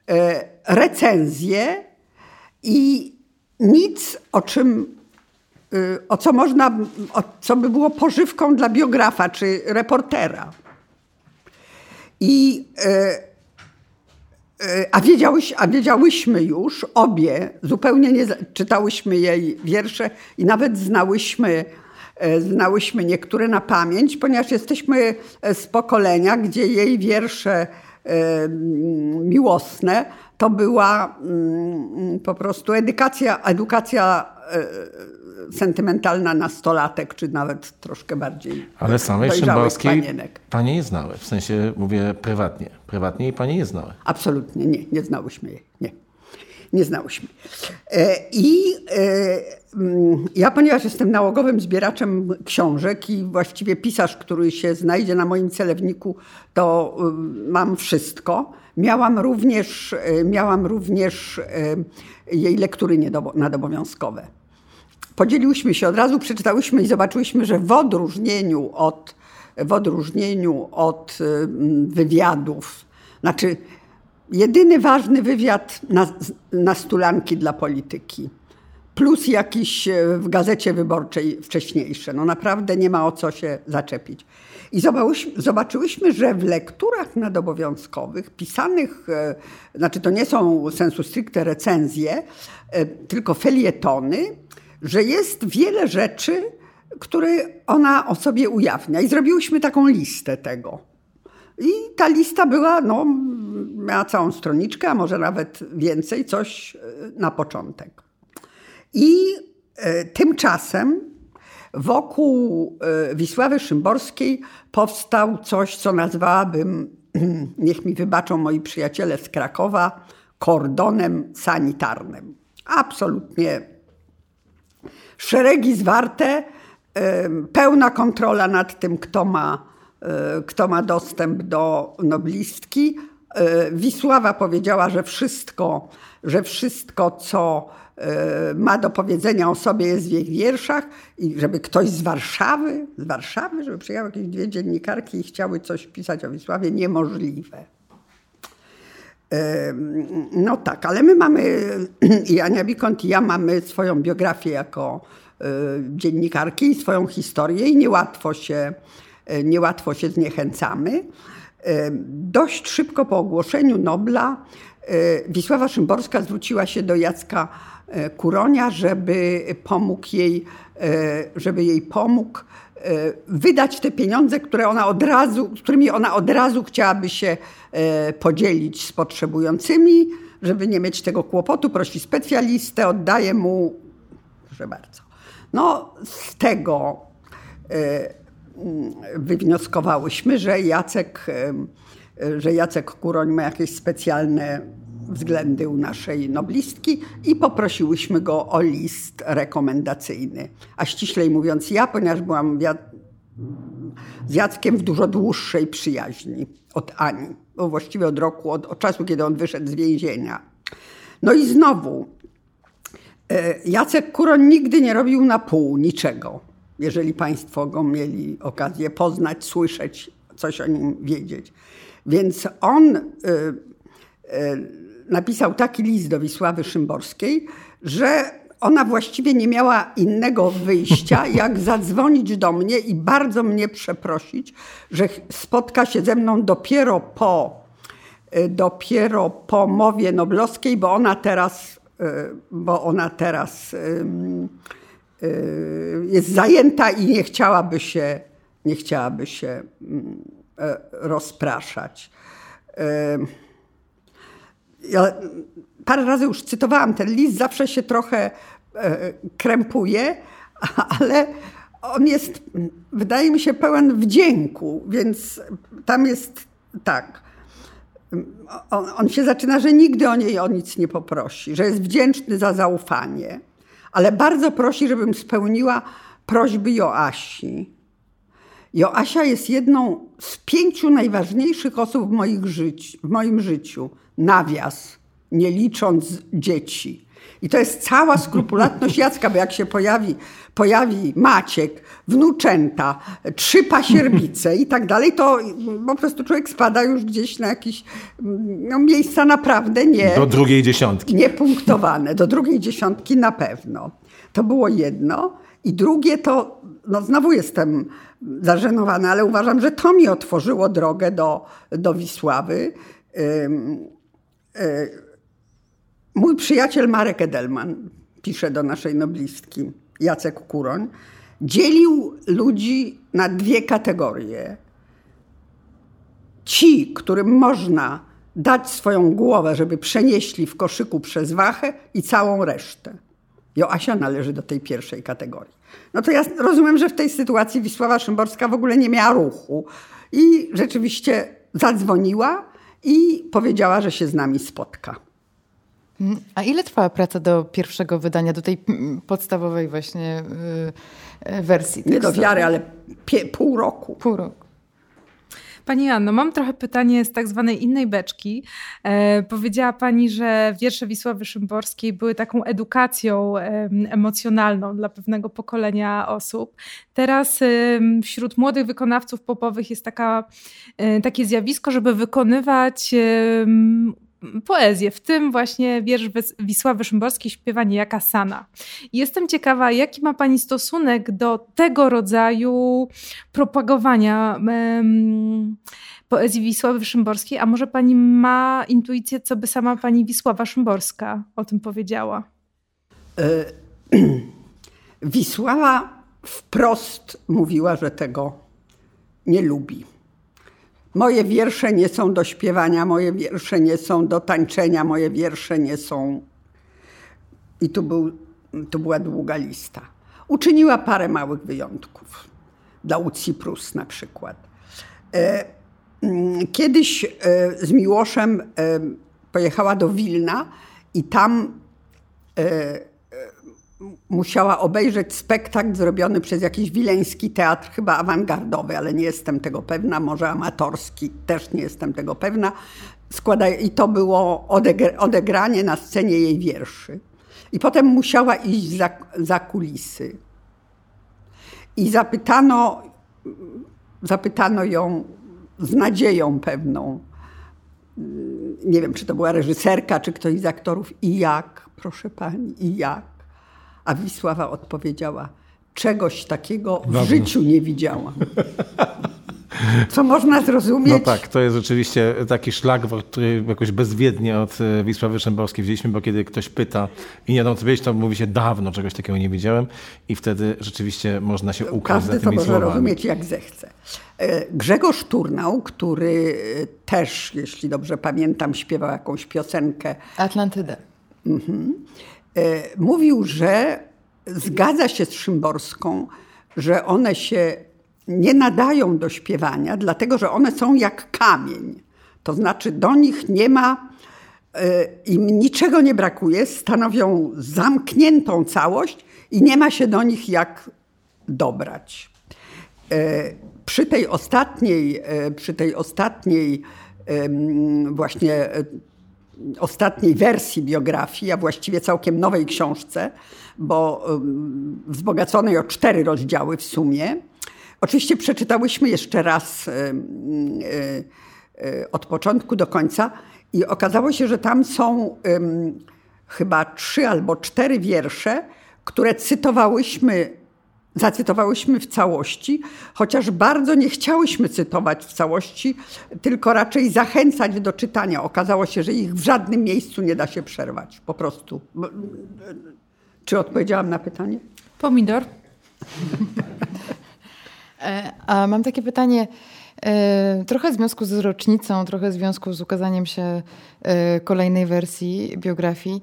recenzje i nic, o czym o co można, o co by było pożywką dla biografa czy reportera. I, a, wiedziałeś, a wiedziałyśmy już obie, zupełnie nie czytałyśmy jej wiersze i nawet znałyśmy, znałyśmy niektóre na pamięć, ponieważ jesteśmy z pokolenia, gdzie jej wiersze miłosne to była po prostu edukacja, edukacja sentymentalna nastolatek, czy nawet troszkę bardziej. Ale samej dojrzałych Szymborskiej panienek. panie nie znały, w sensie mówię prywatnie. Prywatnie i panie nie znały. Absolutnie nie, nie znałyśmy jej. Nie, nie znałyśmy. I ja, ponieważ jestem nałogowym zbieraczem książek i właściwie pisarz, który się znajdzie na moim celowniku, to mam wszystko. Miałam również, miałam również jej lektury nadobowiązkowe. Podzieliłyśmy się, od razu przeczytałyśmy i zobaczyłyśmy, że w odróżnieniu od, w odróżnieniu od wywiadów, znaczy jedyny ważny wywiad na, nastulanki dla polityki, plus jakiś w Gazecie Wyborczej wcześniejsze. No naprawdę nie ma o co się zaczepić. I zobaczyłyśmy, że w lekturach nadobowiązkowych pisanych, znaczy to nie są sensu stricte recenzje, tylko felietony, że jest wiele rzeczy, które ona o sobie ujawnia. I zrobiłyśmy taką listę tego. I ta lista była, no, miała całą stroniczkę, a może nawet więcej, coś na początek. I tymczasem wokół Wisławy Szymborskiej powstał coś, co nazwałabym, niech mi wybaczą moi przyjaciele z Krakowa, kordonem sanitarnym. Absolutnie szeregi zwarte, pełna kontrola nad tym, kto ma, kto ma dostęp do noblistki. Wisława powiedziała, że wszystko, że wszystko, co ma do powiedzenia o sobie, jest w jej wierszach i żeby ktoś z Warszawy, z Warszawy, żeby przyjechały jakieś dwie dziennikarki i chciały coś pisać o Wisławie, niemożliwe. No tak, ale my mamy, i Ania Wikont i ja mamy swoją biografię jako dziennikarki i swoją historię i niełatwo się, niełatwo się zniechęcamy. Dość szybko po ogłoszeniu Nobla Wisława Szymborska zwróciła się do Jacka Kuronia, żeby pomógł jej, żeby jej pomógł wydać te pieniądze, które ona od razu, którymi ona od razu chciałaby się podzielić z potrzebującymi, żeby nie mieć tego kłopotu. Prosi specjalistę, oddaje mu, proszę bardzo. No z tego wywnioskowałyśmy, że Jacek, że Jacek Kuroń ma jakieś specjalne względy u naszej noblistki i poprosiłyśmy go o list rekomendacyjny. A ściślej mówiąc ja, ponieważ byłam z Jackiem w dużo dłuższej przyjaźni od Ani, bo właściwie od roku, od, od czasu, kiedy on wyszedł z więzienia. No i znowu, Jacek Kuroń nigdy nie robił na pół niczego. Jeżeli państwo go mieli okazję poznać, słyszeć, coś o nim wiedzieć. Więc on y, y, napisał taki list do Wisławy Szymborskiej, że ona właściwie nie miała innego wyjścia, jak zadzwonić do mnie i bardzo mnie przeprosić, że spotka się ze mną dopiero po, y, dopiero po mowie noblowskiej, bo ona teraz, y, bo ona teraz y, y, jest zajęta i nie chciałaby się, nie chciałaby się rozpraszać. Ja parę razy już cytowałam ten list, zawsze się trochę krępuje, ale on jest, wydaje mi się, pełen wdzięku, więc tam jest tak. On, on się zaczyna, że nigdy o niej o nic nie poprosi, że jest wdzięczny za zaufanie, ale bardzo prosi, żebym spełniła prośby Joasi. Joasia jest jedną z pięciu najważniejszych osób w, moich życi, w moim życiu. Nawias, nie licząc dzieci. I to jest cała skrupulatność Jacka, bo jak się pojawi, pojawi Maciek, wnuczęta, trzy pasierbice i tak dalej, to po prostu człowiek spada już gdzieś na jakieś no, miejsca naprawdę nie... Do drugiej dziesiątki. Niepunktowane. Do drugiej dziesiątki na pewno. To było jedno. I drugie to, no znowu jestem zażenowana, ale uważam, że to mi otworzyło drogę do, do Wisławy. Mój przyjaciel Marek Edelman, pisze do naszej noblistki, Jacek Kuroń, dzielił ludzi na dwie kategorie. Ci, którym można dać swoją głowę, żeby przenieśli w koszyku przez wachę i całą resztę. Joasia należy do tej pierwszej kategorii. No to ja rozumiem, że w tej sytuacji Wisława Szymborska w ogóle nie miała ruchu. I rzeczywiście zadzwoniła i powiedziała, że się z nami spotka. A ile trwała praca do pierwszego wydania, do tej podstawowej właśnie yy, wersji? Nie do wiary, ale pie, pół roku. Pół roku. Pani Anno, mam trochę pytanie z tak zwanej innej beczki. E, powiedziała Pani, że wiersze Wisławy Szymborskiej były taką edukacją e, emocjonalną dla pewnego pokolenia osób. Teraz e, wśród młodych wykonawców popowych jest taka, e, takie zjawisko, żeby wykonywać e, poezję, w tym właśnie wiersz Wisławy Szymborskiej śpiewa niejaka Sana. Jestem ciekawa, jaki ma Pani stosunek do tego rodzaju propagowania um, poezji Wisławy Szymborskiej, a może Pani ma intuicję, co by sama Pani Wisława Szymborska o tym powiedziała? Wisława wprost mówiła, że tego nie lubi. Moje wiersze nie są do śpiewania, moje wiersze nie są do tańczenia, moje wiersze nie są... I tu, był, tu była długa lista. Uczyniła parę małych wyjątków. Dla Łucji Prus na przykład. Kiedyś z Miłoszem pojechała do Wilna i tam musiała obejrzeć spektakl zrobiony przez jakiś wileński teatr, chyba awangardowy, ale nie jestem tego pewna, może amatorski, też nie jestem tego pewna. Składa... I to było odegra... odegranie na scenie jej wierszy. I potem musiała iść za, za kulisy. I zapytano, zapytano ją z nadzieją pewną, nie wiem, czy to była reżyserka, czy ktoś z aktorów, i jak, proszę pani, i jak? A Wisława odpowiedziała, czegoś takiego w Dobrze. życiu nie widziałam. Co można zrozumieć? No tak, to jest rzeczywiście taki szlagwort, który jakoś bezwiednie od Wisławy Szymborskiej wzięliśmy, bo kiedy ktoś pyta i nie wiadomo co powiedzieć, to mówi się dawno czegoś takiego nie widziałem i wtedy rzeczywiście można się ukryć za tymi słowami. Każdy to może słowami. rozumieć jak zechce. Grzegorz Turnał, który też, jeśli dobrze pamiętam, śpiewał jakąś piosenkę. Atlantydę. Mhm. Mówił, że zgadza się z Szymborską, że one się nie nadają do śpiewania, dlatego że one są jak kamień. To znaczy do nich nie ma, im niczego nie brakuje, stanowią zamkniętą całość i nie ma się do nich jak dobrać. Przy tej ostatniej, przy tej ostatniej właśnie ostatniej wersji biografii, a właściwie całkiem nowej książce, bo wzbogaconej o cztery rozdziały w sumie. Oczywiście przeczytałyśmy jeszcze raz od początku do końca i okazało się, że tam są chyba trzy albo cztery wiersze, które cytowałyśmy, zacytowałyśmy w całości, chociaż bardzo nie chciałyśmy cytować w całości, tylko raczej zachęcać do czytania. Okazało się, że ich w żadnym miejscu nie da się przerwać. Po prostu. Czy odpowiedziałam na pytanie? Pomidor. A mam takie pytanie, trochę w związku z rocznicą, trochę w związku z ukazaniem się kolejnej wersji biografii.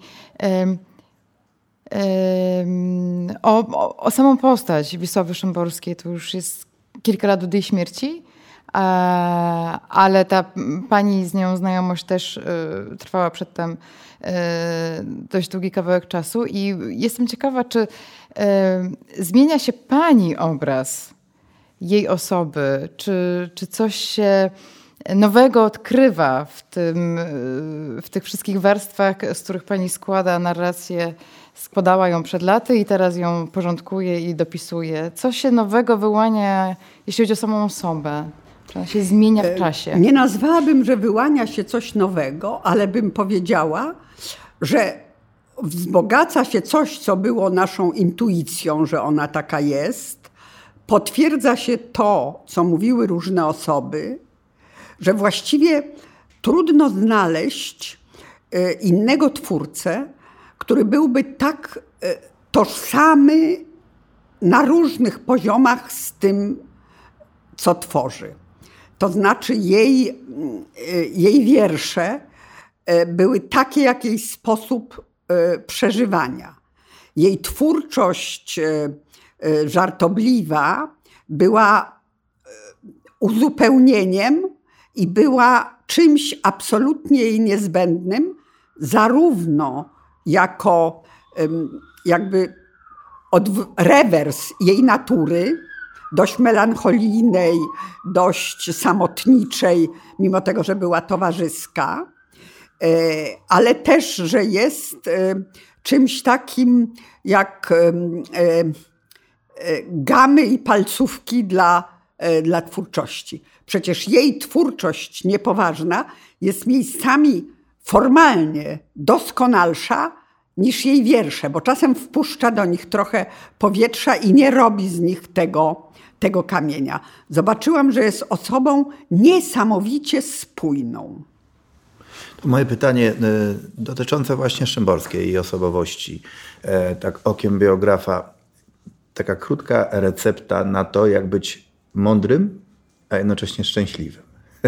O, o, o samą postać Wisławy Szymborskiej, to już jest kilka lat od jej śmierci, ale ta pani z nią znajomość też trwała przedtem dość długi kawałek czasu i jestem ciekawa, czy zmienia się pani obraz jej osoby, czy, czy coś się nowego odkrywa w, tym, w tych wszystkich warstwach, z których pani składa narrację, składała ją przed laty i teraz ją porządkuje i dopisuje. Co się nowego wyłania, jeśli chodzi o samą osobę? Czy ona się zmienia w czasie? Nie nazwałabym, że wyłania się coś nowego, ale bym powiedziała, że wzbogaca się coś, co było naszą intuicją, że ona taka jest. Potwierdza się to, co mówiły różne osoby, że właściwie trudno znaleźć innego twórcę, który byłby tak tożsamy na różnych poziomach z tym, co tworzy. To znaczy jej, jej wiersze były takie jak jej sposób przeżywania. Jej twórczość żartobliwa była uzupełnieniem i była czymś absolutnie jej niezbędnym, zarówno jako jakby rewers jej natury, dość melancholijnej, dość samotniczej, mimo tego, że była towarzyska, ale też, że jest czymś takim jak gamy i palcówki dla, dla twórczości. Przecież jej twórczość niepoważna jest miejscami formalnie doskonalsza niż jej wiersze, bo czasem wpuszcza do nich trochę powietrza i nie robi z nich tego, tego kamienia. Zobaczyłam, że jest osobą niesamowicie spójną. To moje pytanie dotyczące właśnie Szymborskiej i osobowości, tak okiem biografa, taka krótka recepta na to, jak być mądrym, a jednocześnie szczęśliwym.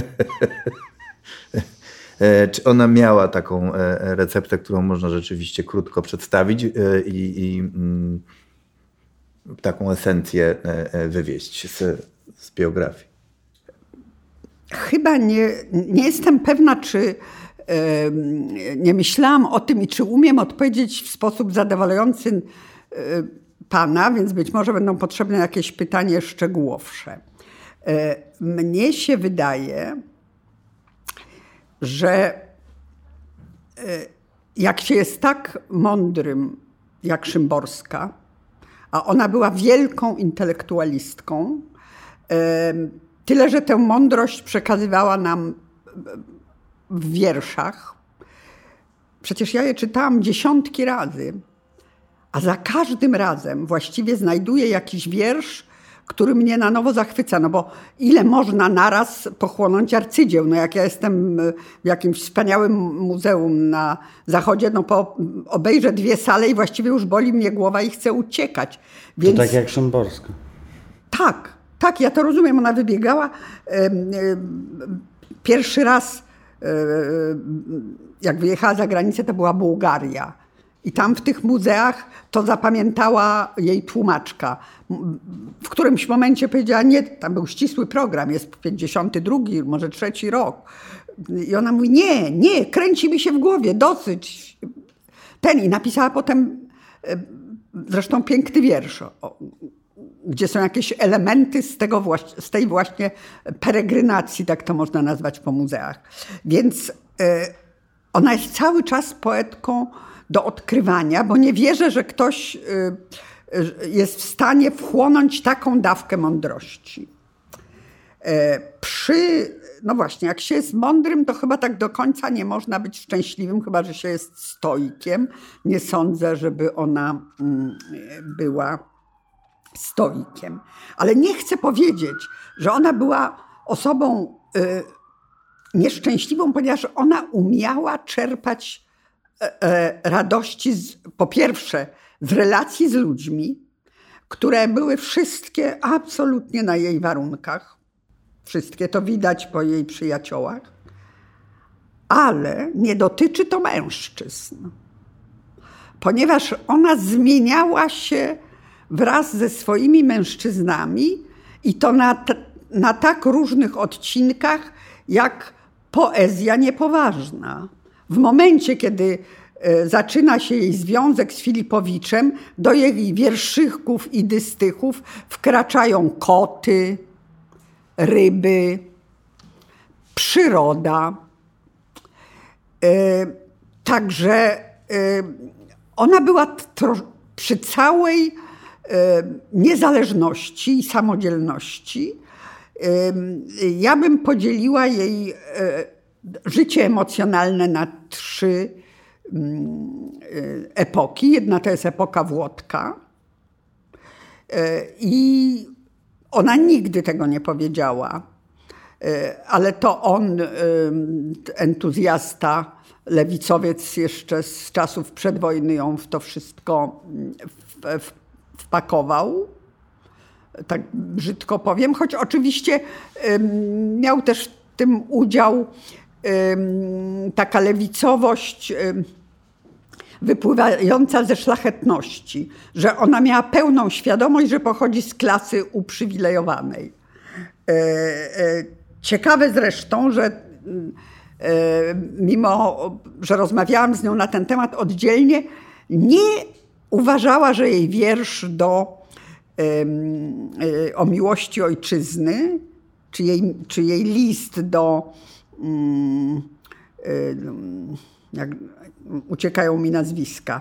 Czy ona miała taką receptę, którą można rzeczywiście krótko przedstawić i, i mm, taką esencję wywieźć z, z biografii? Chyba nie, nie jestem pewna, czy nie myślałam o tym i czy umiem odpowiedzieć w sposób zadowalający pana, więc być może będą potrzebne jakieś pytanie szczegółowsze. Mnie się wydaje, że jak się jest tak mądrym jak Szymborska, a ona była wielką intelektualistką, tyle, że tę mądrość przekazywała nam w wierszach. Przecież ja je czytałam dziesiątki razy, a za każdym razem właściwie znajduję jakiś wiersz, który mnie na nowo zachwyca, no bo ile można naraz pochłonąć arcydzieł? No jak ja jestem w jakimś wspaniałym muzeum na zachodzie, no po, obejrzę dwie sale i właściwie już boli mnie głowa i chcę uciekać. Więc... To tak jak Szymborska. Tak, tak, ja to rozumiem. Ona wybiegała pierwszy raz, jak wyjechała za granicę, to była Bułgaria. I tam w tych muzeach to zapamiętała jej tłumaczka. W którymś momencie powiedziała, nie, tam był ścisły program, jest pięćdziesiąty drugi, może trzeci rok. I ona mówi, nie, nie, kręci mi się w głowie, dosyć. Ten i napisała potem zresztą piękny wiersz, gdzie są jakieś elementy z, tego, z tej właśnie peregrynacji, tak to można nazwać, po muzeach. Więc ona jest cały czas poetką do odkrywania, bo nie wierzę, że ktoś jest w stanie wchłonąć taką dawkę mądrości. Przy, no właśnie, jak się jest mądrym, to chyba tak do końca nie można być szczęśliwym, chyba że się jest stoikiem. Nie sądzę, żeby ona była stoikiem. Ale nie chcę powiedzieć, że ona była osobą nieszczęśliwą, ponieważ ona umiała czerpać radości, z, po pierwsze, z relacji z ludźmi, które były wszystkie absolutnie na jej warunkach. Wszystkie to widać po jej przyjaciołach. Ale nie dotyczy to mężczyzn. Ponieważ ona zmieniała się wraz ze swoimi mężczyznami i to na, t- na tak różnych odcinkach, jak poezja niepoważna. W momencie, kiedy zaczyna się jej związek z Filipowiczem, do jej wierszyków i dystychów wkraczają koty, ryby, przyroda. Także ona była tro- przy całej niezależności i samodzielności. Ja bym podzieliła jej życie emocjonalne na trzy epoki. Jedna to jest epoka Włodka i ona nigdy tego nie powiedziała, ale to on, entuzjasta, lewicowiec jeszcze z czasów przedwojny, ją w to wszystko wpakował, tak brzydko powiem, choć oczywiście miał też w tym udział taka lewicowość wypływająca ze szlachetności, że ona miała pełną świadomość, że pochodzi z klasy uprzywilejowanej. Ciekawe zresztą, że mimo, że rozmawiałam z nią na ten temat oddzielnie, nie uważała, że jej wiersz do, o miłości ojczyzny, czy jej, czy jej list do, jak, uciekają mi nazwiska,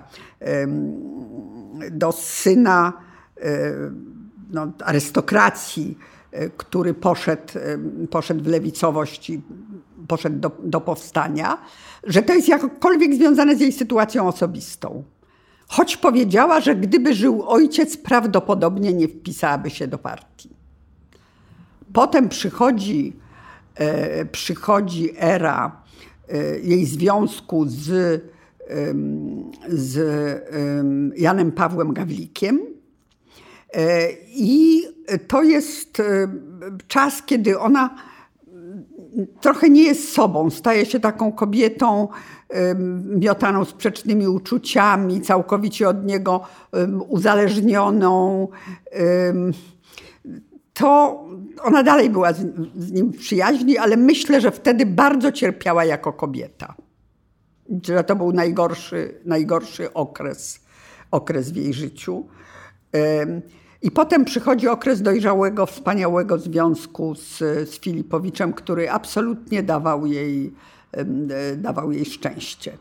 do syna no, arystokracji, który poszedł, poszedł w lewicowość i poszedł do, do powstania, że to jest jakkolwiek związane z jej sytuacją osobistą. Choć powiedziała, że gdyby żył ojciec, prawdopodobnie nie wpisałaby się do partii. Potem przychodzi, e, przychodzi era e, jej związku z, e, z e, Janem Pawłem Gawlikiem. E, I to jest e, czas, kiedy ona trochę nie jest sobą. Staje się taką kobietą e, miotaną sprzecznymi uczuciami, całkowicie od niego e, uzależnioną. E, to ona dalej była z, z nim w przyjaźni, ale myślę, że wtedy bardzo cierpiała jako kobieta. Że to był najgorszy, najgorszy okres, okres w jej życiu. I potem przychodzi okres dojrzałego, wspaniałego związku z, z Filipowiczem, który absolutnie dawał jej, dawał jej szczęście.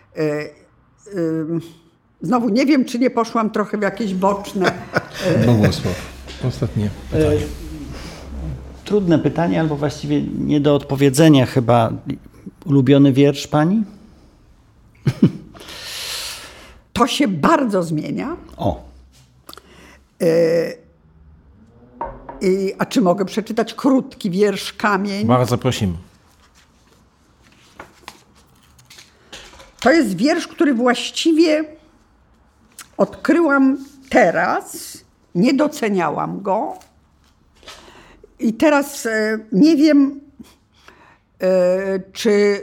Znowu nie wiem, czy nie poszłam trochę w jakieś boczne... Bogusław. Ostatnie pytanie. Trudne pytanie, albo właściwie nie do odpowiedzenia chyba. Ulubiony wiersz pani? To się bardzo zmienia. O. Yy, a czy mogę przeczytać krótki wiersz Kamień? Bardzo prosimy. To jest wiersz, który właściwie odkryłam teraz. Nie doceniałam go. I teraz e, nie wiem, e, czy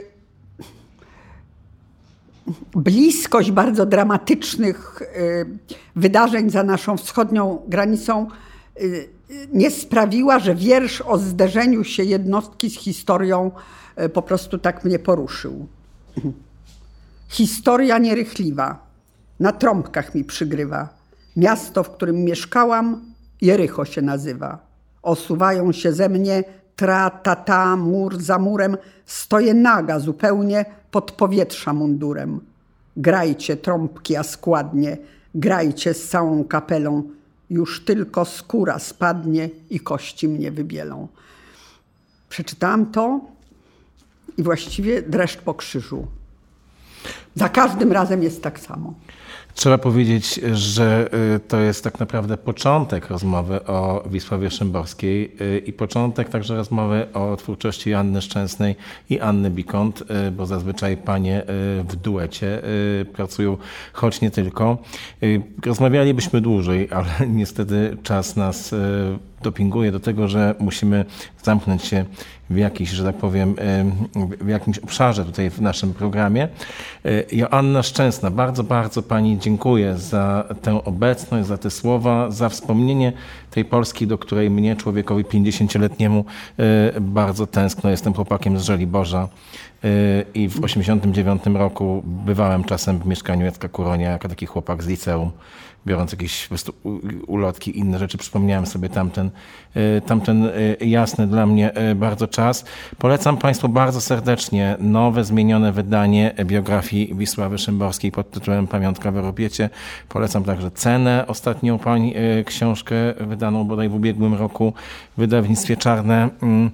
bliskość bardzo dramatycznych e, wydarzeń za naszą wschodnią granicą e, nie sprawiła, że wiersz o zderzeniu się jednostki z historią e, po prostu tak mnie poruszył. Historia nierychliwa, na trąbkach mi przygrywa. Miasto, w którym mieszkałam, Jericho się nazywa. Osuwają się ze mnie tra, ta, ta, mur za murem. Stoję naga zupełnie pod powietrza mundurem. Grajcie trąbki, a składnie, grajcie z całą kapelą. Już tylko skóra spadnie i kości mnie wybielą. Przeczytałam to i właściwie dreszcz po krzyżu. Za każdym razem jest tak samo. Trzeba powiedzieć, że to jest tak naprawdę początek rozmowy o Wisławie Szymborskiej i początek także rozmowy o twórczości Anny Szczęsnej i Anny Bikont, bo zazwyczaj panie w duecie pracują, choć nie tylko. Rozmawialibyśmy dłużej, ale niestety czas nas dopinguje do tego, że musimy zamknąć się w jakiś, że tak powiem, w jakimś obszarze tutaj w naszym programie. Joanna Szczęsna, bardzo, bardzo pani dziękuję za tę obecność, za te słowa, za wspomnienie tej Polski, do której mnie, człowiekowi pięćdziesięcioletniemu, bardzo tęskno. Jestem chłopakiem z Żoliborza i w osiemdziesiątym dziewiątym roku bywałem czasem w mieszkaniu Jacka Kuronia jako taki chłopak z liceum, biorąc jakieś po prostu ulotki, inne rzeczy. Przypomniałem sobie tamten, tamten jasny dla mnie bardzo czas. Polecam państwu bardzo serdecznie nowe, zmienione wydanie biografii Wisławy Szymborskiej pod tytułem Pamiątka w Europiecie. Polecam także Cenę, ostatnią pani książkę wydaną bodaj w ubiegłym roku w wydawnictwie Czarne.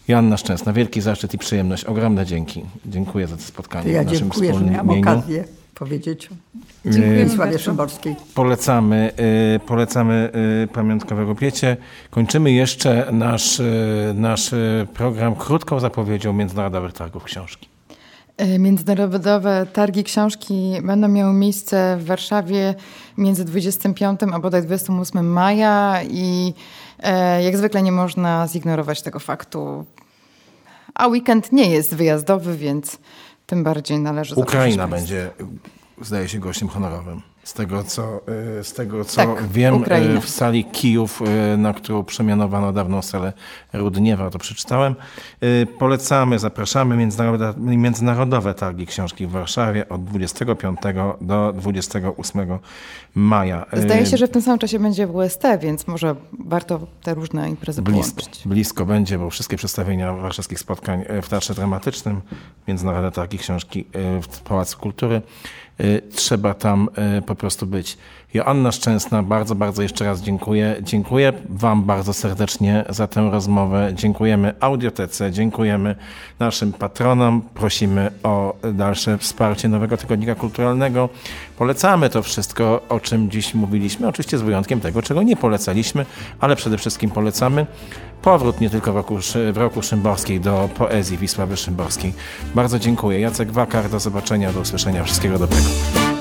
Joanna Szczęsna, wielki zaszczyt i przyjemność, ogromne dzięki. Dziękuję za to spotkanie Ja w naszym dziękuję, że wspólnym miałam imieniu. okazję powiedzieć o Dziękujemy Wisławie bardzo. Szymborskiej. Polecamy, y, polecamy y, pamiątkowe rupiecie. Kończymy jeszcze nasz, y, nasz y, program krótką zapowiedzią Międzynarodowych Targów Książki. Międzynarodowe targi książki będą miały miejsce w Warszawie między dwudziestego piątego a bodaj dwudziestego ósmego maja i e, jak zwykle nie można zignorować tego faktu. A weekend nie jest wyjazdowy, więc tym bardziej należy Ukraina zaprosić będzie, zdaje się, gościem honorowym. Z tego, co, z tego, co Tak, wiem, Ukraina. w sali Kijów, na którą przemianowano dawną salę Rudniewa, to przeczytałem. Polecamy, zapraszamy międzynarodowe, międzynarodowe targi książki w Warszawie od dwudziestego piątego do dwudziestego ósmego maja. Zdaje się, że w tym samym czasie będzie w U S T, więc może warto te różne imprezy Blisko, połączyć. blisko będzie, bo wszystkie przedstawienia warszawskich spotkań w Teatrze Dramatycznym, Międzynarodowe Targi Książki w Pałacu Kultury. Trzeba tam po prostu być. Joanna Szczęsna, bardzo, bardzo jeszcze raz dziękuję. Dziękuję Wam bardzo serdecznie za tę rozmowę. Dziękujemy Audiotece, dziękujemy naszym patronom. Prosimy o dalsze wsparcie Nowego Tygodnika Kulturalnego. Polecamy to wszystko, o czym dziś mówiliśmy, oczywiście z wyjątkiem tego, czego nie polecaliśmy, ale przede wszystkim polecamy powrót nie tylko w roku, w roku Szymborskiej do poezji Wisławy Szymborskiej. Bardzo dziękuję. Jacek Wakar, do zobaczenia, do usłyszenia. Wszystkiego dobrego.